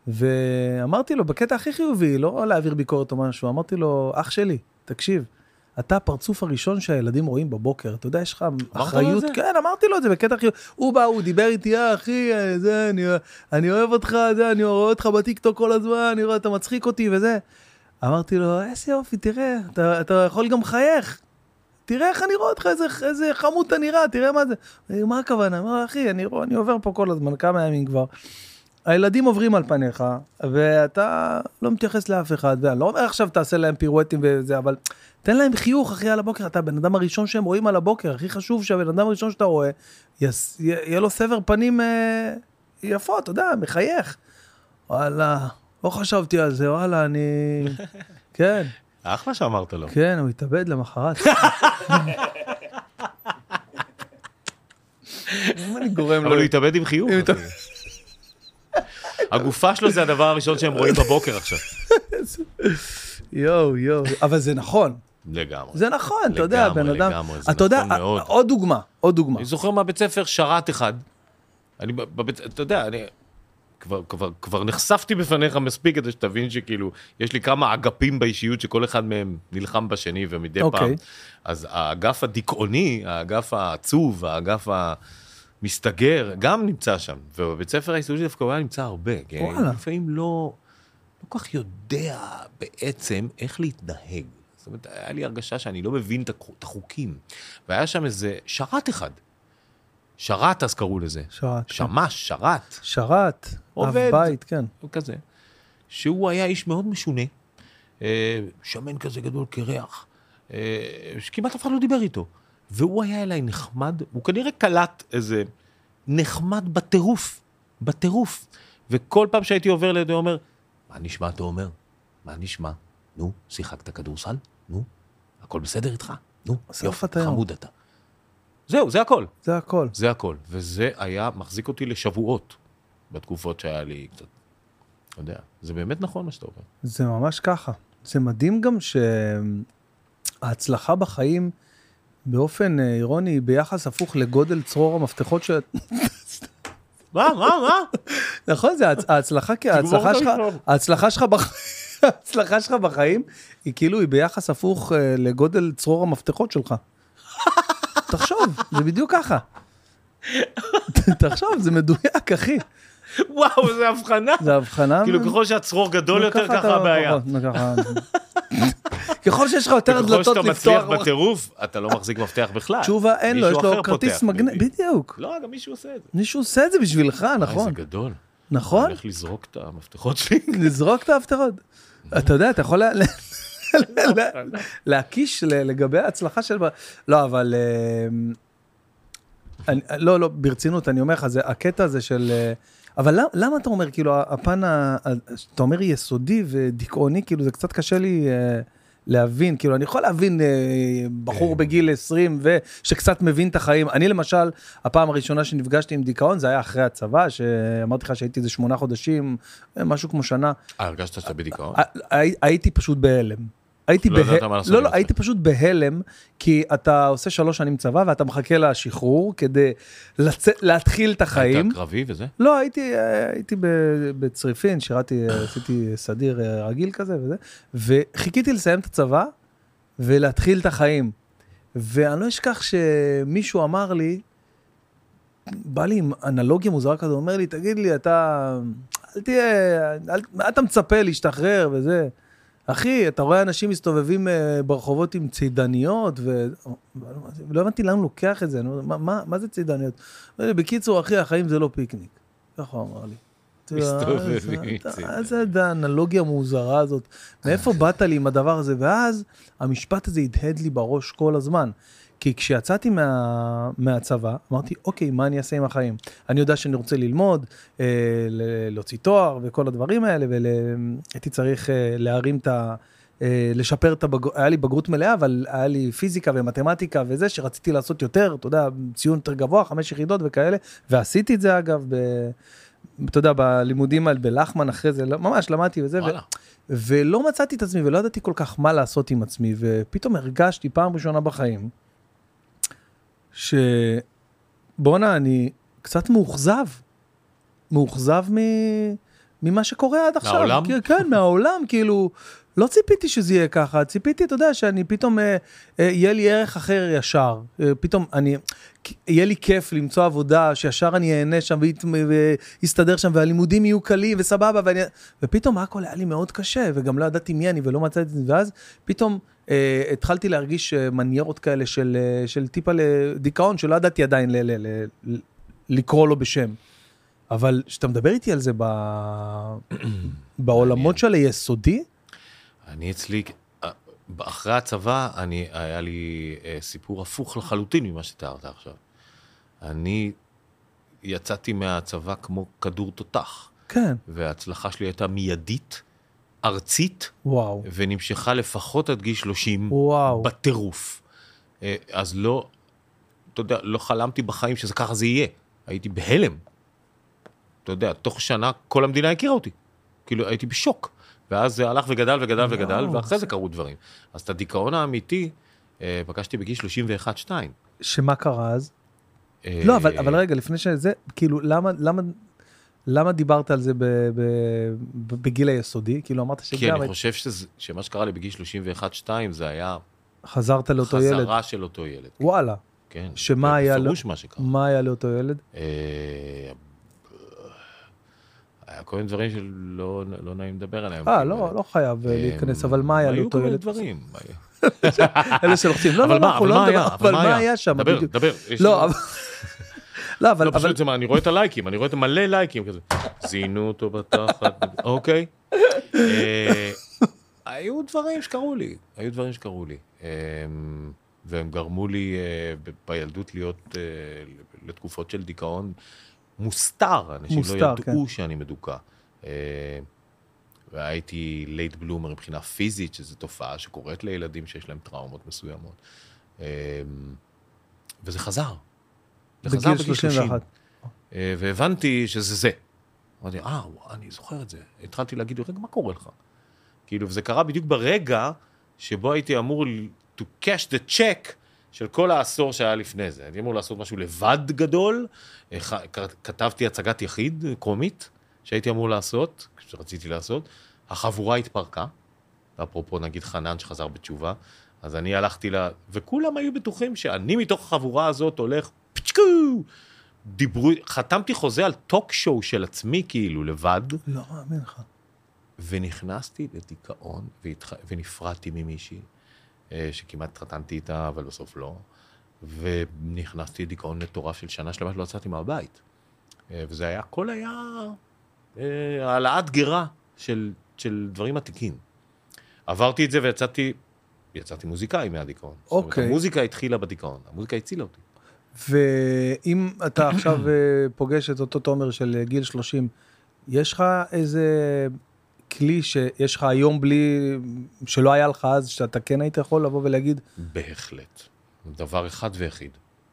ואמרתי לו, בקטע הכי חיובי, לא להעביר ביקורת או משהו, אמרתי לו, אח שלי, תקשיב, אתה הפרצוף הראשון שהילדים רואים בבוקר, אתה יודע, יש לך לו אחריות, את זה? כן, אמרתי לו את זה בקטע חיוב, הוא בא, הוא דיבר איתי, אה, אחי, אה, זה, אני, אני אוהב אותך, זה, אני רואה אותך בטיקטוק כל הזמן, אני רואה, אתה מצחיק אותי וזה. אמרתי לו, איזה יופי, תראה, אתה, אתה יכול גם חייך, תראה איך אני רואה אותך, איזה, איזה חמוד אתה נראה, תראה מה זה. מה הכוונה? אמר, אחי, אני, אני עובר פה כל הזמן, כמה ימים כבר. הילדים עוברים על פניך, ואתה לא מתייחס לאף אחד, ואני לא אומר עכשיו תעשה להם פירואטים וזה, אבל תן להם חיוך, אחי, על הבוקר, אתה הבן אדם הראשון שהם רואים על הבוקר, הכי חשוב שהבן אדם הראשון שאתה רואה, יס, י, יהיה לו סבר פנים אה, יפות, אתה יודע, מחייך. וואלה, לא חשבתי על זה, וואלה, אני... כן. אחלה שאמרת לו. כן, הוא התאבד למחרת. אם אני גורם לו... אבל הוא התאבד עם חיוך. הגופה שלו זה הדבר הראשון שהם רואים בבוקר עכשיו. יואו, יואו. אבל זה נכון. לגמרי. זה נכון, אתה יודע, בן אדם... לגמרי, זה אתה יודע, נכון מאוד. עוד דוגמה, עוד דוגמה. אני זוכר מהבית ספר שרת אחד. אני בבית, אתה יודע, אני כבר, כבר, כבר נחשפתי בפניך מספיק כדי שתבין שכאילו, יש לי כמה אגפים באישיות שכל אחד מהם נלחם בשני ומדי אוקיי. פעם. אז האגף הדיכאוני, האגף העצוב, האגף המסתגר, גם נמצא שם. ובבית ספר היסודי דווקא הוא היה נמצא הרבה. כי וואלה. לפעמים לא, לא כל כך יודע בעצם איך להתנהג. זאת אומרת, היה לי הרגשה שאני לא מבין את החוקים. והיה שם איזה שרת אחד. שרת, אז קראו לזה. שרת. שמש, שרת. שרת. עובד. אב בית, כן. הוא כזה. שהוא היה איש מאוד משונה. אה, שמן כזה גדול כריח. אה, שכמעט אף אחד לא דיבר איתו. והוא היה אליי נחמד, הוא כנראה קלט איזה נחמד בטירוף. בטירוף. וכל פעם שהייתי עובר לידו, הוא אומר, מה נשמע, אתה אומר? מה נשמע? נו, שיחקת כדורסל? נו, הכל בסדר איתך? נו, יופי, חמוד אתה. זהו, זה הכל. זה הכל. זה הכל. וזה היה מחזיק אותי לשבועות, בתקופות שהיה לי קצת, לא יודע, זה באמת נכון מה שאתה אומר. זה ממש ככה. זה מדהים גם שההצלחה בחיים, באופן אירוני, ביחס הפוך לגודל צרור המפתחות ש... מה, מה, מה? נכון, זה ההצלחה, כי ההצלחה שלך, ההצלחה שלך בחיים, ההצלחה שלך בחיים, היא כאילו, היא ביחס הפוך לגודל צרור המפתחות שלך. תחשוב, זה בדיוק ככה. תחשוב, זה מדויק, אחי. וואו, זה הבחנה. זה הבחנה. כאילו, ככל שהצרור גדול יותר, ככה הבעיה. ככל שיש לך יותר דלתות לפתוח. וככל שאתה מצליח בטירוף, אתה לא מחזיק מפתח בכלל. תשובה, אין לו, יש לו כרטיס מגנט, בדיוק. לא, גם מישהו עושה את זה. מישהו עושה את זה בשבילך, נכון. זה גדול. נכון. אני הולך לזרוק את המפתחות שלי. לזרוק את המפתחות. אתה יודע, אתה יכול להקיש לגבי ההצלחה של... לא, אבל... לא, לא, ברצינות, אני אומר לך, הקטע הזה של... אבל למה אתה אומר, כאילו, הפן, אתה אומר יסודי ודיכאוני, כאילו, זה קצת קשה לי להבין, כאילו, אני יכול להבין בחור בגיל עשרים ושקצת מבין את החיים. אני למשל, הפעם הראשונה שנפגשתי עם דיכאון, זה היה אחרי הצבא, שאמרתי לך שהייתי איזה שמונה חודשים, משהו כמו שנה. הרגשת שאתה בדיכאון? הייתי פשוט בהלם. הייתי לא, לא, הייתי פשוט בהלם, כי אתה עושה שלוש שנים צבא, ואתה מחכה לשחרור, כדי להתחיל את החיים. היית קרבי וזה? לא, הייתי, הייתי בצריפין, שירתי, עשיתי סדיר רגיל כזה וזה, וחיכיתי לסיים את הצבא, ולהתחיל את החיים. ואני לא אשכח שמישהו אמר לי, בא לי עם אנלוגיה מוזרה כזה, הוא אומר לי, תגיד לי, אתה, אל תהיה, מה אתה מצפה להשתחרר וזה? אחי, אתה רואה אנשים מסתובבים ברחובות עם צידניות, ולא הבנתי למה לוקח את זה, מה, מה, מה זה צידניות? בקיצור, אחי, החיים זה לא פיקניק. ככה הוא אמר לי. מסתובבים עם צידניות. זה האנלוגיה המוזרה הזאת. מאיפה באת לי עם הדבר הזה? ואז המשפט הזה הדהד לי בראש כל הזמן. כי כשיצאתי מה, מהצבא, אמרתי, אוקיי, מה אני אעשה עם החיים? אני יודע שאני רוצה ללמוד, אה, להוציא תואר וכל הדברים האלה, והייתי צריך אה, להרים את ה... אה, לשפר את הבגרות, היה לי בגרות מלאה, אבל היה לי פיזיקה ומתמטיקה וזה, שרציתי לעשות יותר, אתה יודע, ציון יותר גבוה, חמש יחידות וכאלה, ועשיתי את זה אגב, ב, אתה יודע, בלימודים על בלחמן אחרי זה, ממש למדתי וזה, ו, ולא מצאתי את עצמי, ולא ידעתי כל כך מה לעשות עם עצמי, ופתאום הרגשתי פעם ראשונה בחיים, שבונה, אני קצת מאוכזב, מאוכזב מ... ממה שקורה עד עכשיו. מהעולם? כן, מהעולם, כאילו, לא ציפיתי שזה יהיה ככה, ציפיתי, אתה יודע, שאני פתאום, אה, אה, יהיה לי ערך אחר ישר, אה, פתאום אני, יהיה לי כיף למצוא עבודה, שישר אני אהנה שם, ויסתדר שם, והלימודים יהיו קלים, וסבבה, ואני, ופתאום הכל היה לי מאוד קשה, וגם לא ידעתי מי אני, ולא מצאתי את זה, ואז פתאום, אה, התחלתי להרגיש מניירות כאלה, של, של טיפה לדיכאון, שלא ידעתי עדיין ל, ל, ל, ל, לקרוא לו בשם. אבל שאתה מדבר איתי על זה ב... בעולמות של היסודי? אני אצלי, אחרי הצבא, אני, היה לי סיפור הפוך לחלוטין ממה שתיארת עכשיו. אני יצאתי מהצבא כמו כדור תותח. כן. וההצלחה שלי הייתה מיידית, ארצית, וואו. ונמשכה לפחות עד גיל שלושים, וואו. בטירוף. אז לא, אתה יודע, לא חלמתי בחיים שזה ככה זה יהיה. הייתי בהלם. אתה יודע, תוך שנה כל המדינה הכירה אותי. כאילו, הייתי בשוק. ואז זה הלך וגדל וגדל וגדל, ואחרי זה קרו דברים. אז את הדיכאון האמיתי, פגשתי בגיל שלושים ואחת שתיים. שמה קרה אז? לא, אבל, אבל רגע, לפני שזה, כאילו, למה, למה, למה דיברת על זה ב, ב, ב, בגיל היסודי? כאילו, אמרת שגם... כי אני חושב שזה, שמה שקרה לי בגיל שלושים ואחת שתיים, זה היה... חזרת לאותו ילד. חזרה של אותו ילד. וואלה. כן. שמה היה לו... מה שקרה. מה היה לאותו ילד? היה כל מיני דברים שלא לא נעים לדבר עליהם. אה, לא, לא חייב להיכנס, אבל מה היה לאותו ילד? היו כל מיני דברים. אלה שלוחצים. לא, לא, אנחנו לא נדבר, אבל מה היה שם? דבר, דבר. לא, אבל... לא, אבל... לא, פשוט זה מה, אני רואה את הלייקים, אני רואה את מלא לייקים כזה. זינו אותו בתחת, אוקיי. היו דברים שקרו לי, היו דברים שקרו לי. והם גרמו לי בילדות להיות לתקופות של דיכאון מוסתר, אנשים לא ידעו שאני מדוכא. והייתי לייט בלומר מבחינה פיזית, שזו תופעה שקורית לילדים שיש להם טראומות מסוימות. וזה חזר. זה חזר בגיל שלושים. והבנתי שזה זה. אמרתי, אה, אני זוכר את זה. התחלתי להגיד, רגע, מה קורה לך? כאילו, וזה קרה בדיוק ברגע שבו הייתי אמור to cash the check של כל העשור שהיה לפני זה. הייתי אמור לעשות משהו לבד גדול, כתבתי הצגת יחיד, קומית, שהייתי אמור לעשות, שרציתי לעשות, החבורה התפרקה, אפרופו נגיד חנן שחזר בתשובה, אז אני הלכתי לה, וכולם היו בטוחים שאני מתוך החבורה הזאת הולך, פצ'קו, דיברו, חתמתי חוזה על טוק שואו של עצמי כאילו לבד. לא מאמין לך. ונכנסתי לדיכאון, והתח... ונפרדתי ממישהי, שכמעט התחתנתי איתה, אבל בסוף לא, ונכנסתי לדיכאון מטורף של שנה שלמה שלא יצאתי מהבית. וזה היה, הכל היה העלאת גירה של, של דברים עתיקים. עברתי את זה ויצאתי, יצאתי מוזיקאי מהדיכאון. אוקיי. זאת אומרת, המוזיקה התחילה בדיכאון, המוזיקה הצילה אותי. ואם אתה עכשיו פוגש את אותו תומר של גיל שלושים, יש לך איזה כלי שיש לך היום בלי, שלא היה לך אז, שאתה כן היית יכול לבוא ולהגיד? בהחלט. דבר אחד ויחיד.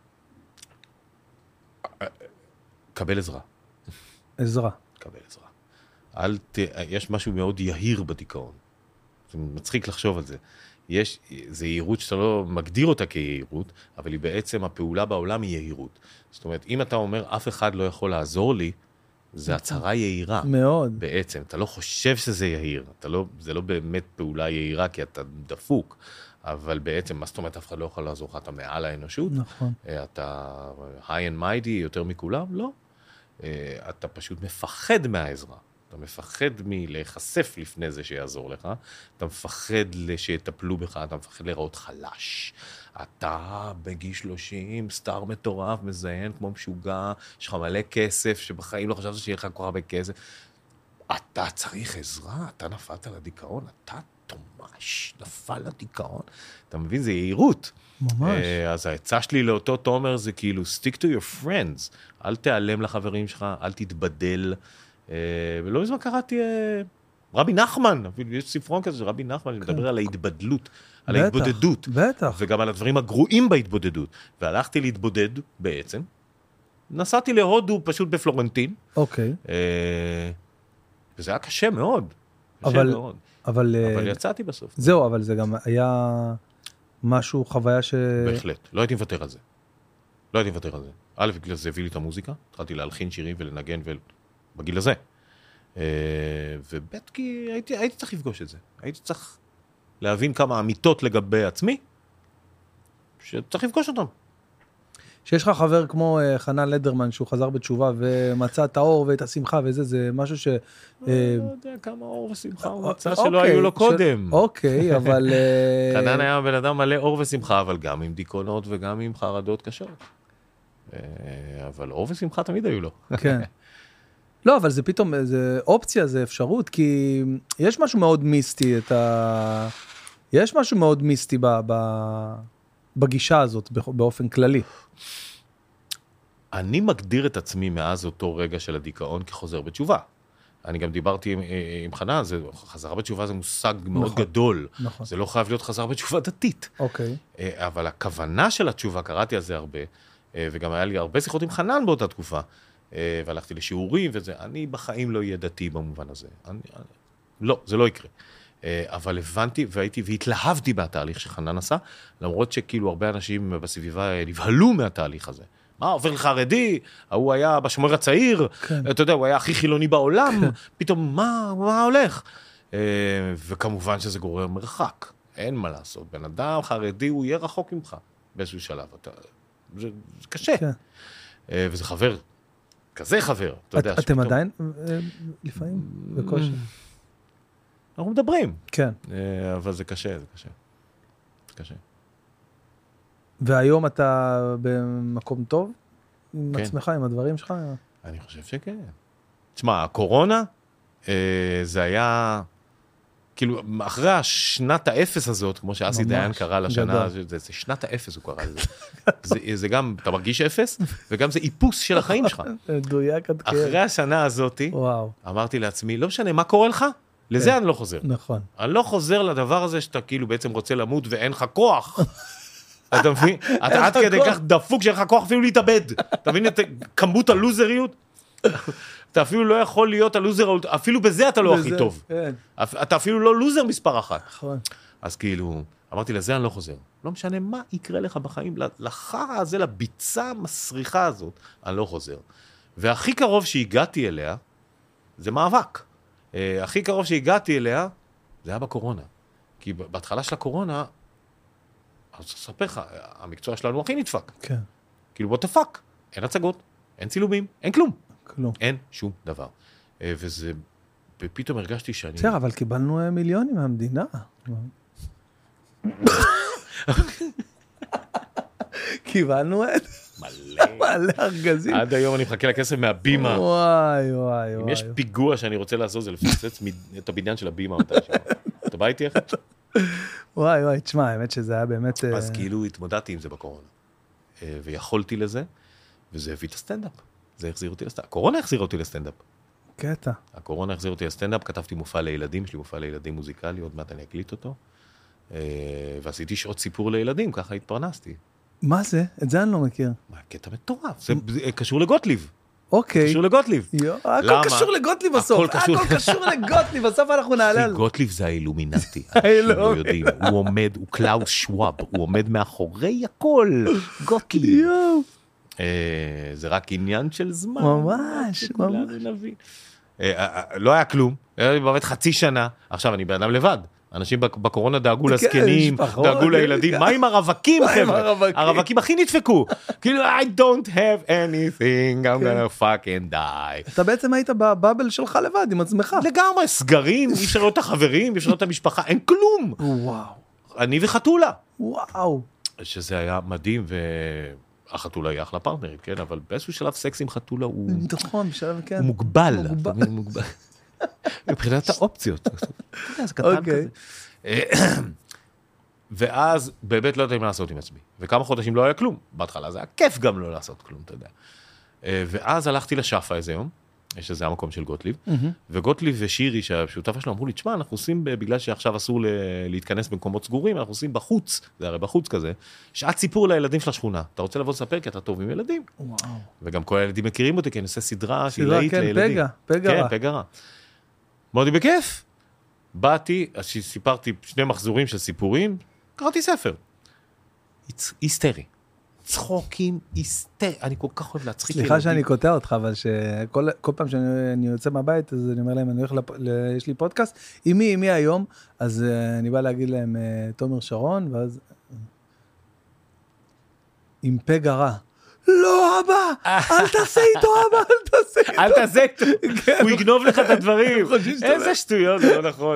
קבל עזרה. עזרה. קבל עזרה. אל ת... יש משהו מאוד יהיר בדיכאון. זה מצחיק לחשוב על זה. יש, זה יהירות שאתה לא מגדיר אותה כיהירות, אבל היא בעצם, הפעולה בעולם היא יהירות. זאת אומרת, אם אתה אומר, אף אחד לא יכול לעזור לי, זה הצהרה יהירה. מאוד. בעצם, אתה לא חושב שזה יהיר, אתה לא, זה לא באמת פעולה יהירה, כי אתה דפוק, אבל בעצם, מה זאת אומרת, אף אחד לא יכול לעזור לך, אתה מעל האנושות. נכון. אתה high and mighty יותר מכולם? לא. אתה פשוט מפחד מהעזרה. אתה מפחד מלהיחשף לפני זה שיעזור לך, אתה מפחד שיטפלו בך, אתה מפחד לראות חלש. אתה בגיל שלושים, סטאר מטורף, מזיין כמו משוגע, יש לך מלא כסף, שבחיים לא חשבת שיהיה לך כל הרבה כסף. אתה צריך עזרה, אתה נפלת לדיכאון, אתה תומש, נפל לדיכאון. אתה מבין, זה יהירות. ממש. אז ההצעה שלי לאותו תומר זה כאילו, stick to your friends, אל תיעלם לחברים שלך, אל תתבדל, ולא מזמן קראתי רבי נחמן, יש ספרון כזה של רבי נחמן, שמדבר על ההתבדלות, על ההתבודדות, וגם על הדברים הגרועים בהתבודדות, והלכתי להתבודד בעצם, נסעתי להודו פשוט בפלורנטין, אוקיי. וזה היה קשה מאוד, קשה מאוד, אבל יצאתי בסוף. זהו, אבל זה גם היה משהו, חוויה ש... בהחלט, לא הייתי מוותר על זה, לא הייתי מוותר על זה. א', בגלל זה הביא לי את המוזיקה, התחלתי להלחין שירים ולנגן ול... בגיל הזה. ובית כי הייתי, הייתי צריך לפגוש את זה. הייתי צריך להבין כמה אמיתות לגבי עצמי, שצריך לפגוש אותם. שיש לך חבר כמו uh, חנן לדרמן, שהוא חזר בתשובה ומצא את האור ואת השמחה וזה, זה משהו ש... לא יודע כמה אור ושמחה הוא מצא שלא היו לו קודם. אוקיי, אבל... חנן היה בן אדם מלא אור ושמחה, אבל גם עם דיכאונות וגם עם חרדות קשות. אבל אור ושמחה תמיד היו לו. כן. לא, אבל זה פתאום, זה אופציה, זה אפשרות, כי יש משהו מאוד מיסטי, את ה... יש משהו מאוד מיסטי ב... ב... בגישה הזאת באופן כללי. אני מגדיר את עצמי מאז אותו רגע של הדיכאון כחוזר בתשובה. אני גם דיברתי עם, עם חנן, זה, חזרה בתשובה זה מושג מאוד נכון, גדול. נכון. זה לא חייב להיות חזרה בתשובה דתית. אוקיי. אבל הכוונה של התשובה, קראתי על זה הרבה, וגם היה לי הרבה שיחות עם חנן באותה תקופה, והלכתי לשיעורים וזה, אני בחיים לא יהיה דתי במובן הזה. אני, אני, לא, זה לא יקרה. אבל הבנתי והייתי והתלהבתי מהתהליך שחנן עשה, למרות שכאילו הרבה אנשים בסביבה נבהלו מהתהליך הזה. מה, עובר לחרדי, הוא היה בשומר הצעיר, כן. אתה יודע, הוא היה הכי חילוני בעולם, כן. פתאום מה, מה הולך? וכמובן שזה גורר מרחק, אין מה לעשות, בן אדם חרדי הוא יהיה רחוק ממך באיזשהו שלב, אתה, זה, זה קשה. כן. וזה חבר, כזה חבר, אתה יודע. את, אתם עדיין לפעמים בקושי? אנחנו מדברים. כן. אבל זה קשה, זה קשה. זה קשה. והיום אתה במקום טוב? עם כן. עצמך, עם הדברים שלך? אני חושב שכן. תשמע, הקורונה, זה היה, כאילו, אחרי השנת האפס הזאת, כמו שאסי דיין קרא לשנה, זה, זה שנת האפס הוא קרא לזה. זה, זה גם, אתה מרגיש אפס, וגם זה איפוס של החיים שלך. דויק עד כן. אחרי השנה הזאת, אמרתי לעצמי, לא משנה, מה קורה לך? לזה אני לא חוזר. נכון. אני לא חוזר לדבר הזה שאתה כאילו בעצם רוצה למות ואין לך כוח. אתה מבין? אתה עד כדי כך דפוק שאין לך כוח אפילו להתאבד. אתה מבין את כמות הלוזריות? אתה אפילו לא יכול להיות הלוזר, אפילו בזה אתה לא הכי טוב. אתה אפילו לא לוזר מספר אחת. נכון. אז כאילו, אמרתי לזה אני לא חוזר. לא משנה מה יקרה לך בחיים, לחרא הזה, לביצה המסריחה הזאת, אני לא חוזר. והכי קרוב שהגעתי אליה, זה מאבק. Uh, הכי קרוב שהגעתי אליה, זה היה בקורונה. כי בהתחלה של הקורונה, אני רוצה לספר לך, המקצוע שלנו הכי נדפק. כן. כאילו, בוא תפק. אין הצגות, אין צילומים, אין כלום. כלום. אין שום דבר. Uh, וזה, ופתאום הרגשתי שאני... בסדר, אבל קיבלנו מיליונים מהמדינה. קיבלנו את... מלא. מלא ארגזים. עד היום אני מחכה לכסף מהבימה. וואי, וואי, וואי. אם יש פיגוע שאני רוצה לעשות, זה לפצץ את הבניין של הבימה. אתה בא איתי איך? וואי, וואי, תשמע, האמת שזה היה באמת... אז כאילו התמודדתי עם זה בקורונה. ויכולתי לזה, וזה הביא את הסטנדאפ. זה החזיר אותי לסטנדאפ. הקורונה החזיר אותי לסטנדאפ. קטע. הקורונה החזיר אותי לסטנדאפ, כתבתי מופע לילדים, יש לי מופע לילדים מוזיקלי, עוד מעט אני אקליט אותו. ועשיתי שעות סיפור לילדים, ככה התפרנסתי. מה זה? את זה אני לא מכיר. מה, קטע מטורף. זה קשור לגוטליב. אוקיי. קשור לגוטליב. הכל קשור לגוטליב בסוף. הכל קשור לגוטליב, בסוף אנחנו נעלה. כי גוטליב זה האילומינטי. אנשים לא יודעים. הוא עומד, הוא קלאוס שוואב, הוא עומד מאחורי הכל. גוטליב. זה רק עניין של זמן. ממש, ממש. לא היה כלום. היה לי באמת חצי שנה. עכשיו אני באדם לבד. אנשים בקורונה דאגו לזקנים, דאגו לילדים, מה עם הרווקים, חבר'ה? הרווקים הכי נדפקו. כאילו, I don't have anything, I'm gonna fucking die. אתה בעצם היית בבאבל שלך לבד, עם עצמך. לגמרי, סגרים, אי אפשר להיות את החברים, אי אפשר להיות את המשפחה, אין כלום. וואו. אני וחתולה. וואו. שזה היה מדהים, והחתולה היא אחלה פרטנרית, כן? אבל באיזשהו שלב סקס עם חתולה הוא... נכון, בשלב, כן. הוא מוגבל. מוגבל. מבחינת האופציות. זה קטן כזה. ואז באמת לא יודעים מה לעשות עם עצמי. וכמה חודשים לא היה כלום. בהתחלה זה היה כיף גם לא לעשות כלום, אתה יודע. ואז הלכתי לשאפה איזה יום, שזה המקום של גוטליב, וגוטליב ושירי, שהשותפה שלו, אמרו לי, תשמע, אנחנו עושים, בגלל שעכשיו אסור להתכנס במקומות סגורים, אנחנו עושים בחוץ, זה הרי בחוץ כזה, שעת סיפור לילדים של השכונה. אתה רוצה לבוא לספר כי אתה טוב עם ילדים. וגם כל הילדים מכירים אותי, כי אני עושה סדרה שהיא להיט לילדים. פגע, פגע רע. כן, פגע רע. מאוד בכיף. באתי, אז סיפרתי שני מחזורים של סיפורים, קראתי ספר. היסטרי. צחוקים היסטרי, אני כל כך אוהב להצחיק סליחה שאני קוטע אותך, אבל שכל כל פעם שאני יוצא מהבית, אז אני אומר להם, אני הולך, לפ... יש לי פודקאסט, עם מי, עם מי היום, אז אני בא להגיד להם, תומר שרון, ואז... עם פגע רע. לא, אבא, אל תעשה איתו, אבא, אל תעשה איתו. אל תעשה איתו, הוא יגנוב לך את הדברים. איזה שטויות, זה לא נכון.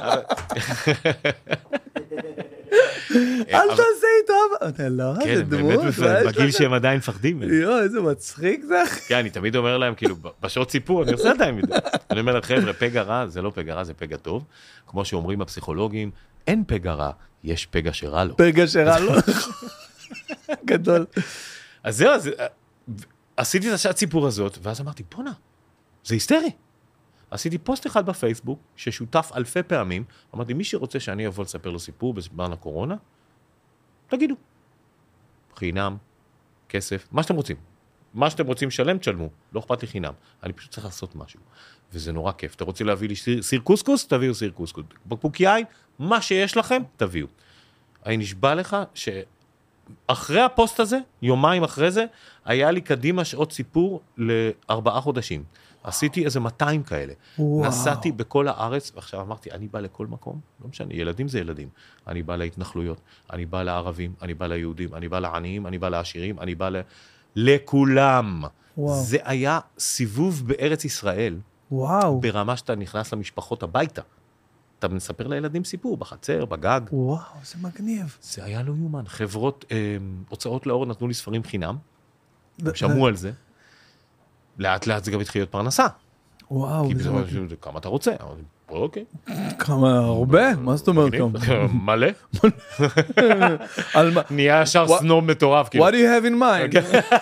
אל תעשה איתו, אבא. לא, זה דמות. בגיל שהם עדיין מפחדים. יו, איזה מצחיק זה. כן, אני תמיד אומר להם, כאילו, בשעות סיפור, אני עושה להם את זה. אני אומר להם, חבר'ה, פגע רע, זה לא פגע רע, זה פגע טוב. כמו שאומרים הפסיכולוגים, אין פגע רע, יש פגע שרע לו. פגע שרע לו. גדול. אז זהו, אז, עשיתי את השעת סיפור הזאת, ואז אמרתי, בונה, זה היסטרי. עשיתי פוסט אחד בפייסבוק, ששותף אלפי פעמים, אמרתי, מי שרוצה שאני אבוא לספר לו סיפור בזמן הקורונה, תגידו. חינם, כסף, מה שאתם רוצים. מה שאתם רוצים לשלם, תשלמו. לא אכפת לי חינם. אני פשוט צריך לעשות משהו. וזה נורא כיף. אתה רוצה להביא לי סיר, סיר קוסקוס? תביאו סיר קוסקוס. בקבוק יין, מה שיש לכם, תביאו. אני נשבע לך ש... אחרי הפוסט הזה, יומיים אחרי זה, היה לי קדימה שעות סיפור לארבעה חודשים. עשיתי איזה מאתיים כאלה. וואו. נסעתי בכל הארץ, ועכשיו אמרתי, אני בא לכל מקום, לא משנה, ילדים זה ילדים. אני בא להתנחלויות, אני בא לערבים, אני בא ליהודים, אני בא לעניים, אני בא לעשירים, אני בא ל... לכולם. וואו. זה היה סיבוב בארץ ישראל, וואו. ברמה שאתה נכנס למשפחות הביתה. אתה מספר לילדים סיפור, בחצר, בגג. וואו, זה מגניב. זה היה לא יומן. חברות, אה, הוצאות לאור נתנו לי ספרים חינם, הם שמעו על זה. לאט לאט זה גם התחיל להיות פרנסה. וואו. כי בזמן, כמה אתה רוצה? אוקיי. כמה הרבה? מה זאת אומרת כמה? מלא. על מה? נהיה ישר סנוב מטורף. What do you have in mind?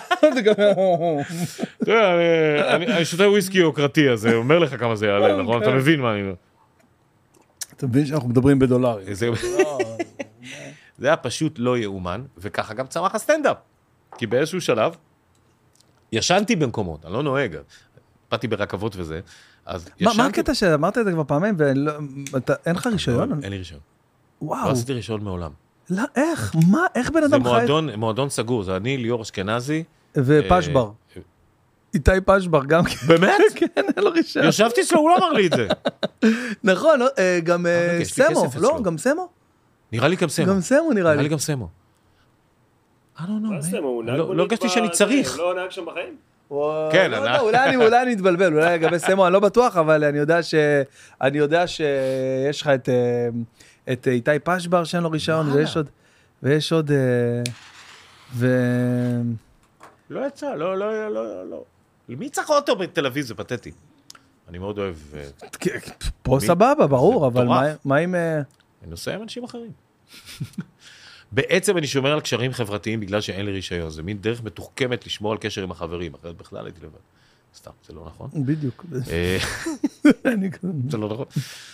אני שותה וויסקי יוקרתי, אז זה אומר לך כמה זה יעלה, נכון? אתה מבין מה אני אומר. אתה מבין שאנחנו מדברים בדולרים. זה היה פשוט לא יאומן, וככה גם צמח הסטנדאפ. כי באיזשהו שלב, ישנתי במקומות, אני לא נוהג, באתי ברכבות וזה, אז ישנתי... מה הקטע שאמרת את זה כבר פעמים, ואין לך רישיון? אין לי רישיון. וואו. לא עשיתי רישיון מעולם. לא, איך? מה? איך בן אדם חי? זה מועדון סגור, זה אני, ליאור אשכנזי. ופשבר. איתי פשבר גם. באמת? כן, אין לו רישיון. ישבתי אצלו, הוא לא אמר לי את זה. נכון, גם סמו, לא? גם סמו? נראה לי גם סמו. גם סמו נראה לי. נראה לי גם סמו. I don't know, מה סמו? הוא נהג לא הרגשתי שאני צריך. לא נהג שם בחיים? כן, אולי אני מתבלבל, אולי לגבי סמו, אני לא בטוח, אבל אני יודע ש... אני יודע שיש לך את איתי פשבר שאין לו רישיון, ויש עוד... ויש עוד... ו... לא יצא, לא, לא, לא, לא. מי צריך אוטו בתל אביב? זה פתטי. אני מאוד אוהב... פה סבבה, ברור, אבל מה עם... אני נוסע עם אנשים אחרים. בעצם אני שומר על קשרים חברתיים בגלל שאין לי רישיון. זה מין דרך מתוחכמת לשמור על קשר עם החברים. אחרת בכלל הייתי לבד. סתם, זה לא נכון. בדיוק. זה לא נכון.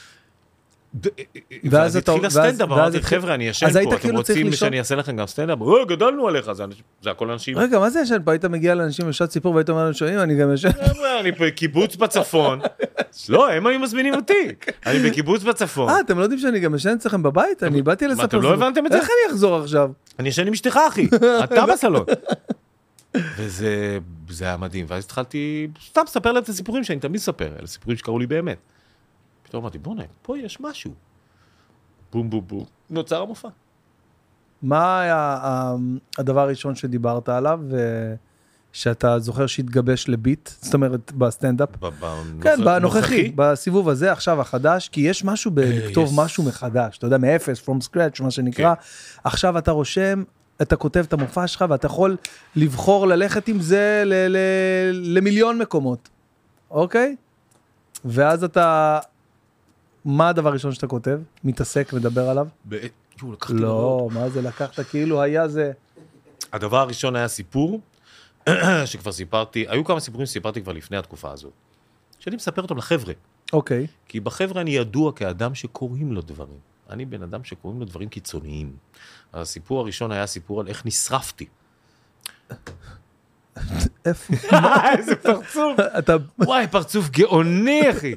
ואז אתה... התחיל הסטנדאפ, אמרתי, חבר'ה, אני ישן פה, אתם רוצים שאני אעשה לכם גם סטנדאפ? או, גדלנו עליך, זה הכל אנשים. רגע, מה זה ישן פה? היית מגיע לאנשים בשעת סיפור, והיית אומר להם, אני גם ישן. אני בקיבוץ בצפון. לא, הם היו מזמינים אותי. אני בקיבוץ בצפון. אה, אתם לא יודעים שאני גם ישן אצלכם בבית? אני באתי לספר. מה, אתם לא הבנתם את זה? איך אני אחזור עכשיו? אני ישן עם אשתך, אחי. אתה בסלון. וזה היה מדהים. ואז התחלתי, סתם ספר להם את הסיפורים שאני תמיד ספר, אלה סיפורים שקראו לי באמת. פתאום אמרתי, בוא נהיה, פה יש משהו. בום בום בום, נוצר המופע. מה היה הדבר הראשון שדיברת עליו, שאתה זוכר שהתגבש לביט, זאת אומרת בסטנדאפ? כן, בנוכחי, בסיבוב הזה, עכשיו החדש, כי יש משהו בכתוב משהו מחדש, אתה יודע, מאפס, from scratch, מה שנקרא. עכשיו אתה רושם, אתה כותב את המופע שלך, ואתה יכול לבחור ללכת עם זה למיליון מקומות. אוקיי? ואז אתה... מה הדבר הראשון שאתה כותב? מתעסק, מדבר עליו? לא, מה זה לקחת? כאילו היה זה... הדבר הראשון היה סיפור, שכבר סיפרתי, היו כמה סיפורים שסיפרתי כבר לפני התקופה הזאת, שאני מספר אותם לחבר'ה. אוקיי. כי בחבר'ה אני ידוע כאדם שקוראים לו דברים. אני בן אדם שקוראים לו דברים קיצוניים. הסיפור הראשון היה סיפור על איך נשרפתי. איפה? איזה פרצוף. וואי, פרצוף גאוני, אחי.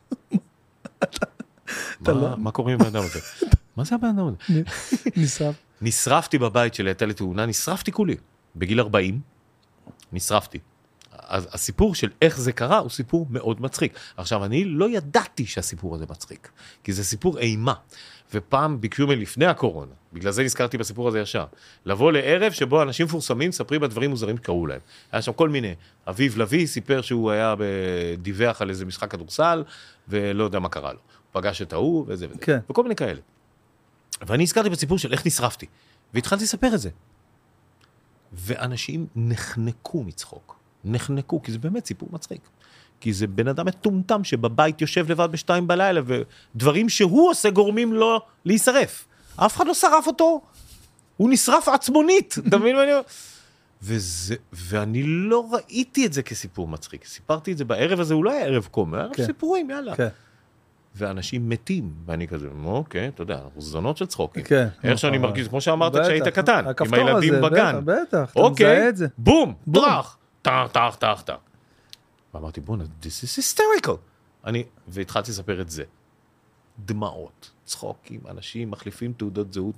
מה קוראים לבן אדם הזה? מה זה הבן אדם הזה? נשרף. נשרפתי בבית שלי, הייתה לי תאונה, נשרפתי כולי. בגיל ארבעים, נשרפתי. אז הסיפור של איך זה קרה, הוא סיפור מאוד מצחיק. עכשיו, אני לא ידעתי שהסיפור הזה מצחיק, כי זה סיפור אימה. ופעם ביקשו ממני לפני הקורונה, בגלל זה נזכרתי בסיפור הזה ישר, לבוא לערב שבו אנשים מפורסמים, ספרים בדברים מוזרים שקראו להם. היה שם כל מיני, אביב לוי סיפר שהוא היה בדיווח על איזה משחק כדורסל, ולא יודע מה קרה לו. הוא פגש את ההוא וזה וזה, כן. וכל מיני כאלה. ואני הזכרתי בסיפור של איך נשרפתי, והתחלתי לספר את זה. ואנשים נחנקו מצחוק. נחנקו, כי זה באמת סיפור מצחיק. כי זה בן אדם מטומטם שבבית יושב לבד בשתיים בלילה, ודברים שהוא עושה גורמים לו להישרף. אף אחד לא שרף אותו, הוא נשרף עצמונית, אתה מבין מה אני אומר? וזה, ואני לא ראיתי את זה כסיפור מצחיק. סיפרתי את זה בערב הזה, אולי ערב קום, ערב כן. סיפורים, יאללה. כן. ואנשים מתים, ואני כזה, אוקיי, אתה יודע, אנחנו זונות של צחוקים. כן. איך שאני מרגיש, כמו שאמרת כשהיית קטן, עם הילדים בגן. בטח, בטח, אתה מזהה את זה. בום, טרח, טח, טח, טח, טח. ואמרתי, בוא, this is hysterical. אני, והתחלתי לספר את זה. דמעות, צחוקים, אנשים מחליפים תעודות זהות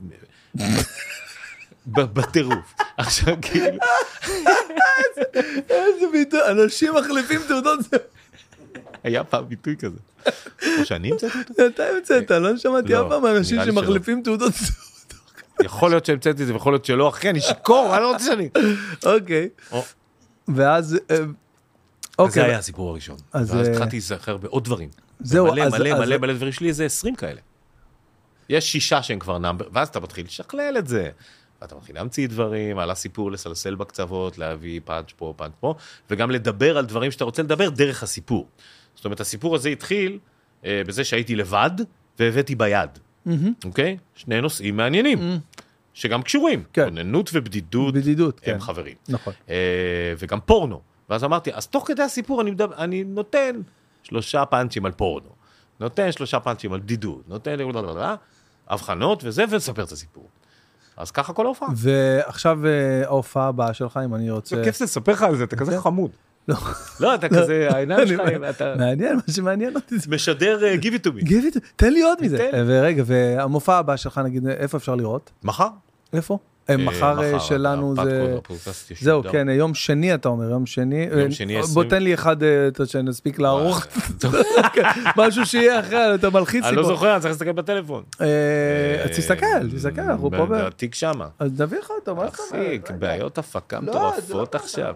בטירוף. עכשיו, כאילו... איזה ביטוי, אנשים מחליפים תעודות זהות. היה פעם ביטוי כזה. או שאני המצאתי אותו? אתה המצאת, לא שמעתי אף פעם אנשים שמחליפים תעודות זהות. יכול להיות שהמצאתי את זה, ויכול להיות שלא, אחי, אני שיקור, אני לא רוצה שאני... אוקיי. ואז... אז זה היה הסיפור הראשון. ואז התחלתי להיזכר בעוד דברים. מלא, מלא, מלא, מלא דברים שלי, זה עשרים כאלה. יש שישה שהם כבר נאמבר, ואז אתה מתחיל לשכלל את זה. ואתה מתחיל להמציא דברים, על הסיפור לסלסל בקצוות, להביא פאנץ' פה, פאנץ' פה, וגם לדבר על דברים שאתה רוצה לדבר דרך הסיפור. זאת אומרת, הסיפור הזה התחיל אה, בזה שהייתי לבד, והבאתי ביד. אוקיי? שני נושאים מעניינים, שגם קשורים. כוננות ובדידות, הם חברים. נכון. אה, וגם פורנו. ואז אמרתי, אז תוך כדי הסיפור אני, מדבר, אני נותן שלושה פאנצ'ים על פורנו, נותן שלושה פאנצ'ים על בדידות, נותן הבחנות וזה, ולספר את הסיפור. אז ככה כל ההופעה. ועכשיו ההופעה הבאה שלך, אם אני רוצה... זה כיף לספר לך על זה, אתה כזה חמוד. לא, לא, אתה כזה, העיניים שלך, אתה... מעניין, מה שמעניין אותי. משדר, give it to me. give it to me, תן לי עוד מזה. ורגע, והמופע הבא שלך, נגיד, איפה אפשר לראות? מחר. איפה? מחר שלנו זה... זהו, כן, יום שני אתה אומר, יום שני. יום שני עשרים. בוא תן לי אחד, שנספיק לערוך. משהו שיהיה אחרי, אתה מלחיץ לי פה. אני לא זוכר, אני צריך להסתכל בטלפון. תסתכל, תסתכל, אנחנו פה ב... בתיק שמה. אז נביא לך אותו, מה זאת אומרת? אחי, בעיות הפקה מטורפות עכשיו.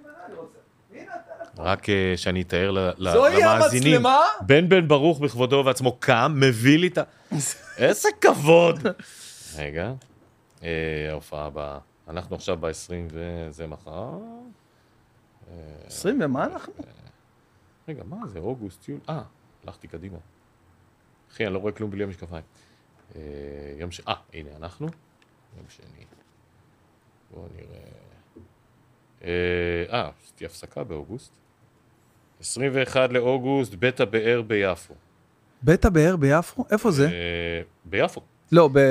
רק שאני אתאר למאזינים. בן בן ברוך בכבודו ובעצמו קם, מביא לי את ה... איזה כבוד. רגע. ההופעה הבאה. אנחנו עכשיו ב-עשרים וזה מחר. עשרים ומה אנחנו? רגע, מה זה? אוגוסט, יולי? אה, הלכתי קדימה. אחי, אני לא רואה כלום בלי המשקפיים. יום ש... אה, הנה, אנחנו. יום שני. בואו נראה. אה, שתהיה הפסקה באוגוסט. עשרים ואחד לאוגוסט, בית הבאר ביפו. בית הבאר ביפו? איפה זה? ביפו. לא, ב...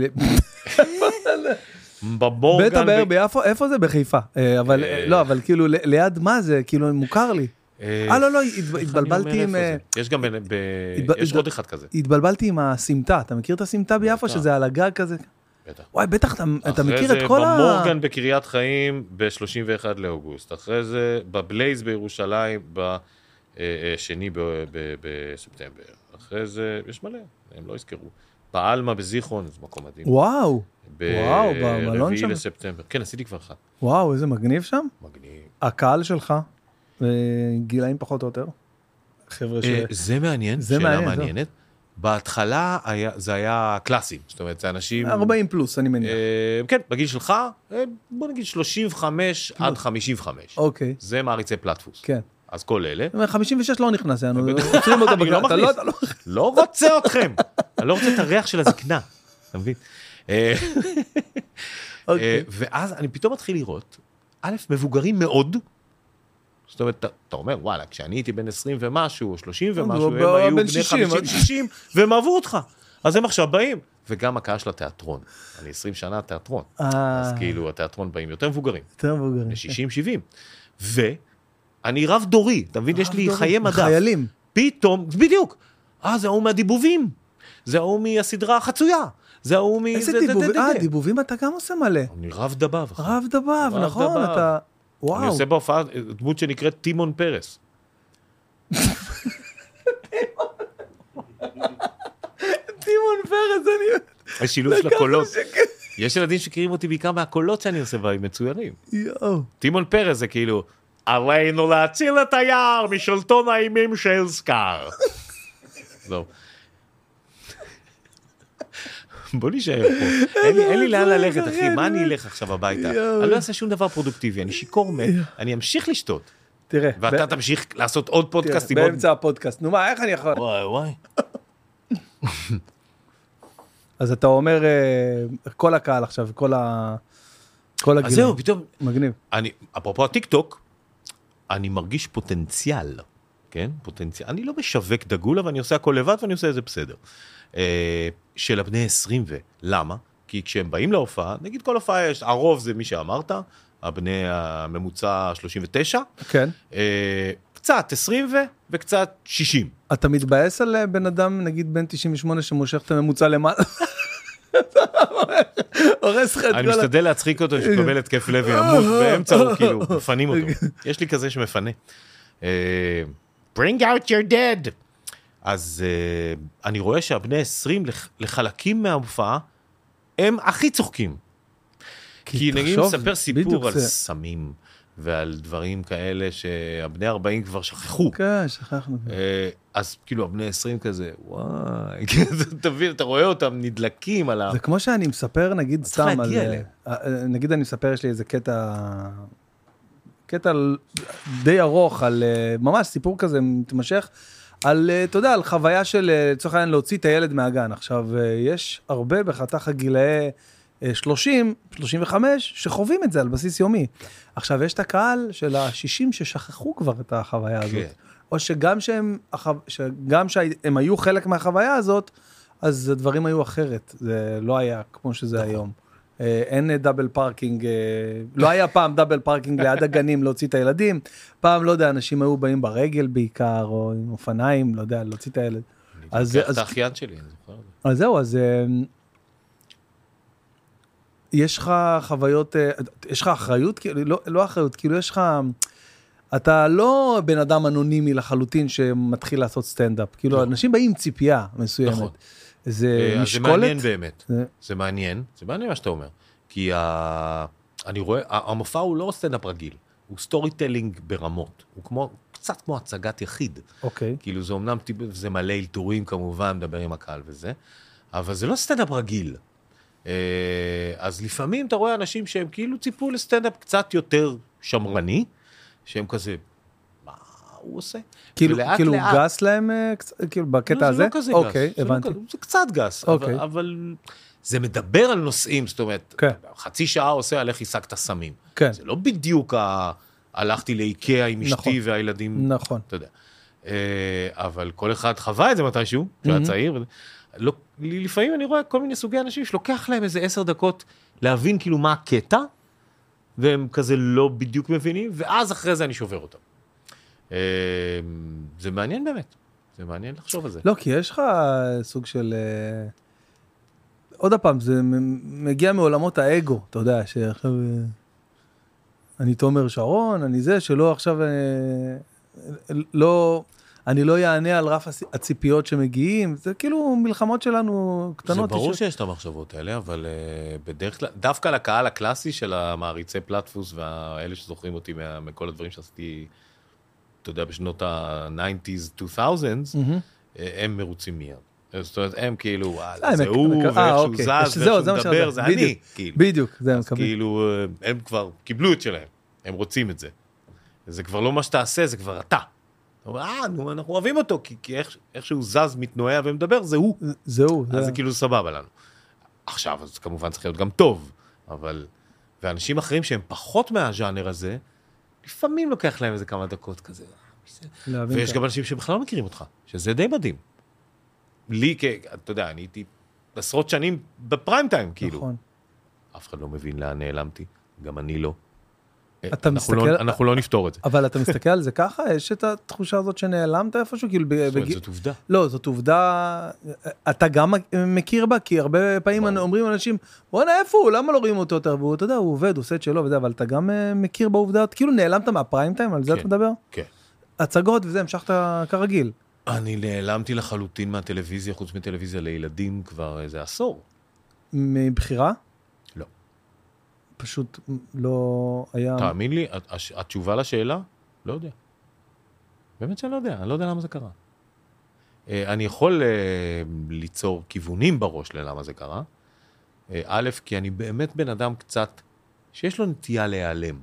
במורגן... בית הבאר ביפו, איפה זה? בחיפה. אבל, לא, אבל כאילו, ליד מה זה? כאילו, מוכר לי. אה, לא, לא, התבלבלתי עם... יש גם, יש עוד אחד כזה. התבלבלתי עם הסמטה. אתה מכיר את הסמטה ביפו, שזה על הגג כזה? בטח. וואי, בטח, אתה מכיר את כל ה... אחרי זה במורגן בקריית חיים, ב-שלושים ואחד לאוגוסט. אחרי זה בבלייז בירושלים, בשני בספטמבר. אחרי זה, יש מלא, הם לא יזכרו. באלמה בזיכרון, זה מקום מדהים. וואו, וואו, במלון שם. ברביעי לספטמבר. כן, עשיתי כבר אחד. וואו, איזה מגניב שם. מגניב. הקהל שלך, גילאים פחות או יותר. חבר'ה ש... זה מעניין, שאלה מעניינת. בהתחלה זה היה קלאסי, זאת אומרת, זה אנשים... ארבעים פלוס, אני מניח. כן, בגיל שלך, בוא נגיד שלושים וחמש עד חמישים וחמש. אוקיי. זה מעריצי פלטפוס. כן. אז כל אלה. חמישים ושש לא נכנס, אנחנו עוצרים אותה בגלל. אני לא מכניס. לא רוצה אתכם. אני לא רוצה את הריח של הזקנה. אתה מבין? ואז אני פתאום מתחיל לראות, א', מבוגרים מאוד, זאת אומרת, אתה אומר, וואלה, כשאני הייתי בן עשרים ומשהו, או שלושים ומשהו, הם היו בני חמישים, שישים, והם אהבו אותך. אז הם עכשיו באים. וגם הקהל של התיאטרון. אני עשרים שנה תיאטרון. אז כאילו, התיאטרון באים יותר מבוגרים. יותר מבוגרים. שישים שבעים. ואני רב דורי, אתה מבין? יש לי חיי מדף. חיילים. פתאום, בדיוק. אה, זה ההוא מהדיבובים. זה ההוא מהסדרה החצויה. זה ההוא מ... איזה זה- זה- דיבובים? זה- אה, זה- דיבובים אתה גם עושה מלא. אני רב דבב. אחי. רב דבב, רב נכון, דבב. אתה... אני וואו. עושה בהופעה דמות שנקראת טימון פרס. טימון פרס, אני... השילוב של הקולות. יש ילדים שקוראים אותי בעיקר מהקולות שאני עושה בהם מצוירים. יואו. טימון פרס זה כאילו, עלינו להציל את היער משלטון האימים של סקאר. זהו. בוא נשאר פה. אין לי- אין לי לאן ללכת, אחי. מה אני אלך עכשיו הביתה? אני לא אעשה שום דבר פרודוקטיבי, אני שיקור מת, אני אמשיך לשתות. תראה. ואתה ב- תמשיך לעשות עוד תראה, פודקאסטים. עוד- באמצע הפודקאסט. נו מה, איך אני יכול... וואי וואי. אז אתה אומר, אה, כל הקהל עכשיו, כל ה... כל אז הגילים. זהו, פתאום, מגניב. אני, אפרופו הטיק טוק, אני מרגיש פוטנציאל, כן? פוטנציאל. אני לא משווק דגול, אבל אני עושה הכל לבד ואני עושה את זה בסדר. אה, של הבני עשרים ו... למה? כי כשהם באים להופעה, נגיד כל הופעה יש, הרוב זה מי שאמרת, הבני הממוצע שלושים ותשע, כן. אה, קצת עשרים ו... וקצת שישים. אתה מתבאס על אה, בן אדם, נגיד בן תשעים ושמונה, שמושך את הממוצע למעלה? הורס לך את אני כל ה... משתדל להצחיק אותו שקבל התקף לב וימות באמצע, הוא כאילו, מפנים אותו. יש לי כזה שמפנה. אה, bring out your dead. אז אה, אני רואה שהבני עשרים לח- לחלקים מההופעה, הם הכי צוחקים. כי נגיד תחשוב, מספר סיפור בדיוק על זה. סמים, ועל דברים כאלה שהבני ארבעים כבר שכחו. כן, שכחנו. אה, אז כאילו הבני עשרים כזה, וואי, תבין, אתה רואה אותם נדלקים על ה... זה כמו שאני מספר, נגיד צריך סתם על... להגיע אליהם. אה, אה, נגיד אני מספר, יש לי איזה קטע... קטע די ארוך, על אה, ממש סיפור כזה מתמשך, על, אה, אתה יודע, על חוויה של, אה, לצורך העניין, להוציא את הילד מהגן. עכשיו, אה, יש הרבה בחתך הגילאי אה, שלושים, שלושים וחמש, שחווים את זה על בסיס יומי. עכשיו, יש את הקהל של ה-שישים ששכחו כבר את החוויה הזאת. כן. או שגם שהם, החו- שגם שהם היו חלק מהחוויה הזאת, אז הדברים היו אחרת. זה לא היה כמו שזה היום. אה, אין דאבל פארקינג, אה, לא היה פעם דאבל פארקינג ליד הגנים להוציא את הילדים. פעם, לא יודע, אנשים היו באים ברגל בעיקר, או עם אופניים, לא יודע, להוציא את הילד. אז- אני לוקח אז- את האחיין שלי, אני זוכר את זה. אז זהו, אז אה, יש לך חוויות, אה, יש לך אחריות, כאילו, לא, לא אחריות, כאילו יש לך, אתה לא בן אדם אנונימי לחלוטין שמתחיל לעשות סטנדאפ, כאילו לא. אנשים באים עם ציפייה מסוימת. נכון. זה אה, אז זה משקולת? מעניין באמת. זה- זה מעניין, זה מעניין מה שאתה אומר. כי ה... אני רואה, ה- המופע הוא לא סטנדאפ רגיל, הוא סטורי טלינג ברמות. הוא כמו, קצת כמו הצגת יחיד. אוקיי. כאילו זה אומנם, טיפ- זה מלא אלתורים כמובן, מדבר עם הקהל וזה, אבל זה לא סטנדאפ רגיל. אה, אז לפעמים אתה רואה אנשים שהם כאילו ציפו לסטנדאפ קצת יותר שמרני, שהם כזה, מה הוא עושה? כאילו, ולאט כאילו לאט- גס להם, אה, קצ- כאילו בקטע לא, הזה? זה לא כזה אוקיי, גס. זה לא הבנתי. כזה- זה קצת גס, אוקיי. אבל, אבל זה מדבר על נושאים, זאת אומרת, כן. חצי שעה עושה על איך השגת סמים. כן. זה לא בדיוק ה... הלכתי לאיקאה עם אשתי נכון. והילדים, נכון. אתה יודע. אה, אבל כל אחד חווה את זה מתישהו, כשהוא היה צעיר. לא, לפעמים אני רואה כל מיני סוגי אנשים שלוקח להם איזה עשר דקות להבין כאילו מה הקטע, והם כזה לא בדיוק מבינים, ואז אחרי זה אני שובר אותם. אה, זה מעניין באמת, זה מעניין לחשוב על זה. לא, כי יש לך סוג של... אה, עוד פעם, זה מ- מגיע מעולמות האגו, אתה יודע, שעכשיו... אה, אני תומר שרון, אני זה, שלא עכשיו... אה, לא... אני לא יענה על רף הצ- הציפיות שמגיעים, זה כאילו מלחמות שלנו זה קטנות. ברור יש- שיש את המחשבות האלה, אבל uh, בדרך כלל, דווקא לקהל הקלאסי של המעריצי פלטפוס, והאלה שזוכרים אותי מה, מכל הדברים שעשיתי, אתה יודע, בשנות ה-תשעים, אלפיים, מהמם. הם מרוצים מיד. זאת אומרת, הם כאילו, וואלה, אה, זה הם- הוא, אה, ואיך שהוא אוקיי. זז, יש- ואיך זהו, שהוא זה מה שאני מדבר, יודע. זה בדיוק. אני, כאילו. בדיוק, זה הם אז מקבלים. כאילו, אה, הם כבר קיבלו את שלהם, הם רוצים את זה. זה כבר לא מה שתעשה, זה כבר אתה. אתה אומר, אה, נו, אנחנו אוהבים אותו, כי, כי איך, איך שהוא זז, מתנועע ומדבר, זה הוא. זהו. אז זה כאילו סבבה לנו. עכשיו, אז כמובן צריך להיות גם טוב, אבל... ואנשים אחרים שהם פחות מהז'אנר הזה, לפעמים לוקח להם איזה כמה דקות כזה. להבין ויש את גם אנשים שבכלל לא מכירים אותך, שזה די מדהים. לי, כ... אתה יודע, אני הייתי עשרות שנים בפריים טיים, כאילו. נכון. אף אחד לא מבין לאן נעלמתי, גם אני לא. אתה אנחנו מסתכל... לא, אנחנו לא נפתור את זה. אבל אתה מסתכל על זה ככה? יש את התחושה הזאת שנעלמת איפשהו? כאילו זאת, בג... זאת עובדה. לא, זאת עובדה, אתה גם מכיר בה, כי הרבה פעמים ברור. אומרים אנשים, בוא'נה, איפה הוא? למה לא רואים אותו יותר? והוא, אתה יודע, הוא עובד, הוא עושה את שלו וזה, אבל אתה גם מכיר בעובדה, כאילו נעלמת מהפריים טיים, על זה כן, אתה מדבר? כן. הצגות וזה, המשכת כרגיל. אני נעלמתי לחלוטין מהטלוויזיה, חוץ מטלוויזיה לילדים כבר איזה עשור. מבחירה? לא. פשוט לא היה... תאמין לי, הש- התשובה לשאלה, לא יודע. באמת שאני לא יודע, אני לא יודע למה זה קרה. אה, אני יכול אה, ליצור כיוונים בראש ללמה זה קרה. אה, א', כי אני באמת בן אדם קצת, שיש לו נטייה להיעלם.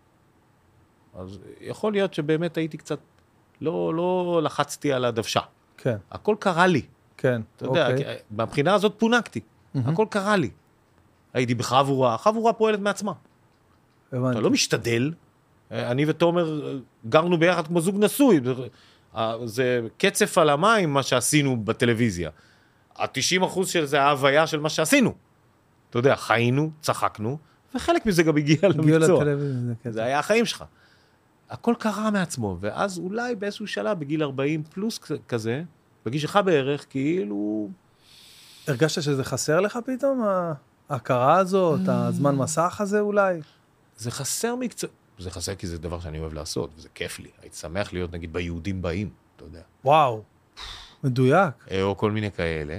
אז יכול להיות שבאמת הייתי קצת, לא, לא לחצתי על הדוושה. כן, הכל קרה לי. כן, אתה יודע, אוקיי. כי- מהבחינה הזאת פונקתי. הכל קרה לי. הייתי בחבורה, החבורה פועלת מעצמה. הבנתי. אתה לא משתדל. אני ותומר גרנו ביחד כמו זוג נשוי. זה קצף על המים מה שעשינו בטלוויזיה. ה-תשעים אחוז של זה ההוויה של מה שעשינו. אתה יודע, חיינו, צחקנו, וחלק מזה גם הגיע הגיעו למקצוע. לטלוויזיה, זה כזה. זה היה החיים שלך. הכל קרה מעצמו, ואז אולי באיזשהו שלב, בגיל ארבעים פלוס כזה, בגיל שלך בערך, כאילו... הרגשת שזה חסר לך פתאום? ההכרה הזאת, הזמן מסך הזה אולי? זה חסר מקצוע... זה חסר כי זה דבר שאני אוהב לעשות, וזה כיף לי. הייתי שמח להיות, נגיד, ביהודים באים, אתה יודע. וואו, מדויק. או כל מיני כאלה.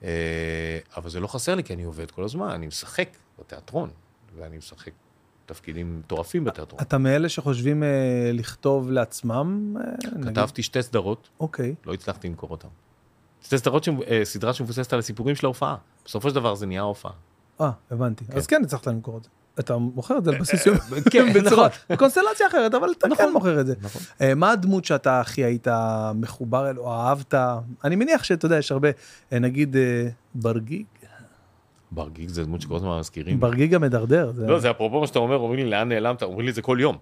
אבל זה לא חסר לי, כי אני עובד כל הזמן. אני משחק בתיאטרון, ואני משחק תפקידים מטורפים בתיאטרון. אתה מאלה שחושבים אה, לכתוב לעצמם? אה, נגיד? כתבתי שתי סדרות, אוקיי. לא הצלחתי למכור אותן. שתי סדרות, ש... סדרה שמבוססת על הסיפורים של ההופעה. בסופו של דבר זה נהיה ההופעה. אה, הבנתי. אז כן, הצלחת למכור את זה. אתה מוכר את זה על בסיס יום. כן, בצורה, בקונסטלציה אחרת, אבל אתה כן מוכר את זה. נכון. אה, מה הדמות שאתה הכי היית מחובר אל, או אהבת? אני מניח שאתה יודע, יש הרבה, אה, נגיד, אה, ברגיג. ברגיג זה דמות שכל הזמן מזכירים. ברגיג המדרדר. זה- לא, זה אפרופו מה שאתה אומר, אומרים לי, לאן נעלמת? אומרים לי את זה כל יום.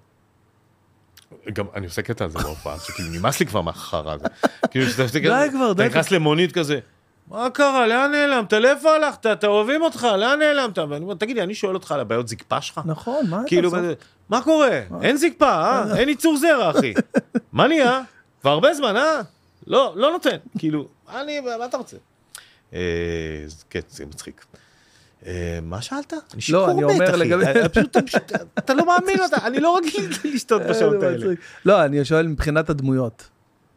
גם, אני עושה קטע על זה בהופעה, שכאילו נמאס לי כבר מהחרא הזה. כאילו, שאתה עושה די כבר, די. אתה נכנס למונית כזה, מה קרה, לאן נעלמת? לאיפה הלכת? אתה אוהבים אותך, לאן נעלמת? ואני אומר, תגידי, אני שואל אותך על הבעיות זקפה שלך? נכון, מה אתה כאילו, עושה? מה קורה? אין זקפה, אה? אין ייצור זרע, אחי. מה נהיה? כבר הרבה זמן, אה? לא, לא נותן. כאילו, אני, מה אתה רוצה? אה, כן, זה מצחיק. אה, מה שאלת? אני שיכור אני מת, אומר אחי. לגבי- אה, פשוט, פשוט, אתה לא מאמין אותה, אני לא רגיל לשתות בשעות זה האלה. מצחיק. לא, אני שואל מבחינת הדמויות.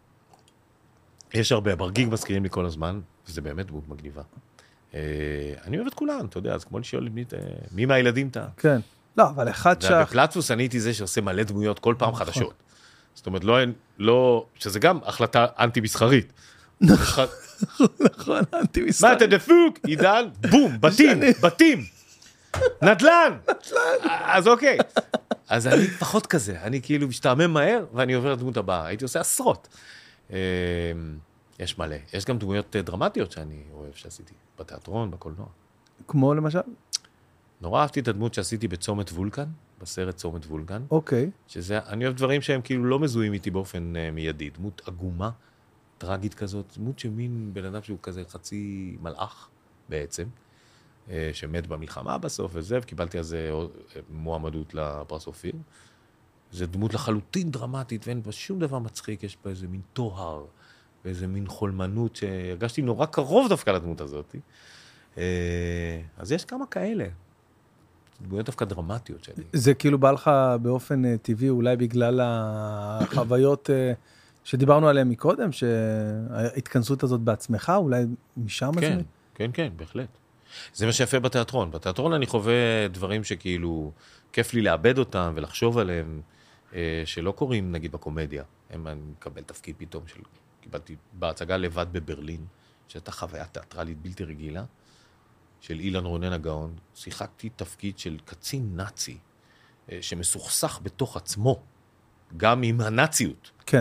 יש הרבה, ברגיג מזכירים לי כל הזמן, וזה באמת דמות מגניבה. אה, אני אוהב את כולם, אתה יודע, אז כמו לשאול מי, אה, מי מהילדים אתה. כן. לא, אבל אחד ש... ובפלטפוס אני הייתי זה שעושה מלא דמויות כל פעם חדשות. זאת אומרת, לא, לא, שזה גם החלטה אנטי-מסחרית. נכון, אנטי מה, מסתכל. אתה דפוק? עידן, בום, בתים, בתים. נדל"ן. אז אוקיי. אז אני פחות כזה, אני כאילו משתעמם מהר, ואני עובר לדמות הבאה. הייתי עושה עשרות. אה, יש מלא. יש גם דמויות אה, דרמטיות שאני אוהב שעשיתי, בתיאטרון, בקולנוע. כמו למשל? נורא אהבתי את הדמות שעשיתי בצומת וולקן, בסרט צומת וולקן, אוקיי. שזה, אני אוהב דברים שהם כאילו לא מזוהים איתי באופן uh, מיידי. דמות עגומה, טרגית כזאת, דמות שמין בן אדם שהוא כזה חצי מלאך בעצם, uh, שמת במלחמה בסוף וזה, וקיבלתי על זה uh, מועמדות לפרס אופיר. זה דמות לחלוטין דרמטית, ואין בה שום דבר מצחיק, יש בה איזה מין טוהר, ואיזה מין חולמנות שהרגשתי נורא קרוב דווקא לדמות הזאת. Uh, אז יש כמה כאלה. דמויות דווקא דרמטיות שלי. זה כאילו בא לך באופן אה, טבעי, אולי בגלל החוויות אה, שדיברנו עליהן מקודם, שההתכנסות הזאת בעצמך, אולי משם כן, זה? כן, כן, בהחלט. זה מה שיפה בתיאטרון. בתיאטרון אני חווה דברים שכאילו כיף לי לאבד אותם ולחשוב עליהם, אה, שלא קורים נגיד בקומדיה. הם, אני מקבל תפקיד פתאום של, קיבלתי בהצגה לבד בברלין, שהייתה חוויה תיאטרלית בלתי רגילה, של אילן רונן הגאון, שיחקתי תפקיד של קצין נאצי, שמסוכסך בתוך עצמו, גם עם הנאציות. כן.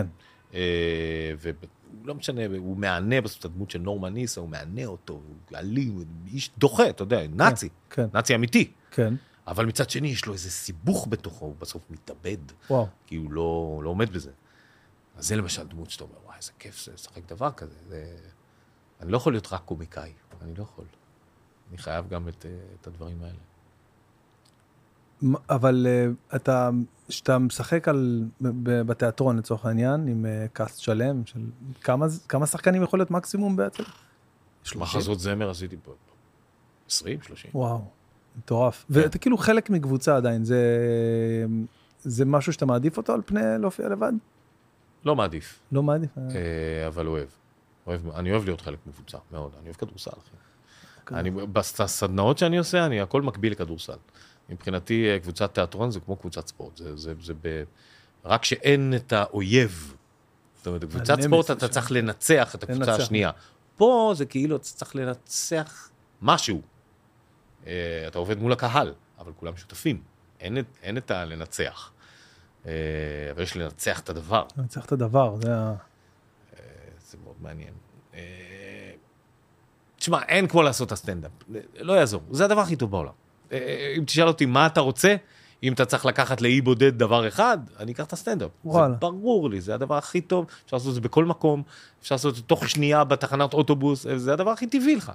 ולא משנה, הוא מענה בסוף את הדמות של נורמן ניסה, הוא מענה אותו, הוא אלים, הוא איש דוחה, אתה יודע, נאצי, כן. נאצי אמיתי. כן. אבל מצד שני, יש לו איזה סיבוך בתוכו, הוא בסוף מתאבד, וואו. כי הוא לא, לא עומד בזה. אז זה למשל דמות שאתה אומר, וואי, איזה כיף זה, לשחק דבר כזה. זה... אני לא יכול להיות רק קומיקאי, אני לא יכול. אני חייב גם את, את הדברים האלה. אבל uh, אתה, שאתה משחק על, בתיאטרון לצורך העניין, עם uh, קאסט שלם, של כמה, כמה שחקנים יכול להיות מקסימום בעצם? מחזות זמר עשיתי פה, עשרים, שלושים. וואו, מטורף. ואתה כאילו חלק מקבוצה עדיין, זה, זה משהו שאתה מעדיף אותו על פני להופיע לבד? לא מעדיף. לא מעדיף? אבל אוהב. אני אוהב להיות חלק מקבוצה, מאוד. אני אוהב כדורסל, אחי. בסדנאות שאני עושה, אני הכל מקביל לכדורסל. מבחינתי, קבוצת תיאטרון זה כמו קבוצת ספורט. זה, זה, זה ב... רק שאין את האויב. זאת אומרת, קבוצת ספורט אתה צריך לנצח את הקבוצה השנייה. פה זה כאילו, אתה צריך לנצח משהו. אתה עובד מול הקהל, אבל כולם שותפים. אין, אין את הלנצח. אבל יש לנצח את הדבר. לנצח את הדבר, זה ה... זה מאוד מעניין. תשמע, אין כמו לעשות את הסטנדאפ. לא יעזור. זה הדבר הכי טוב בעולם. אם תשאל אותי מה אתה רוצה, אם אתה צריך לקחת לאי בודד דבר אחד, אני אקח את הסטנדאפ. זה ברור לי, זה הדבר הכי טוב. אפשר לעשות את זה בכל מקום, אפשר לעשות את זה תוך שנייה בתחנת אוטובוס, זה הדבר הכי טבעי לך.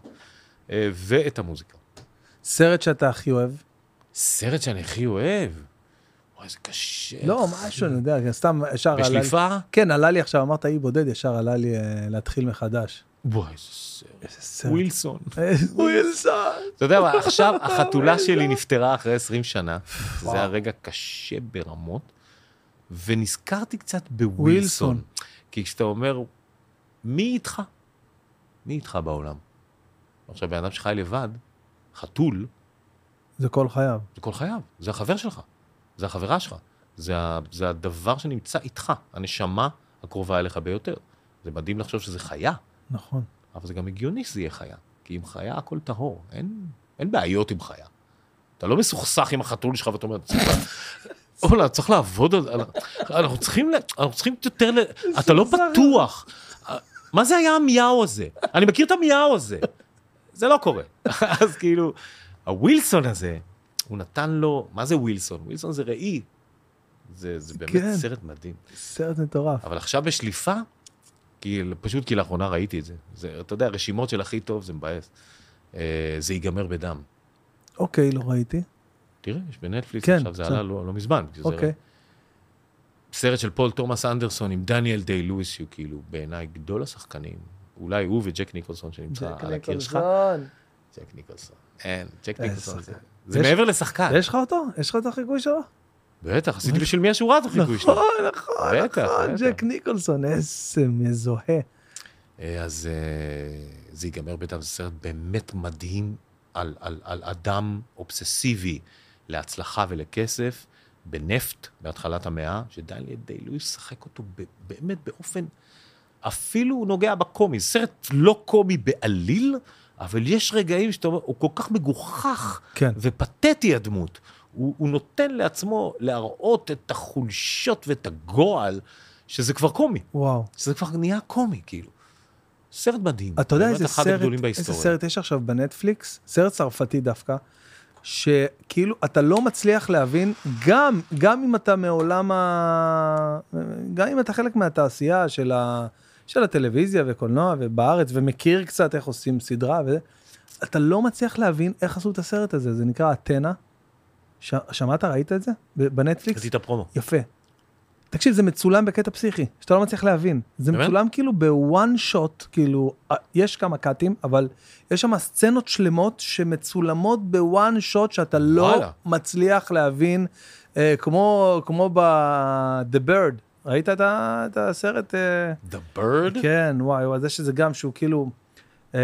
ואת המוזיקה. סרט שאתה הכי אוהב? סרט שאני הכי אוהב? וואי, זה קשה. לא, משהו, אני יודע, סתם ישר עלה לי... בשליפה? כן, עלה לי עכשיו, אמרת אי בודד, ישר עלה לי להתחיל מחדש. וואי, איזה סרט. ווילסון. ווילסון. אתה יודע, עכשיו החתולה שלי נפטרה אחרי עשרים שנה, זה היה רגע קשה ברמות, ונזכרתי קצת בווילסון. כי כשאתה אומר, מי איתך? מי איתך בעולם? עכשיו, בן אדם שחי לבד, חתול, זה כל חייו. זה כל חייו, זה החבר שלך, זה החברה שלך, זה, זה הדבר שנמצא איתך, הנשמה הקרובה אליך ביותר. זה מדהים לחשוב שזה חיה. נכון. אבל זה גם הגיוני שזה יהיה חיה, כי עם חיה הכל טהור, אין, אין בעיות עם חיה. אתה לא מסוכסך עם החתול שלך, ואתה אומר, אולה, צריך לעבוד, אנחנו צריכים, אנחנו צריכים יותר, אתה לא בטוח. מה זה היה המיהו הזה? אני מכיר את המיהו הזה. זה לא קורה. אז כאילו, הווילסון הזה, הוא נתן לו, מה זה ווילסון? ווילסון זה ראי. זה, זה באמת כן. סרט מדהים. סרט מטורף. אבל עכשיו בשליפה, כי, פשוט כי לאחרונה ראיתי את זה. זה. אתה יודע, רשימות של הכי טוב, זה מבאס. אה, זה ייגמר בדם. אוקיי, לא ראיתי. תראה, יש בנטפליקס, כן, עכשיו זה עלה לא, לא מזמן. אוקיי. זה סרט של פול תומאס אנדרסון עם דניאל דיי לואיס, שהוא כאילו בעיניי גדול השחקנים. אולי הוא וג'ק ניקולסון שנמצא על הקיר שלך. ג'ק ניקולסון. אין, ג'ק ניקולסון זה. זה מעבר לשחקן. יש לך אותו? יש לך את החיקוי שלו? בטח, עשיתי בשביל מי השורה את החיקוי שלו. נכון, נכון, נכון, ג'ק ניקולסון, איזה מזוהה. אז זה ייגמר בדם, זה סרט באמת מדהים על אדם אובססיבי להצלחה ולכסף, בנפט, בהתחלת המאה, שדניאל דיי לואיס שחק אותו באמת באופן, אפילו הוא נוגע בקומי, סרט לא קומי בעליל, אבל יש רגעים שאתה אומר, הוא כל כך מגוחך, כן. ופתטי הדמות, הוא, הוא נותן לעצמו להראות את החולשות ואת הגועל, שזה כבר קומי. וואו. שזה כבר נהיה קומי, כאילו. סרט מדהים. אתה יודע איזה סרט, איזה סרט יש עכשיו בנטפליקס, סרט צרפתי דווקא, שכאילו אתה לא מצליח להבין, גם, גם אם אתה מעולם ה... גם אם אתה חלק מהתעשייה של, ה... של הטלוויזיה וקולנוע ובארץ, ומכיר קצת איך עושים סדרה, וזה, אתה לא מצליח להבין איך עשו את הסרט הזה, זה נקרא אתנה. ש... שמעת, ראית את זה? בנטפליקס? ראיתי את הפרומו. יפה. תקשיב, זה מצולם בקטע פסיכי, שאתה לא מצליח להבין. זה באמת? מצולם כאילו בוואן שוט, כאילו, יש כמה קאטים, אבל יש שם סצנות שלמות שמצולמות בוואן שוט, שאתה לא וואלה. מצליח להבין, אה, כמו, כמו ב-The Bird. ראית את, ה, את הסרט? אה... The Bird? כן, וואי, זה שזה גם שהוא כאילו... אה,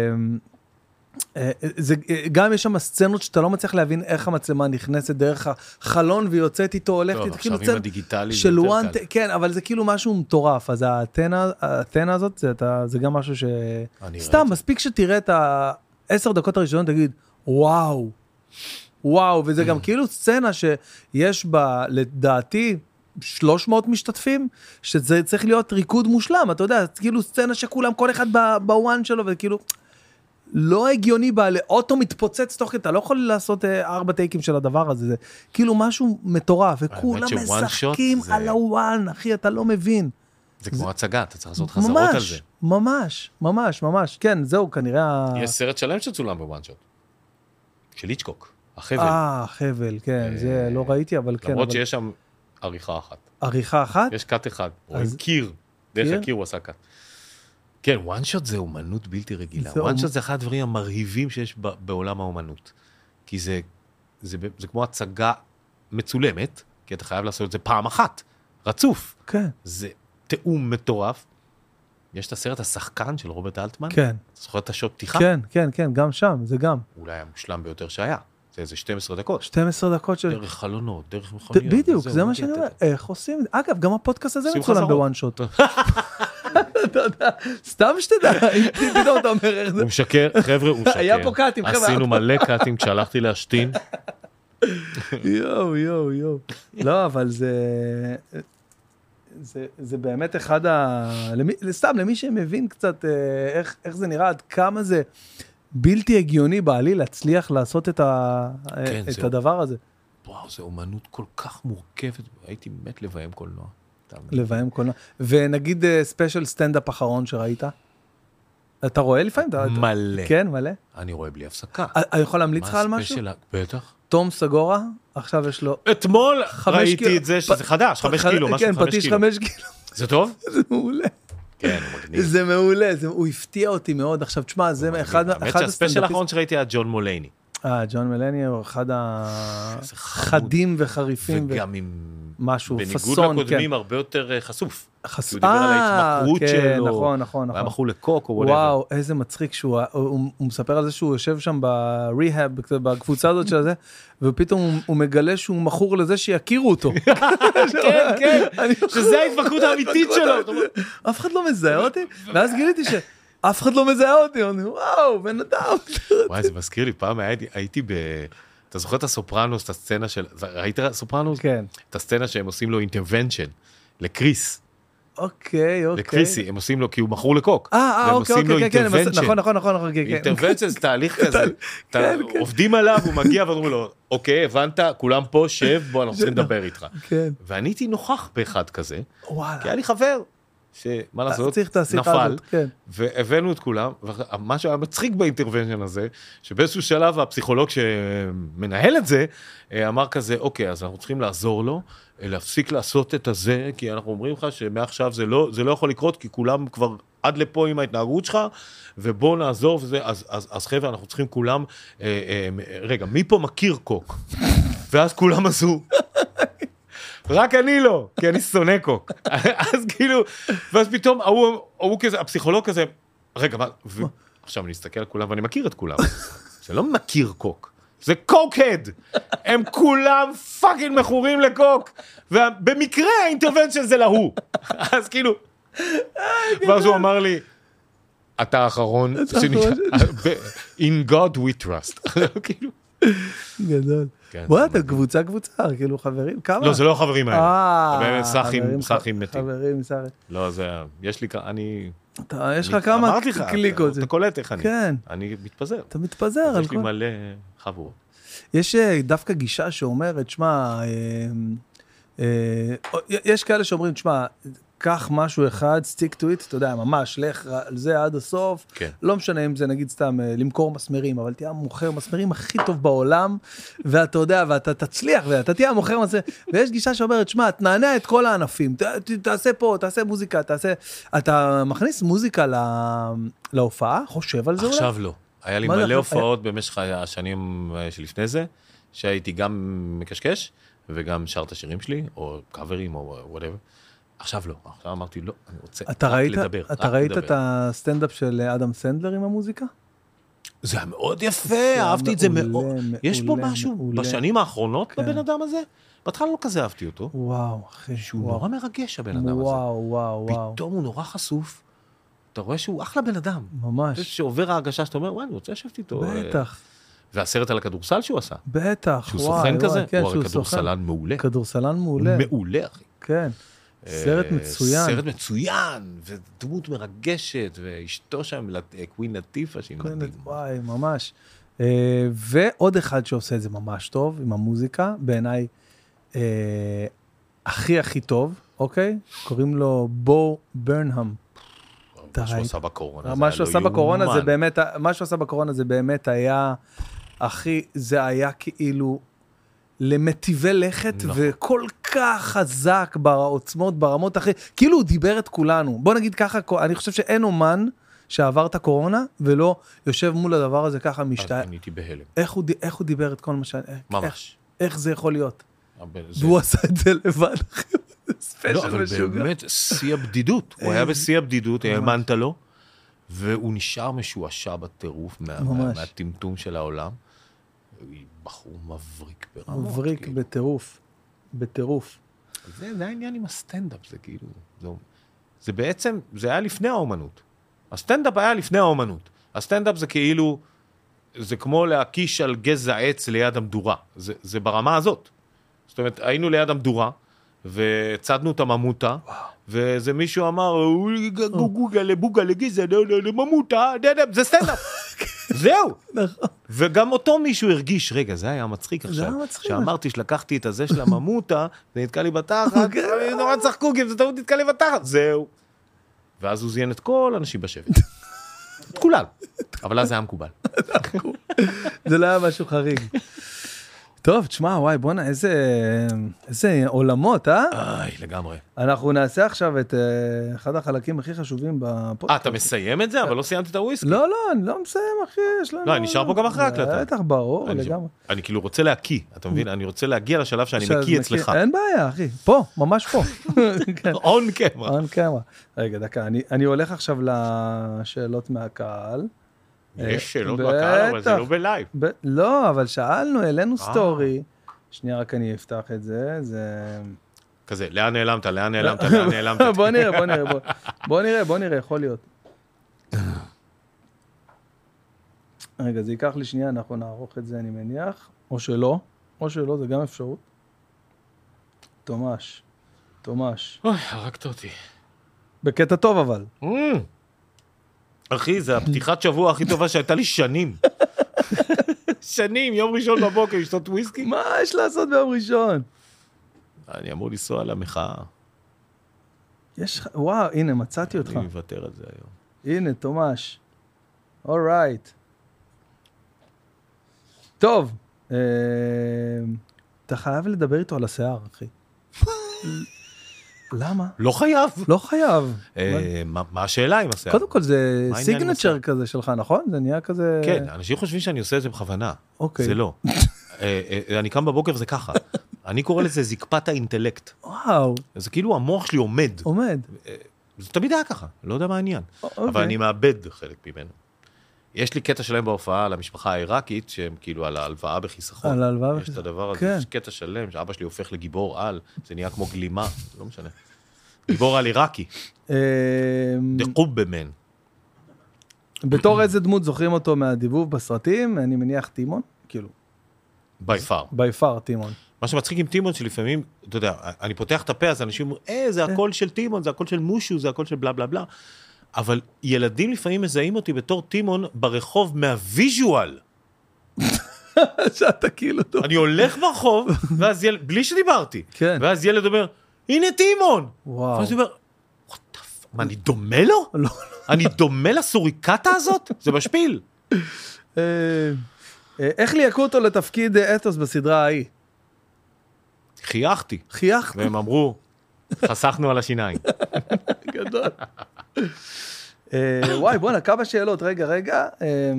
זה, גם יש שם סצנות שאתה לא מצליח להבין איך המצלמה נכנסת דרך החלון ויוצאת איתו, הולכת איתו, כאילו צד של וואן, כן, אבל זה כאילו משהו מטורף, אז האתנה הזאת, זה, זה גם משהו ש... סתם, מספיק שתראה את העשר דקות הראשונות, תגיד, וואו, וואו, וזה גם כאילו סצנה שיש בה, לדעתי, שלוש מאות משתתפים, שזה צריך להיות ריקוד מושלם, אתה יודע, כאילו סצנה שכולם, כל אחד בוואן שלו, וכאילו... לא הגיוני בה, לאוטו מתפוצץ תוך כדי, אתה לא יכול לעשות אה, ארבע טייקים של הדבר הזה, זה כאילו משהו מטורף, וכולם משחקים זה... על הוואן, אחי, אתה לא מבין. זה כמו הצגה, אתה צריך לעשות חזרות ממש, על זה. ממש, ממש, ממש, כן, זהו, כנראה... יש סרט שלם שצולם בוואן שוט, של היצ'קוק, החבל. אה, חבל, כן, זה לא ראיתי, אבל כן. למרות אבל- שיש שם עריכה אחת. עריכה אחת? יש קאט אחד, רואים אז- קיר, דרך קיר? הקיר הוא עשה קאט. כן, וואן שוט זה אומנות בלתי רגילה. זה וואן אומ- שוט זה אחד הדברים המרהיבים שיש ב- בעולם האומנות. כי זה, זה, זה כמו הצגה מצולמת, כי אתה חייב לעשות את זה פעם אחת, רצוף. כן, זה תיאום מטורף. יש את הסרט השחקן של רוברט אלטמן. כן, זוכר את השוט פתיחה? כן, כן, כן, גם שם, זה גם. אולי המושלם ביותר שהיה. זה איזה שתים עשרה דקות. שתים עשרה דקות של... דרך חלונות, דרך מכוניות. בדיוק, וזהו, זה מה מגיע, שאני אתה- אומר, איך עושים את זה? אגב, גם הפודקאסט הזה עושים מצולם חזרות. בוואן שוט. אתה יודע, סתם שתדע, אם פתאום אתה אומר איך זה... הוא משקר, חבר'ה, הוא משקר. היה פה קאטים, חבר'ה. עשינו מלא קאטים כשהלכתי להשתין. יואו, יואו, יואו. לא, אבל זה... זה, זה באמת אחד ה... למי, סתם, למי שמבין קצת אה, איך, איך זה נראה, עד כמה זה בלתי הגיוני בעליל להצליח לעשות את, ה, כן, את זה- הדבר הזה. וואו, זו אומנות כל כך מורכבת. הייתי מת לביים קולנוע. אתה מבין? לביים קולנוע. ונגיד ספיישל סטנדאפ אחרון שראית? אתה רואה לפעמים? אתה- מלא. כן, מלא. אני רואה בלי הפסקה. אני יכול להמליץ לך על מה משהו? הספיישל ה- בטח. תום סגורה, עכשיו יש לו... אתמול חמש ראיתי קילו- את זה שזה פ- חדש, חמש ח- קילו, משהו כן, חמש פטיש קילו. חמש קילו. זה טוב? זה מעולה. כן, הוא מגניב. זה מעולה, זה- הוא הפתיע אותי מאוד. עכשיו, תשמע, זה אחד האמת אחד שהספיישל האחרון שראיתי היה ג'ון מולייני. אה, ג'ון מלני הוא אחד איזה חמוד. החדים וחריפים. וגם עם... משהו, בניגוד פסון, לקודמים כן. הרבה יותר אה, חשוף. חס- כי הוא דיבר על אה, ההתמכרות כן, שלו. נכון, נכון, הוא היה נכון. מכור לקוק או וואטאבר. וואו, איזה מצחיק שהוא, הוא, הוא מספר על זה שהוא יושב שם בריהאב, בקבוצה הזאת של זה, ופתאום הוא, הוא מגלה שהוא מכור לזה שיכירו אותו. כן, כן, אני- שזה ההתמכרות האמיתית שלו. אתה אומר, אף אחד לא מזהה אותי, ואז גיליתי שאף אחד לא מזהה אותי, אני, וואו, בן אדם. וואי, זה מזכיר לי, פעם הייתי- הייתי ב... אתה זוכר את הסופרנוס, את הסצנה של... ראית סופרנוס? כן, את הסצנה שהם עושים לו אינטרוונשן, לקריס, אוקיי, אוקיי. לקריסי, הם עושים לו, כי הוא מכור לקוק. אה, אה, והם אוקיי, עושים לו אוקיי, כן, כן, intervention. נכון, נכון, נכון, נכון, כן, כן. אינטרוונשן זה תהליך כזה. אתה- כן, כן. עובדים עליו, הוא מגיע ואומרים לו, אוקיי, הבנת, כולם פה, שב, בוא, אנחנו צריכים לדבר איתך. כן, ואני הייתי נוכח באחד כזה, כי וואלה. היה לי חבר, שמה לעשות, צריך את השיחה נפל, הזאת, כן. והבאנו את כולם, ומה שהיה מצחיק באינטרוונשן הזה, שבאיזשהו שלב הפסיכולוג שמנהל את זה, אמר כזה, אוקיי, אז אנחנו צריכים לעזור לו, להפסיק לעשות את הזה, כי אנחנו אומרים לך שמעכשיו זה לא, זה לא יכול לקרות, כי כולם כבר עד לפה עם ההתנהגות שלך, ובוא נעזור וזה, אז, אז, אז חבר'ה, אנחנו צריכים כולם, אה, אה, רגע, מי פה מכיר קוק? ואז כולם עשו. רק אני לא, כי אני שונא קוק. אז כאילו, ואז פתאום, ההוא, ההוא כזה, הפסיכולוג כזה, רגע, מה, ו... עכשיו אני אסתכל על כולם ואני מכיר את כולם. זה לא מכיר קוק, זה קוק-הד. הם כולם פאקינג מכורים לקוק. ובמקרה האינטרוונשן זה להוא. אז כאילו, ואז הוא אמר לי, אתה האחרון, in God we trust. כאילו, גדול. כן, בוא, זה אתה קבוצה קבוצה, כאילו חברים, כמה? לא, זה לא החברים האלה. אה, באמת סאחים, חברים, סאחים מתים. חברים, סאחים. לא, זה, יש לי, אני, אתה- יש לך אני- כמה אמרתי לך, קליקות. אתה קולט איך אני. כן, אני מתפזר. אתה מתפזר אז על יש לי כל... מלא חבורות. יש אה, דווקא גישה שאומרת, שמע, אה, אה, יש כאלה שאומרים, שמע, קח משהו אחד, stick to it, אתה יודע, ממש, לך על זה עד הסוף, כן. לא משנה אם זה נגיד סתם אה, למכור מסמרים, אבל תהיה המוכר מסמרים הכי טוב בעולם, ואתה יודע, ואתה תצליח, ואתה תהיה המוכר מסמרים, ויש גישה שאומרת, שמע, תנענע את כל הענפים, ת, ת, תעשה פה, תעשה מוזיקה, תעשה, אתה מכניס מוזיקה לה, להופעה, חושב על זה אולי? עכשיו לא. היה לי מה זה מלא עכשיו? הופעות במשך השנים שלפני זה, שהייתי גם מקשקש, וגם שר את השירים שלי, או קאברים, או whatever. עכשיו לא. עכשיו אמרתי, לא, אני רוצה אתה רק ראית, לדבר. אתה רק ראית לדבר. את הסטנדאפ של אדם סנדלר עם המוזיקה? זה היה מאוד יפה, זה אהבתי את זה מעולה, מאוד. מעולה, יש פה משהו מעולה. בשנים האחרונות כן. בבן אדם הזה, בהתחלה לא כזה אהבתי אותו, וואו, אחי. שהוא וואו. נורא מרגש הבן אדם הזה. וואו, וואו, וואו. פתאום הוא נורא חשוף, אתה רואה שהוא אחלה בן אדם. ממש. שעובר ההרגשה שאתה אומר, וואי, אני רוצה לשבת איתו. בטח, והסרט על הכדורסל שהוא עשה, בטח. שהוא וואי, סוכן וואי, כזה, כן, הוא הרי שהוא סוכן. כדורסלן מעולה. כדורסלן מעולה. מעולה, אחי. כן. סרט אה, מצוין. סרט מצוין, ודמות מרגשת, ואשתו שם, לט- קווין לטיפה, שהיא כן, מדהימה. וואי, ממש. אה, ועוד אחד שעושה את זה ממש טוב, עם המוזיקה, בעיניי אה, הכי הכי טוב, אוקיי? קוראים לו בו ברנהאם. מה שהוא ראית? עשה בקורונה, מה שהוא עשה בקורונה זה יאומן. באמת, מה שהוא עשה בקורונה זה באמת היה אחי, זה היה כאילו למטיבי לכת, וכל כך חזק בעוצמות, ברמות אחרי, כאילו הוא דיבר את כולנו. בוא נגיד ככה, אני חושב שאין אומן שעבר את הקורונה, ולא יושב מול הדבר הזה ככה משתעה. אני הייתי בהלם. איך הוא דיבר את כל מה ש... ממש. איך זה יכול להיות? והוא עשה את זה לבד, אחי. לא, אבל באמת, שיא הבדידות. הוא היה בשיא הבדידות, האמנת לו, והוא נשאר משועשע בטירוף מהטמטום של העולם. הוא בחור מבריק ברמות. מבריק בטירוף. בטירוף. זה העניין עם הסטנדאפ, זה כאילו... זה בעצם, זה היה לפני האומנות. הסטנדאפ היה לפני האומנות. הסטנדאפ זה כאילו... זה כמו להקיש על גזע עץ ליד המדורה. זה, זה ברמה הזאת. זאת אומרת, היינו ליד המדורה, וצדנו את הממוטה, וזה מישהו אמר, גוגה לבוגה לגזע, לממוטה, זה סטנדאפ. זהו. וגם אותו מישהו הרגיש, רגע, זה היה מצחיק עכשיו. שאמרתי שלקחתי את הזה של הממוטה, זה נתקע לי בתחת, נורא צחקו, כי זה טעות נתקע לי בתחת. זהו. ואז הוא זיין את כל האנשים בשבט. את כולם. אבל אז זה היה מקובל. זה לא היה משהו חריג. טוב, תשמע, וואי, בוא'נה, איזה, איזה עולמות, אה? איי, לגמרי. אנחנו נעשה עכשיו את uh, אחד החלקים הכי חשובים בפודקאסט. אה, אתה מסיים את זה? אבל לא סיימתי את הוויסקי. לא, לא, אני לא מסיים, אחי, יש לנו... לא, אני נשאר פה גם אחרי הקלטה. בטח, ברור, לגמרי. אני כאילו רוצה להקיא, אתה מבין? אני רוצה להגיע לשלב שאני מקיא אצלך. אין בעיה, אחי, פה, ממש פה. און קמרה. און קמרה. רגע, דקה, אני הולך עכשיו לשאלות מהקהל. יש שאלות בקהל, אבל זה לא בלייב. לא, אבל שאלנו, העלינו סטורי. שנייה, רק אני אפתח את זה, זה... כזה, לאן נעלמת, לאן נעלמת, לאן נעלמת. בוא נראה, בוא נראה, בוא נראה, בוא נראה, יכול להיות. רגע, זה ייקח לי שנייה, אנחנו נערוך את זה, אני מניח. או שלא, או שלא, זה גם אפשרות. תומש, תומש. אוי, הרגת אותי. בקטע טוב אבל. אחי, זה הפתיחת שבוע הכי טובה שהייתה לי שנים. שנים, יום ראשון בבוקר, לשתות וויסקי. מה יש לעשות ביום ראשון? אני אמור לנסוע למחאה. יש, וואו, הנה, מצאתי אותך. אני מוותר על זה היום. הנה, תומש. אורייט. טוב, אה, אתה חייב לדבר איתו על השיער, אחי. למה? לא חייב. לא חייב. מה השאלה עם השיער? קודם כל זה סיגנצ'ר כזה שלך, נכון? זה נהיה כזה... כן, אנשים חושבים שאני עושה את זה בכוונה. אוקיי. זה לא. אני קם בבוקר וזה ככה. אני קורא לזה זקפת האינטלקט. וואו. זה כאילו המוח שלי עומד. עומד. זה תמיד היה ככה, לא יודע מה העניין. אבל אני מאבד חלק ממנו. יש לי קטע שלם בהופעה על המשפחה העיראקית, שהם כאילו על ההלוואה בחיסכון. על ההלוואה בחיסכון. יש את הדבר הזה, יש קטע שלם, שאבא שלי הופך לגיבור על, זה נהיה כמו גלימה, לא משנה. גיבור על עיראקי. דקוב במן. בתור איזה דמות זוכרים אותו מהדיבוב בסרטים, אני מניח טימון, כאילו. בי פאר. בי פאר, טימון. מה שמצחיק עם טימון, שלפעמים, אתה יודע, אני פותח את הפה, אז אנשים אומרים, אה, זה הכל של טימון, זה הכל של מושו, זה הכל של בלה בלה בלה. אבל ילדים לפעמים מזהים אותי בתור טימון ברחוב מהוויז'ואל. שאתה כאילו טוב. אני הולך ברחוב, ואז ילד, בלי שדיברתי. כן. ואז ילד אומר, הנה טימון. וואו. ואז הוא אומר, מה, אני דומה לו? לא. אני דומה לסוריקטה הזאת? זה משפיל. איך ליהקו אותו לתפקיד אתוס בסדרה ההיא? חייכתי. חייכת? והם אמרו, חסכנו על השיניים. גדול. וואי, בוא נקע בשאלות, רגע, רגע.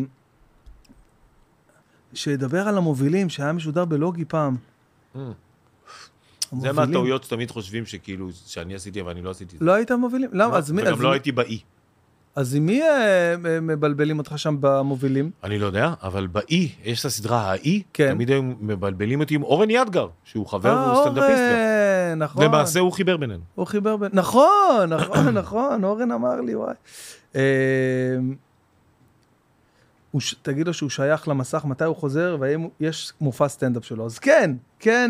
שידבר על המובילים, שהיה משודר בלוגי פעם. זה מהטעויות שתמיד חושבים שכאילו, שאני עשיתי, אבל אני לא עשיתי. לא היית מובילים? למה? וגם לא הייתי באי. אז עם מי מבלבלים אותך שם במובילים? אני לא יודע, אבל באי, יש את הסדרה האי, כן. תמיד הם מבלבלים אותי עם אורן ידגר, שהוא חבר והוא סטנדאפיסט. אורן, נכון. למעשה הוא חיבר בינינו. הוא חיבר בינינו. נכון, נכון, נכון, אורן אמר לי, וואי. תגיד לו שהוא שייך למסך, מתי הוא חוזר, והאם יש מופע סטנדאפ שלו. אז כן, כן,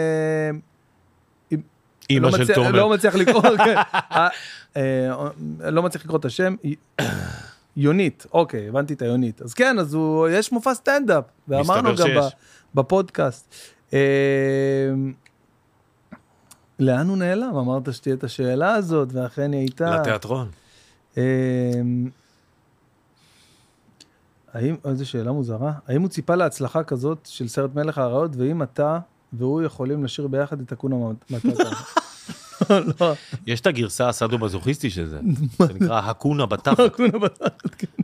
אמא של תומר. לא מצליח לקרוא, לא מצליח לקרוא את השם, יונית, אוקיי, הבנתי את היונית. אז כן, אז יש מופע סטנדאפ, ואמרנו גם בפודקאסט. לאן הוא נעלם? אמרת שתהיה את השאלה הזאת, ואכן היא הייתה... לתיאטרון. האם, איזו שאלה מוזרה, האם הוא ציפה להצלחה כזאת של סרט מלך האריות, ואם אתה והוא יכולים לשיר ביחד את הקונה מטאטה? לא. יש את הגרסה הסאדו-מזוכיסטי של זה, זה נקרא הקונה בתחת. הקונה בתחת, כן.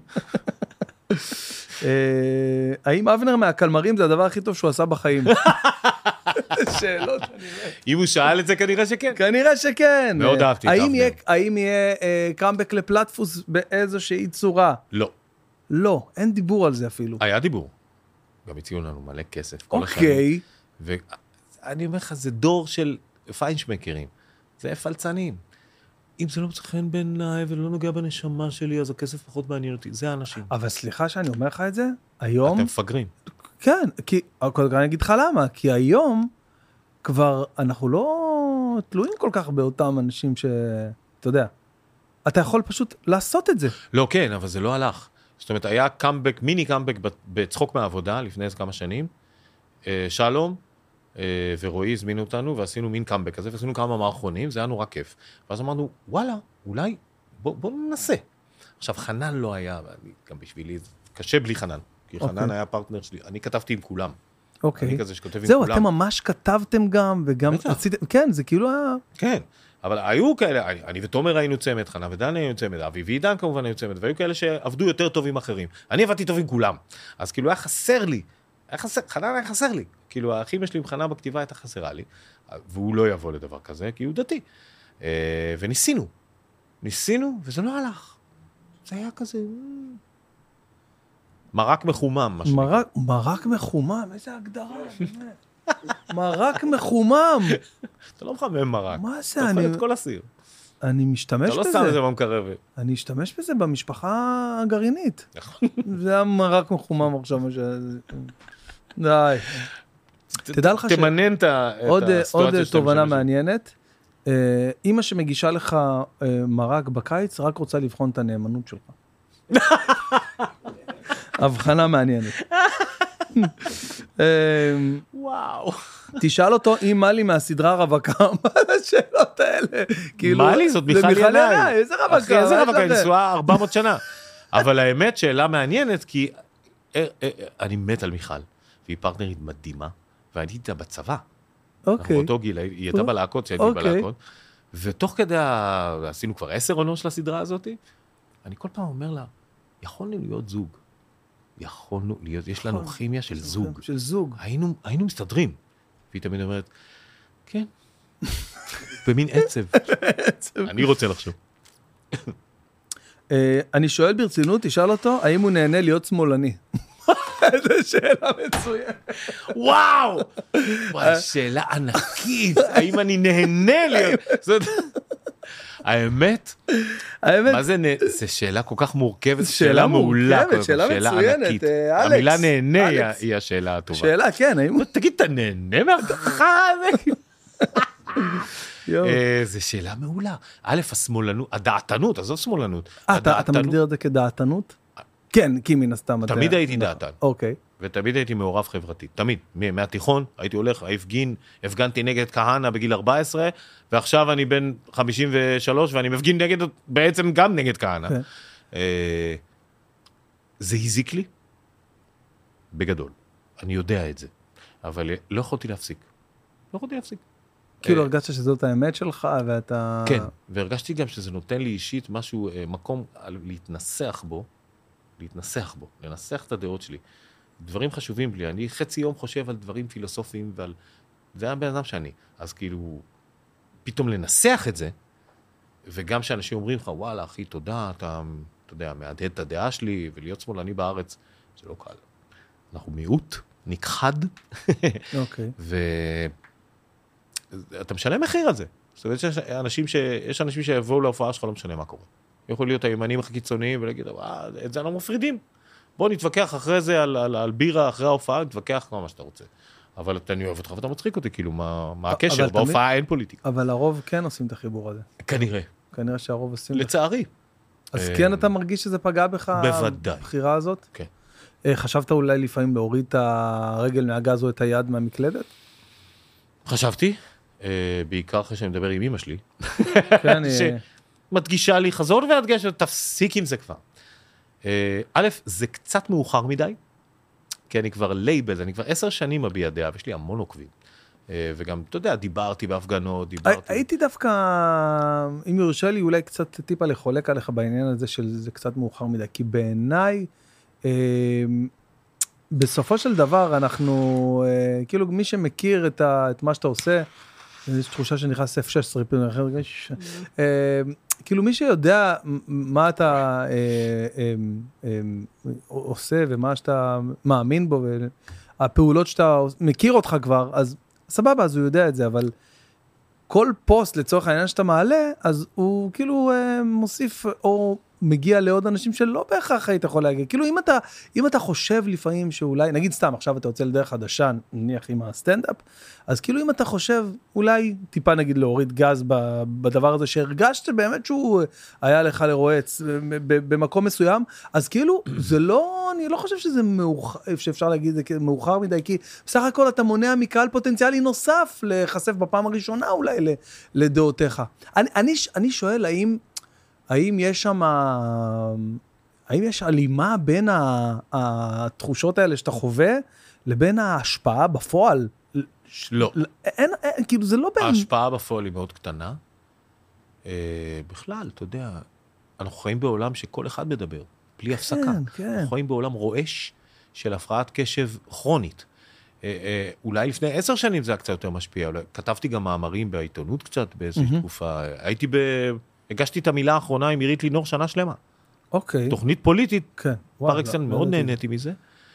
האם אבנר מהקלמרים זה הדבר הכי טוב שהוא עשה בחיים? שאלות, אני רואה. אם הוא שאל את זה, כנראה שכן. כנראה שכן. מאוד אהבתי את אבנר. האם יהיה קאמבק לפלטפוס באיזושהי צורה? לא. לא, אין דיבור על זה אפילו. היה דיבור. גם הציעו לנו מלא כסף. אוקיי. ואני אומר לך, זה דור של פיינשמקרים. זה פלצנים. אם זה לא מצא חן בעיניי ולא נוגע בנשמה שלי, אז הכסף פחות מעניין אותי. זה האנשים. אבל סליחה שאני אומר לך את זה, היום... אתם מפגרים. כן, כי... אני אגיד לך למה, כי היום כבר אנחנו לא תלויים כל כך באותם אנשים ש... אתה יודע, אתה יכול פשוט לעשות את זה. לא, כן, אבל זה לא הלך. זאת אומרת, היה קאמבק, מיני קאמבק בצחוק מהעבודה לפני איזה כמה שנים. שלום ורועי הזמינו אותנו ועשינו מין קאמבק כזה, ועשינו כמה מערכונים, זה היה נורא כיף. ואז אמרנו, וואלה, אולי בוא, בוא ננסה. עכשיו, חנן לא היה, גם בשבילי, קשה בלי חנן. כי okay. חנן היה פרטנר שלי, אני כתבתי עם כולם. אוקיי. אני כזה שכותב עם זהו, כולם. אתם ממש כתבתם גם, וגם רציתם, כן, זה כאילו היה... כן, אבל היו כאלה, אני ותומר היינו צמד, חנן ודן היינו צמד, אבי ועידן כמובן היו צמד, והיו כאלה שעבדו יותר טוב עם אחרים. אני עבדתי טוב עם כולם. אז כאילו היה חסר לי, היה חסר, חנן היה חסר לי. כאילו האחים שלי עם חנן בכתיבה הייתה חסרה לי, והוא לא יבוא לדבר כזה, כי הוא דתי. וניסינו. ניסינו, וזה לא הלך. זה היה כזה... מרק מחומם, מה שנקרא. מרק, מרק מחומם, איזה הגדרה, באמת. מרק מחומם. אתה לא מחמם מרק. מה זה? אתה אני... אוכל את כל הסיר. אני משתמש בזה. אתה לא שם את זה במקרבת. אני אשתמש בזה במשפחה הגרעינית. נכון. זה היה מרק מחומם עכשיו. די. תדע לך ש... תמנן את הסיטואציה שאתה עוד תובנה מעניינת. אמא שמגישה לך מרק בקיץ, רק רוצה לבחון את הנאמנות שלך. הבחנה מעניינת. וואו. תשאל אותו אם מלי מהסדרה רווקה, מה השאלות האלה? מלי זאת מיכל ינאי. איזה רווקה? איזה רווקה, היא נשואה ארבע מאות שנה. אבל האמת שאלה מעניינת, כי אני מת על מיכל, והיא פרטנרית מדהימה, ואני איתה בצבא. אנחנו אותו גיל, היא הייתה בלהקות, שהייתי בלהקות, ותוך כדי, עשינו כבר עשר עונות של הסדרה הזאת, אני כל פעם אומר לה, יכולנו להיות זוג. יכולנו להיות, יש לנו כימיה של זוג. של זוג. היינו, היינו מסתדרים. והיא תמיד אומרת, כן. במין עצב. אני רוצה לחשוב. אני שואל ברצינות, תשאל אותו, האם הוא נהנה להיות שמאלני? איזו שאלה מצוינת. וואו! וואי, שאלה ענקית. האם אני נהנה להיות... האמת, מה זה, זה שאלה כל כך מורכבת, שאלה מעולה, שאלה מצוינת, אלכס. המילה נהנה היא השאלה הטובה. שאלה, כן. תגיד, אתה נהנה מהכחה הזה? זה שאלה מעולה. א', השמאלנות, הדעתנות, עזוב שמאלנות. אתה מגדיר את זה כדעתנות? כן, כי מן הסתם. תמיד הייתי דעתן. אוקיי. ותמיד הייתי מעורב חברתי, תמיד. מהתיכון הייתי הולך, הפגין, הפגנתי נגד כהנא בגיל ארבע עשרה, ועכשיו אני בן חמישים ושלוש, ואני מפגין נגד, בעצם גם נגד כהנא. זה הזיק לי בגדול. אני יודע את זה. אבל לא יכולתי להפסיק. לא יכולתי להפסיק. כאילו הרגשת שזאת האמת שלך, ואתה... כן, והרגשתי גם שזה נותן לי אישית משהו, מקום להתנסח בו, להתנסח בו, לנסח את הדעות שלי. דברים חשובים לי, אני חצי יום חושב על דברים פילוסופיים ועל... זה היה בן אדם שאני. אז כאילו, פתאום לנסח את זה, וגם שאנשים אומרים לך, וואלה, אחי, תודה, אתה, אתה יודע, מהדהד את הדעה שלי, ולהיות שמאלני בארץ, זה לא קל. אנחנו מיעוט, נכחד, אוקיי. ואתה משלם מחיר על זה. זאת אומרת, שיש אנשים, ש... יש אנשים שיבואו להופעה שלך, לא משנה מה קורה. יכול להיות הימנים הכי קיצוניים, ולהגיד, את זה אנחנו מפרידים. בוא נתווכח אחרי זה על, על, על בירה אחרי ההופעה, נתווכח כמו מה שאתה רוצה. אבל אני אוהב אותך ואתה מצחיק אותי, כאילו, מה, מה הקשר? בהופעה תמיד... אין פוליטיקה. אבל הרוב כן עושים את החיבור הזה. כנראה. כנראה שהרוב עושים... לצערי. אז כן אתה מרגיש שזה פגע בך? בוודאי. הבחירה הזאת? כן. חשבת אולי לפעמים להוריד את הרגל מהגז או את היד מהמקלדת? חשבתי, בעיקר אחרי שאני מדבר עם אמא שלי. כן, שמדגישה לי, חזור והדגש, תפסיק עם זה כבר. א', זה קצת מאוחר מדי, כי אני כבר לייבל, אני כבר עשר שנים מביע דעה, ויש לי המון עוקבים. וגם, אתה יודע, דיברתי בהפגנות, דיברתי... הייתי דווקא, אם יורשה לי, אולי קצת טיפה לחולק עליך בעניין הזה, שזה קצת מאוחר מדי, כי בעיניי, בסופו של דבר, אנחנו, כאילו, מי שמכיר את מה שאתה עושה, יש תחושה שנכנס אף שש עשרה, כאילו מי שיודע מה אתה עושה ומה שאתה מאמין בו, והפעולות שאתה מכיר אותך כבר, אז סבבה, אז הוא יודע את זה, אבל כל פוסט לצורך העניין שאתה מעלה, אז הוא כאילו מוסיף או מגיע לעוד אנשים שלא בהכרח היית יכול להגיע. כאילו אם אתה, אם אתה חושב לפעמים שאולי, נגיד סתם, עכשיו אתה יוצא לדרך חדשה, נניח עם הסטנדאפ, אז כאילו אם אתה חושב, אולי טיפה נגיד להוריד גז בדבר הזה, שהרגשת באמת שהוא היה לך לרועץ במקום מסוים, אז כאילו זה לא, אני לא חושב שזה מאוחר, שאפשר להגיד זה מאוחר מדי, כי בסך הכל אתה מונע מקהל פוטנציאלי נוסף לחשף בפעם הראשונה אולי לדעותיך. אני, אני, אני שואל האם, האם יש שם, האם יש הלימה בין התחושות האלה שאתה חווה, לבין ההשפעה בפועל? לא. אין, אין, כאילו זה לא בין... ההשפעה בפועל היא מאוד קטנה. בכלל, אתה יודע, אנחנו חיים בעולם שכל אחד מדבר, בלי הפסקה. כן, כן. אנחנו חיים בעולם רועש של הפרעת קשב כרונית. אולי לפני עשר שנים זה היה קצת יותר משפיע. כתבתי גם מאמרים בעיתונות קצת באיזושהי תקופה. הייתי ב... הגשתי את המילה האחרונה עם עירית לינור שנה שלמה. אוקיי. תוכנית פוליטית, כן. פרקסן, מאוד נהניתי מזה.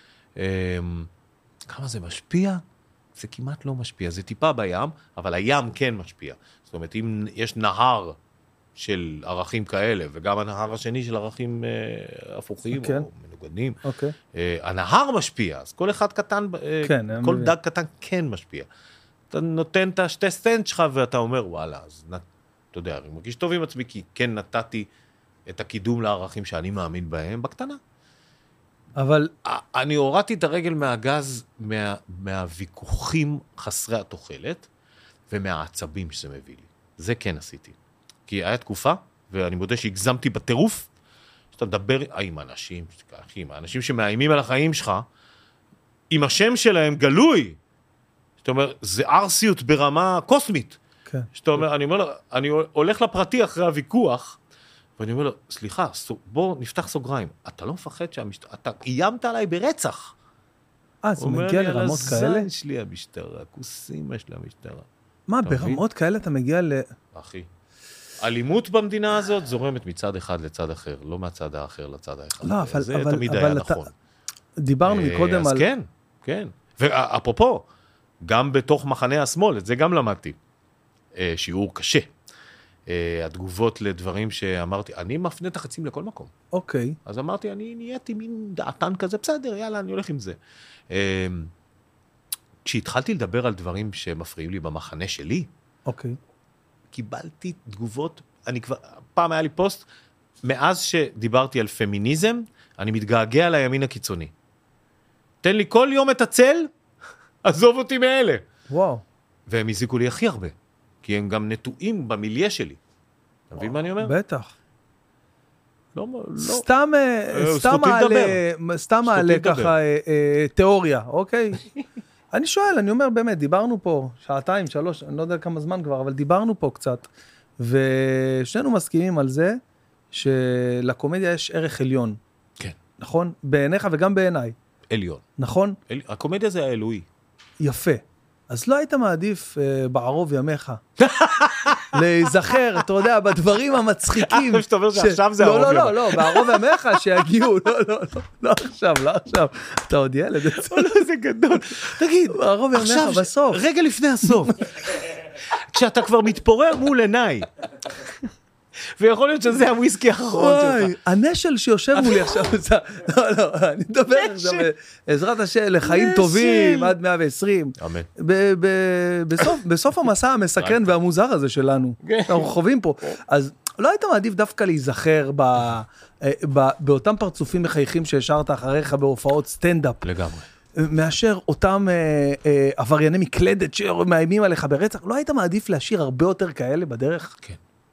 כמה זה משפיע? זה כמעט לא משפיע. זה טיפה בים, אבל הים כן משפיע. זאת אומרת, אם יש נהר של ערכים כאלה, וגם הנהר השני של ערכים הפוכים או מנוגדים, הנהר משפיע. אז כל אחד קטן, כל דג קטן כן משפיע. אתה נותן את השתי סטנט שלך, ואתה אומר, וואלה, אז אתה יודע, אני מרגיש טוב עם עצמי, כי כן נתתי את הקידום לערכים שאני מאמין בהם בקטנה. אבל... אני הורדתי את הרגל מהגז, מה, מהוויכוחים חסרי התוחלת, ומהעצבים שזה מביא לי. זה כן עשיתי. כי היה תקופה, ואני מודה שהגזמתי בטירוף, שאתה מדבר עם אנשים, עם האנשים שמאיימים על החיים שלך, עם השם שלהם גלוי. זאת אומרת, זה ארסיות ברמה קוסמית. כן. שאתה אומר, אני אומר לו, אני הולך לפרטי אחרי הוויכוח, ואני אומר לו, סליחה, בוא נפתח סוגריים. אתה לא מפחד שהמשטרה, אתה איימת עליי ברצח. אה, זה מגיע לרמות כאלה? הזין שלי המשטרה, כוסימה של המשטרה. מה, ברמות כאלה אתה מגיע ל... אחי, אלימות במדינה הזאת זורמת מצד אחד לצד אחר, לא מהצד האחר לצד האחד. לא, אבל... זה תמיד היה נכון. דיברנו מקודם על... אז כן, כן. ואפרופו, גם בתוך מחנה השמאל, את זה גם למדתי. שיעור קשה. התגובות לדברים שאמרתי, אני מפנה את החצים לכל מקום. אוקיי. אז אמרתי, אני נהייתי מין דעתן כזה, בסדר, יאללה, אני הולך עם זה. כשהתחלתי לדבר על דברים שמפריעים לי במחנה שלי, אוקיי. קיבלתי תגובות, אני כבר, פעם היה לי פוסט, מאז שדיברתי על פמיניזם, אני מתגעגע לימין הקיצוני. תן לי כל יום את הצל, עזוב אותי מאלה. וואו. והם הזיקו לי הכי הרבה. כי הם גם נטועים במיליה שלי. אתה מבין מה אני אומר? בטח. לא, לא. סתם, סתם מעלה, סתם מעלה ככה תיאוריה, אוקיי? אני שואל, אני אומר באמת, דיברנו פה שעתיים, שלוש, אני לא יודע כמה זמן כבר, אבל דיברנו פה קצת, ושנינו מסכימים על זה, שלקומדיה יש ערך עליון. כן. נכון? בעיניך וגם בעיניי. עליון. נכון? הקומדיה זה האלוהי. יפה. אז לא היית מעדיף אה, בערוב ימיך להיזכר, אתה יודע, בדברים המצחיקים. אני שאתה אומר שעכשיו זה הערוב ימיך. לא, ימיך. לא, לא, בערוב ימיך שיגיעו, לא, לא, לא, לא עכשיו, לא עכשיו. אתה עוד ילד. לא, זה גדול. תגיד, בערוב ימיך בסוף. רגע לפני הסוף. כשאתה כבר מתפורר מול עיניי. ויכול להיות שזה הוויסקי האחרון שלך. הנשל שיושב מולי עכשיו, לא, לא, אני מדבר עכשיו, בעזרת השם, לחיים טובים, עד מאה ועשרים. אמן. בסוף המסע המסקרן והמוזר הזה שלנו, אנחנו חווים פה, אז לא היית מעדיף דווקא להיזכר באותם פרצופים מחייכים שהשארת אחריך בהופעות סטנדאפ. לגמרי. מאשר אותם עברייני מקלדת שמאיימים עליך ברצח, לא היית מעדיף להשאיר הרבה יותר כאלה בדרך? כן.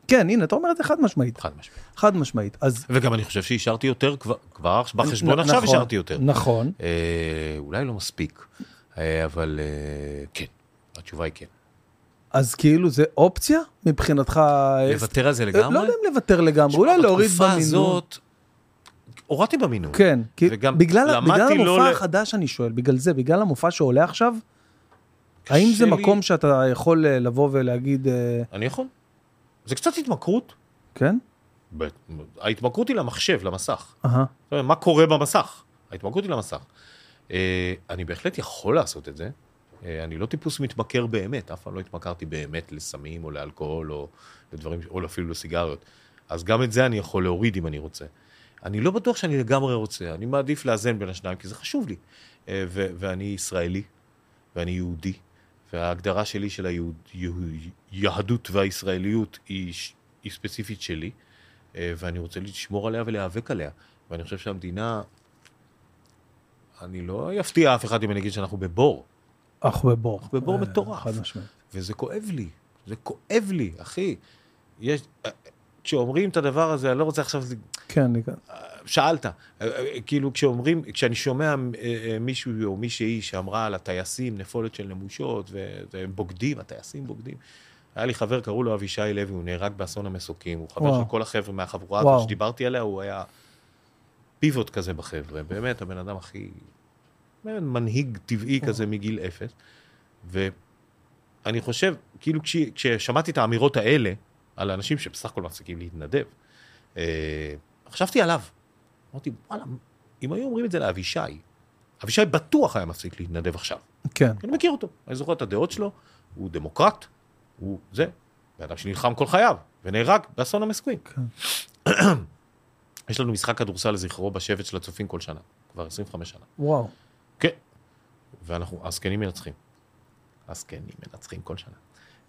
כן, הנה, אתה אומר את זה חד משמעית. חד משמעית. חד משמעית. אז... וגם אני חושב שהשארתי יותר, כבר, כבר בחשבון נ- עכשיו נכון, השארתי יותר. נכון. אה, אולי לא מספיק, אה, אבל אה, כן, התשובה היא כן. אז כאילו זה אופציה מבחינתך? לוותר על זה לגמרי? לא יודע אם לוותר לגמרי, אולי להוריד בתקופה במינון. הזאת, הורדתי במינון. כן, כי וגם בגלל, למדתי בגלל המופע לא ל- החדש אני שואל, בגלל זה, בגלל המופע שעולה עכשיו, האם זה לי- מקום שאתה יכול אה, לבוא ולהגיד, אה, אני יכול. זה קצת התמכרות. כן? ב- ההתמכרות היא למחשב, למסך. אהה. זאת אומרת, מה קורה במסך? ההתמכרות היא למסך. אה, אני בהחלט יכול לעשות את זה. אה, אני לא טיפוס מתמכר באמת, אף פעם לא התמכרתי באמת לסמים או לאלכוהול או לדברים, או אפילו לסיגריות. אז גם את זה אני יכול להוריד אם אני רוצה. אני לא בטוח שאני לגמרי רוצה, אני מעדיף לאזן בין השניים, כי זה חשוב לי. אה, ו- ואני ישראלי, ואני יהודי, וההגדרה שלי של היהדות והישראליות היא, היא ספציפית שלי, אה, ואני רוצה לשמור עליה ולהיאבק עליה. ואני חושב שהמדינה, אני לא יפתיע אף אחד אם אני אגיד שאנחנו בבור. אך בבור. אנחנו בבור אה, מטורף. חד משמעית. וזה כואב לי, זה כואב לי, אחי. יש, כשאומרים את הדבר הזה, אני לא רוצה עכשיו, כן, אני כאן. שאלת, כאילו כשאומרים, כשאני שומע מישהו או מישהי שאמרה על הטייסים, נפולת של נמושות, והם בוגדים, הטייסים בוגדים. היה לי חבר, קראו לו אבישי לוי, הוא נהרג באסון המסוקים, הוא חבר וואו. של כל החבר'ה מהחבורה וואו. הזאת שדיברתי עליה, הוא היה פיבוט כזה בחבר'ה, באמת הבן אדם הכי, באמת מנהיג טבעי כזה מגיל אפס, ואני חושב, כאילו כש, כששמעתי את האמירות האלה, על האנשים שבסך הכל מפסיקים להתנדב, אה, חשבתי עליו, אמרתי, וואלה, אם היו אומרים את זה לאבישי, אבישי בטוח היה מפסיק להתנדב עכשיו, כן. אני מכיר אותו, אני זוכר את הדעות שלו, הוא דמוקרט, הוא זה, באדם שנלחם כל חייו, ונהרג באסון המסקווין. כן. יש לנו משחק כדורסל לזכרו בשבט של הצופים כל שנה, כבר עשרים וחמש שנה. וואו. כן, ואנחנו, הזקנים מנצחים. הזקנים מנצחים כל שנה.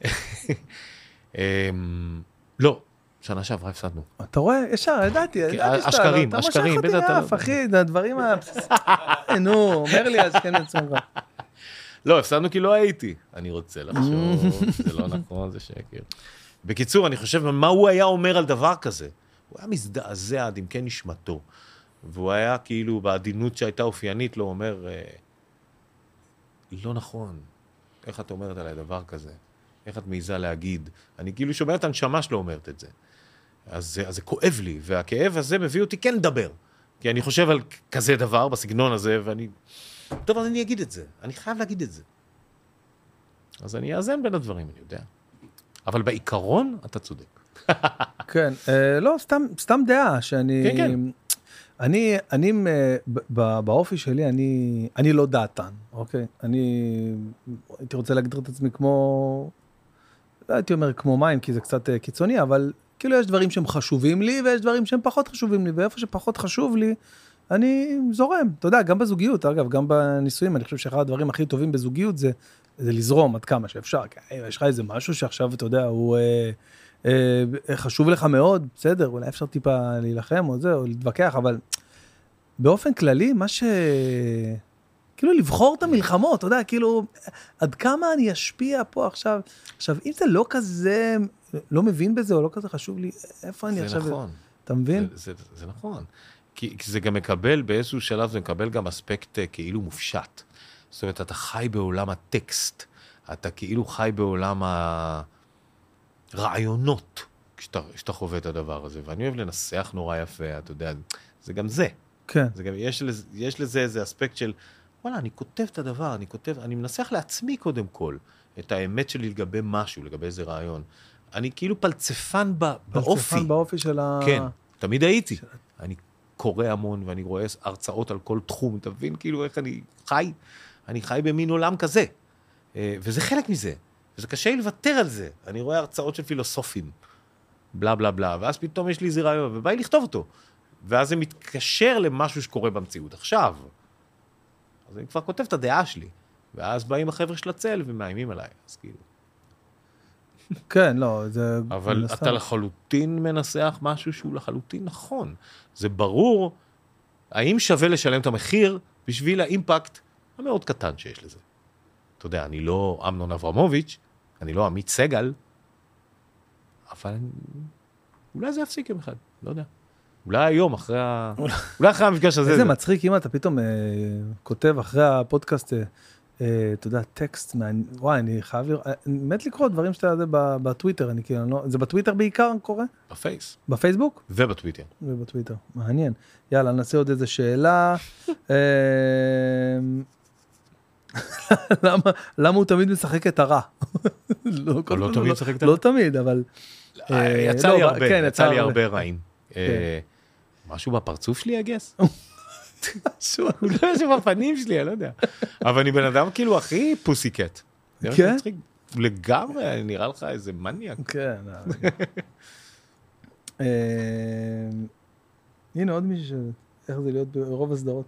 אמ, לא, שנה שעברה הפסדנו. אתה רואה? ישר, ידעתי, ידעתי שאתה... השקרים, אתה השקרים, מושך בטח אותי אתה אף, לא- אחי, זה הדברים הבסיסיים. נו, אומר לי אז כן עצמך. לא, הפסדנו כי לא הייתי. אני רוצה לחשוב, זה לא נכון, זה שקר. בקיצור, אני חושב, מה הוא היה אומר על דבר כזה? הוא היה מזדעזע עד עמקי נשמתו. והוא היה כאילו, בעדינות שהייתה אופיינית, לו אומר, אה, לא נכון, איך את אומרת עליי דבר כזה? איך את מעיזה להגיד? אני כאילו שומע את הנשמה שלו אומרת את זה. אז, זה- אז זה כואב לי, והכאב הזה מביא אותי כן לדבר. כי אני חושב על כזה דבר, בסגנון הזה, ואני... טוב, אז אני אגיד את זה. אני חייב להגיד את זה. אז אני אאזן בין הדברים, אני יודע. אבל בעיקרון, אתה צודק. כן, אה, לא, סתם, סתם דעה שאני... כן, כן. אני, אני, אה, ב- ב- באופי שלי, אני, אני לא דעתן, אוקיי? אני הייתי רוצה להגדיר את עצמי כמו, לא הייתי אומר כמו מים, כי זה קצת אה, קיצוני, אבל כאילו יש דברים שהם חשובים לי, ויש דברים שהם פחות חשובים לי, ואיפה שפחות חשוב לי, אני זורם. אתה יודע, גם בזוגיות, אגב, גם בנישואים, אני חושב שאחד הדברים הכי טובים בזוגיות זה, זה לזרום עד כמה שאפשר. כי יש לך איזה משהו שעכשיו, אתה יודע, הוא אה, אה, חשוב לך מאוד, בסדר, אולי אפשר טיפה להילחם או זה, או להתווכח, אבל באופן כללי, מה ש... כאילו לבחור את המלחמות, אתה יודע, כאילו, עד כמה אני אשפיע פה עכשיו. עכשיו, אם זה לא כזה, לא מבין בזה, או לא כזה חשוב לי, איפה אני זה עכשיו... נכון. אתה מבין? זה, זה, זה נכון. כי, כי זה גם מקבל, באיזשהו שלב זה מקבל גם אספקט אה, כאילו מופשט. זאת אומרת, אתה חי בעולם הטקסט, אתה כאילו חי בעולם הרעיונות, כשאתה, כשאתה חווה את הדבר הזה. ואני אוהב לנסח נורא יפה, אתה יודע, זה גם זה. כן. זה גם, יש לזה, יש לזה איזה אספקט של, וואלה, אני כותב את הדבר, אני כותב, אני מנסח לעצמי קודם כל, את האמת שלי לגבי משהו, לגבי איזה רעיון. אני כאילו פלצפן ב, באופי. פלצפן באופי של ה... כן, תמיד הייתי. אני קורא המון ואני רואה הרצאות על כל תחום, אתה מבין כאילו איך אני חי? אני חי במין עולם כזה. אה, וזה חלק מזה. וזה קשה לי לוותר על זה. אני רואה הרצאות של פילוסופים, בלה בלה בלה, ואז פתאום יש לי איזה רעיון, ובא לי לכתוב אותו. ואז זה מתקשר למשהו שקורה במציאות עכשיו. אז אני כבר כותב את הדעה שלי. ואז באים החבר'ה של הצל ומאיימים עליי. אז כאילו... כן, לא, זה... אבל מנסה. אתה לחלוטין מנסח משהו שהוא לחלוטין נכון. זה ברור, האם שווה לשלם את המחיר בשביל האימפקט המאוד קטן שיש לזה. אתה יודע, אני לא אמנון אברמוביץ', אני לא עמית סגל, אבל אולי זה יפסיק יום אחד, לא יודע. אולי היום, אחרי ה... אולי אחרי המפגש הזה. איזה מצחיק, אם אתה פתאום כותב אחרי הפודקאסט, אתה יודע, טקסט, וואי, אני חייב לראות, מת לקרוא דברים שאתה יודע בטוויטר, אני כאילו, זה בטוויטר בעיקר קורה? בפייס. בפייסבוק? ובטוויטר. ובטוויטר, מעניין. יאללה, נעשה עוד איזה שאלה. למה הוא תמיד משחק את הרע? לא תמיד משחק את הרע? לא תמיד, אבל... יצא לי הרבה, יצא לי הרבה רעים. משהו בפרצוף שלי, אגס? משהו, לא משהו בפנים שלי, אני לא יודע. אבל אני בן אדם כאילו הכי פוסיקט. כן? לגמרי, נראה לך איזה מניאק. כן. הנה עוד מישהו ש... איך זה להיות ברוב הסדרות?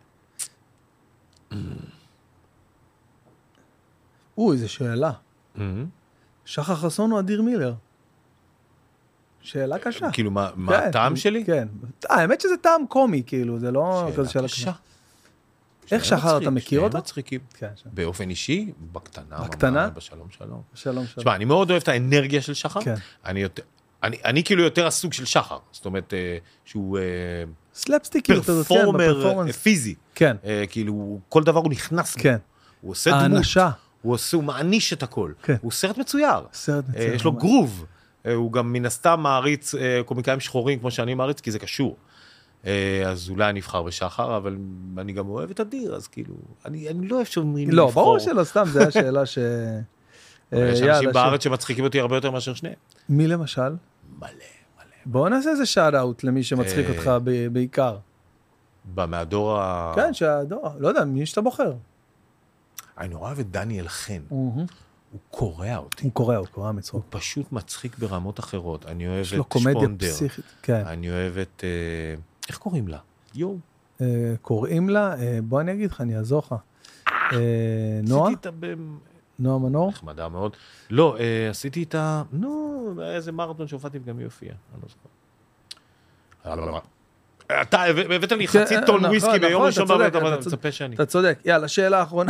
או, איזו שאלה. שחר חסון או אדיר מילר? שאלה קשה. כאילו, מה הטעם שלי? כן. האמת שזה טעם קומי, כאילו, זה לא כזה שאלה קשה. איך שחר, אתה מכיר אותו? שהם מצחיקים. באופן אישי, בקטנה. בקטנה? בשלום שלום. שלום שלום. תשמע, אני מאוד אוהב את האנרגיה של שחר. אני כאילו יותר הסוג של שחר. זאת אומרת, שהוא... סלפסטיקי. פרפורמר פיזי. כן. כאילו, כל דבר הוא נכנס. כן. הוא עושה דמות. האנשה. הוא מעניש את הכל. כן. הוא סרט מצויר. סרט מצויר. יש לו גרוב. הוא גם מן הסתם מעריץ קומיקאים שחורים, כמו שאני מעריץ, כי זה קשור. אז אולי אני אבחר בשחר, אבל אני גם אוהב את אדיר, אז כאילו, אני לא אוהב שאומרים לבחור. לא, ברור שלא, סתם, זו השאלה ש... יש אנשים בארץ שמצחיקים אותי הרבה יותר מאשר שניהם. מי למשל? מלא, מלא. בואו נעשה איזה שאט-אאוט למי שמצחיק אותך בעיקר. מהדור ה... כן, שהדור, לא יודע, מי שאתה בוחר. אני נורא אוהב את דניאל חן. הוא קורע אותי. הוא קורע, הוא קורע מצחוק. הוא פשוט מצחיק ברמות אחרות. אני אוהב את יש לו קומדיה שפונדר. פסיכית. כן. אני אוהב את... איך קוראים לה? יו. קוראים לה, בוא אני אגיד לך, אני אעזור לך. נועה? עשיתי איתה ב... נועה מנור? נחמדה מאוד. לא, עשיתי איתה... נו, איזה מרתון שהופעתי וגם היא הופיעה. אני לא זוכר. אתה הבאת לי חצי טון וויסקי ביום ראשון בבית, אבל אתה מצפה שאני... אתה צודק. יאללה, שאלה אחרונה.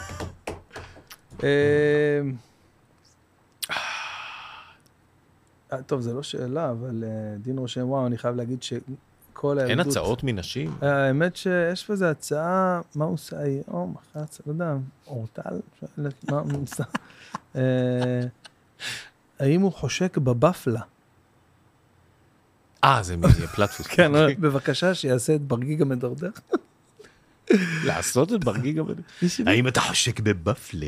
טוב, זה לא שאלה, אבל דין רושם, וואו, אני חייב להגיד שכל הילדות... אין הצעות מנשים? האמת שיש בזה הצעה, מה הוא עושה היום? אחרי הצעה, לא יודע, אורטל? מה הוא עושה? האם הוא חושק בבפלה? אה, זה מפלטפוס. כן, בבקשה שיעשה את ברגיג המדרדר. לעשות את ברגיג המדרדר? האם אתה חושק בבפלה?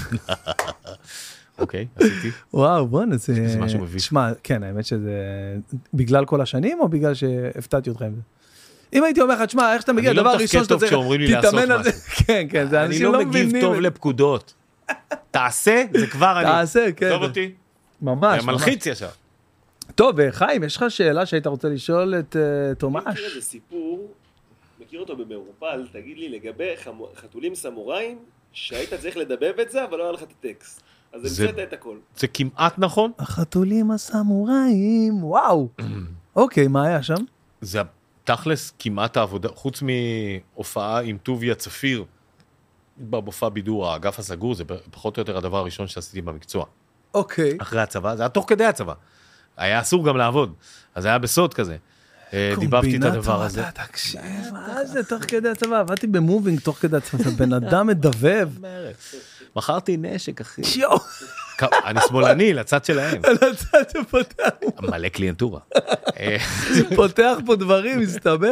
אוקיי, עשיתי. וואו, בוא נעשה... זה משהו מביס. שמע, כן, האמת שזה... בגלל כל השנים, או בגלל שהפתעתי אותך עם זה? אם הייתי אומר לך, תשמע, איך שאתה מגיע, דבר ראשון שאתה צריך... תתאמן על זה. כן, כן, זה אנשים לא מבינים. אני לא מגיב טוב לפקודות. תעשה, זה כבר אני. תעשה, כן. טוב אותי. ממש. מלחיץ ישר. טוב, חיים, יש לך שאלה שהיית רוצה לשאול את תומש? אני מכיר איזה סיפור, מכיר אותו במעורפל, תגיד לי, לגבי חתולים סמוראים, שהיית צריך לדבב את זה, אבל לא היה לך את הטקסט. אז המצאת את הכל. זה כמעט נכון. החתולים הסמוראים, וואו. אוקיי, מה היה שם? זה תכלס כמעט העבודה, חוץ מהופעה עם טוביה צפיר, במופע בידור, האגף הסגור, זה פחות או יותר הדבר הראשון שעשיתי במקצוע. אוקיי. אחרי הצבא, זה היה תוך כדי הצבא. היה אסור גם לעבוד, אז היה בסוד כזה. דיבבתי את הדבר הזה. תקשיב, מה זה תוך כדי הצבא? עבדתי במובינג תוך כדי הצבא, בן אדם מדבב. מכרתי נשק, אחי. שיו. אני שמאלני, לצד שלהם. לצד שפותח. מלא קליינטורה. פותח פה דברים, מסתבר.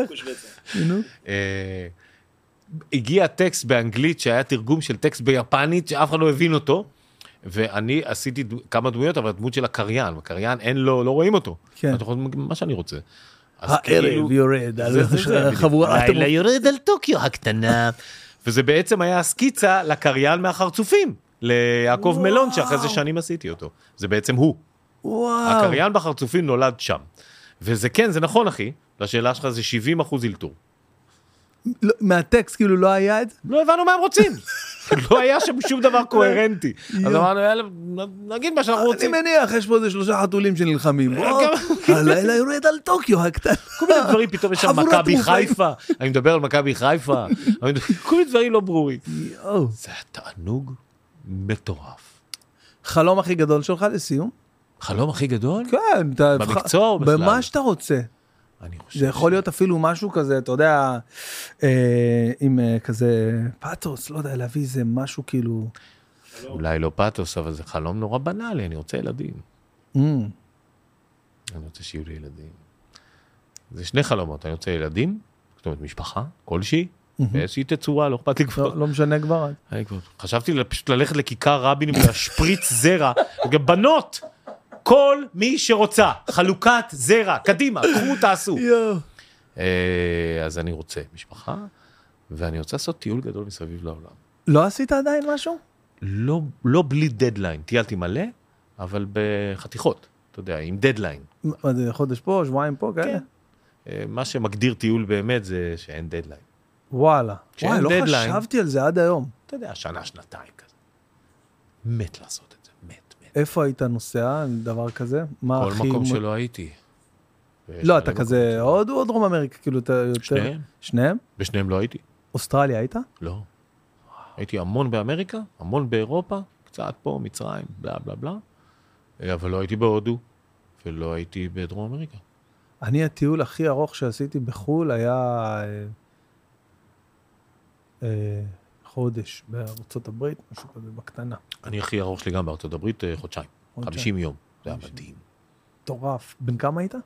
הגיע טקסט באנגלית, שהיה תרגום של טקסט ביפנית, שאף אחד לא הבין אותו. ואני עשיתי כמה דמויות, אבל הדמות של הקריין, הקריין אין לו, לא רואים אותו. כן. אתה יכול מה שאני רוצה. הערב יורד על חבורה. לילה יורד על טוקיו הקטנה. וזה בעצם היה הסקיצה לקריין מהחרצופים, ליעקב מלון, שאחרי זה שנים עשיתי אותו. זה בעצם הוא. וואו. הקריין בחרצופים נולד שם. וזה כן, זה נכון, אחי. לשאלה שלך זה שבעים אחוז אילתור. מהטקסט כאילו לא היה את זה? לא הבנו מה הם רוצים. לא היה שם שום דבר קוהרנטי. אז אמרנו, נגיד מה שאנחנו רוצים. אני מניח, יש פה איזה שלושה חתולים שנלחמים. הלילה יורד על טוקיו הקטן. כל מיני דברים, פתאום יש שם מכבי חיפה. אני מדבר על מכבי חיפה. כל מיני דברים לא ברורים. זה היה תענוג מטורף. חלום הכי גדול שלך לסיום? חלום הכי גדול? כן, אתה... במקצוע או בכלל? במה שאתה רוצה. אני חושב זה יכול להיות אפילו משהו כזה, אתה יודע, אה, עם אה, כזה פאטוס, לא יודע, להביא איזה משהו כאילו... אולי לא פאטוס, אבל זה חלום נורא בנאלי, אני רוצה ילדים. Mm. אני רוצה שיהיו לי ילדים. זה שני חלומות, אני רוצה ילדים, זאת אומרת משפחה, כלשהי, באיזושהי תצורה, לא אכפת לי כבר. לא, לא משנה כבר. אני כבר. חשבתי פשוט ללכת לכיכר רבין ולהשפריץ זרע, וגם בנות, כל מי שרוצה, חלוקת זרע, קדימה, קחו, תעשו. אז אני רוצה משפחה, ואני רוצה לעשות טיול גדול מסביב לעולם. לא עשית עדיין משהו? לא, לא בלי דדליין, טיילתי מלא, אבל בחתיכות, אתה יודע, עם דדליין. מה זה, חודש פה, שבועיים פה, כאלה? כן. מה שמגדיר טיול באמת זה שאין דדליין. וואלה. כשאין וואי, לא דדליין, חשבתי על זה עד היום. אתה יודע, שנה, שנתיים כזה. מת לעשות את זה, מת, מת. איפה היית נוסע, דבר כזה? מה כל הכי... מקום שלא הייתי. לא, אתה כזה, עוד או דרום אמריקה, כאילו אתה יותר... שניהם. שניהם? בשניהם לא הייתי. אוסטרליה היית? לא. הייתי המון באמריקה, המון באירופה, קצת פה, מצרים, בלה בלה בלה. אבל לא הייתי בהודו, ולא הייתי בדרום אמריקה. אני, הטיול הכי ארוך שעשיתי בחול היה אה, אה, חודש בארצות הברית, משהו כזה בקטנה. אני הכי ארוך שלי גם בארצות הברית, אה, חודשיים. חודשיים. חמישים יום. זה היה מדהים. מטורף. בן כמה היית?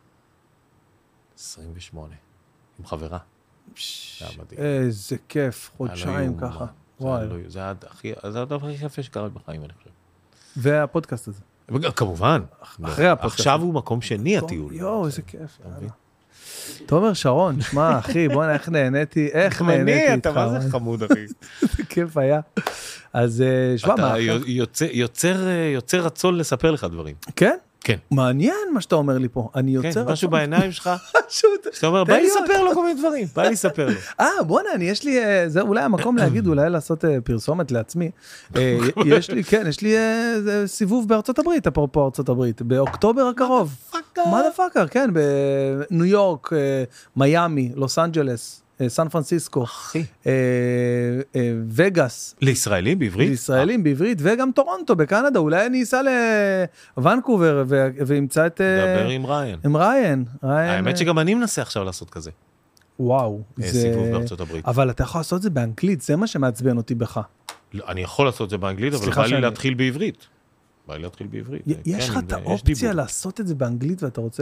עשרים ושמונה. עם חברה. זה היה מדהים. איזה כיף, חודשיים היה לא ככה. יאומן. וואי. זה היה לא- זה היה הכי- זה הדבר הכי יפה שקרה בחיים, אני חושב. והפודקאסט הזה. וגם, כמובן. אחרי הפודקאסט. עכשיו הוא מקום שני הטיול. יואו, איזה כיף. אתה מבין? יאללה. תומר שרון, שמע, אחי, בוא נראה איך נהניתי, איך גם אני, נהניתי אתה איתך. מה זה חמוד, אחי. איזה כיף היה. אז אה, שמע, אתה מה? יוצר- יוצר יוצר רצון לספר לך דברים. כן? כן. מעניין מה שאתה אומר לי פה. אני יוצר... כן, משהו בעיניים שלך, פשוט. שאתה אומר, תן בא לי לי לספר לו כל מיני דברים, בא לי לספר לו. אה, בוא'נה, אני, יש לי, אה, זה אולי המקום להגיד, אולי לעשות אה, פרסומת לעצמי. אה, יש לי, כן, יש לי אה, זה סיבוב בארצות הברית, אפרופו ארצות הברית, באוקטובר הקרוב. מה דה פאקר, כן, בניו יורק, אה, מיאמי, לוס אנג'לס, אה, סן פרנסיסקו, אחי. אה, אה, וגאס, לישראלים בעברית? ישראלים בעברית, וגם טורונטו בקנדה, אולי אני אסע לוונקובר ו- ואמצא את... אה, דבר עם ריין. עם ריין. ריין, האמת אה, שגם אני מנסה עכשיו לעשות כזה. וואו. אה, זה- סיבוב בארצות הברית. אבל אתה יכול לעשות את זה באנגלית, זה מה שמעצבן אותי בך. לא, אני יכול לעשות את זה באנגלית, אבל סליחה בא לי שאני- להתחיל בעברית. בא לי להתחיל בעברית. י- יש כן, לך את יש האופציה דיבור. לעשות את זה באנגלית ואתה רוצה...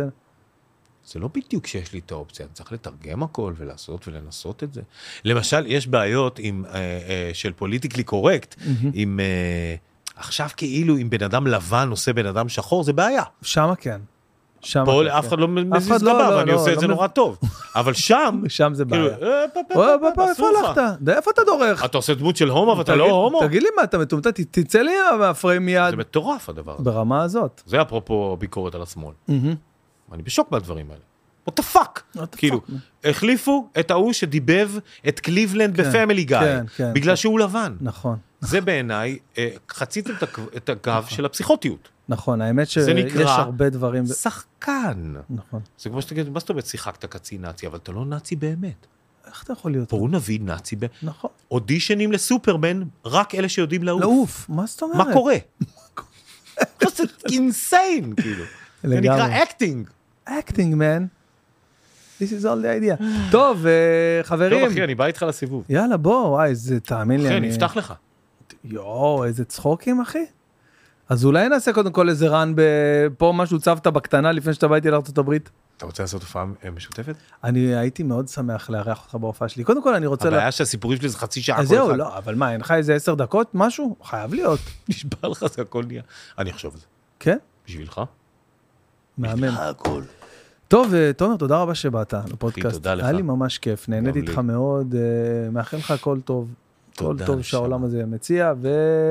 זה לא בדיוק שיש לי את האופציה, אני צריך לתרגם הכל ולעשות ולנסות את זה. למשל, יש בעיות עם, אה, אה, של פוליטיקלי קורקט, עם, אה, עכשיו כאילו אם בן אדם לבן עושה בן אדם שחור, זה בעיה. שמה כן. שמה פה כן, אף כן. אחד לא מזיז אחד לא, גבה, לא, ואני לא, עושה את לא זה מב- נורא טוב. אבל שם, שם זה כאילו, בעיה. אה, פה, פה, אוי, פה, פה, פה, אסור איפה לך. הלכת? די, איפה אתה דורך? אתה עושה דמות של הומו, ואתה לא תגיד- הומו. תגיד לי מה, אתה מטומטם, ת- תצא לי מהפריים מיד. זה מטורף הדבר הזה. ברמה הזאת. זה אפרופו ביקורת על השמאל. מהמם. אני בשוק מהדברים האלה. what the fuck? What the כאילו, fuck, החליפו את ההוא שדיבב את קליבלנד כן, בפמילי גיא, כן, כן, בגלל כן. שהוא לבן. נכון. זה בעיניי, אה, חציתם את הק- את הגב של הפסיכוטיות. נכון, האמת זה שיש נקרא הרבה דברים... שחקן. נכון. זה כמו שתגיד, מה זאת אומרת שיחקת קצין נאצי, אבל אתה לא נאצי באמת. איך אתה יכול להיות? בואו נביא נאצי, ב- נכון. אודישנים לסופרמן, רק אלה שיודעים לעוף. לעוף, מה זאת אומרת? מה קורה? זה אינסיין, כאילו. זה לגמרי. נקרא אקטינג. acting man. This is all the idea. טוב, אה, חברים. טוב אחי, אני בא איתך לסיבוב. יאללה, בוא, וואי, זה, תאמין לי. אחי, אני אני אפתח לך. יואו, איזה צחוקים, אחי. אז אולי נעשה קודם כל איזה רן פה משהו צוות בקטנה לפני שאתה בא איתי לארצות הברית. אתה רוצה לעשות הופעה אה, משותפת? אני הייתי מאוד שמח לארח אותך בהופעה שלי. קודם כל אני רוצה... הבעיה שהסיפורים שלי זה חצי שעה אז כל זהו, אחד. לא, אבל מה, אין לך איזה עשר דקות? משהו? חייב להיות. נשבע לך, זה הכל נהיה. אני אחשוב על זה. כן? בשבילך? מהמם. הכל. טוב, אה, תומר, תודה רבה שבאת לפודקאסט. תודה לך. היה לי ממש כיף, נהניתי גם איתך לי. מאוד, אה, מאחל לך הכל טוב. כל תודה, טוב נשמה. שהעולם הזה מציע, ו...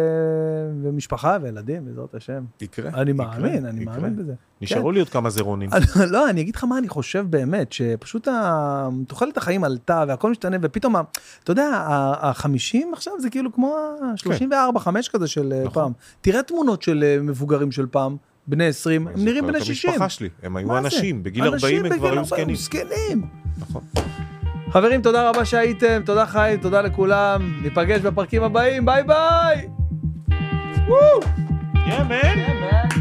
ומשפחה וילדים, בעזרת השם. יקרה. אני יקרה, מאמין, אני יקרה. מאמין בזה. נשארו לי עוד כמה זרונים. אני- לא, אני אגיד לך מה אני חושב באמת, שפשוט ה- תוחלת החיים עלתה והכל משתנה, ופתאום, ה- אתה יודע, ה-חמישים עכשיו זה כאילו כמו ה-שלושים וארבע חמש כזה של אה, נכון. פעם. תראה תמונות של אה, מבוגרים של פעם, בני עשרים, הם נראים בני שישים. המשפחה שלי, הם היו מה זה? אנשים, בגיל אנשים ארבעים הם בגיל כבר היו ארבעים, זקנים. זקנים. נכון. חברים, תודה רבה שהייתם, תודה חיים, תודה לכולם, ניפגש בפרקים הבאים, ביי ביי! וואו! Yeah, man. Yeah, man.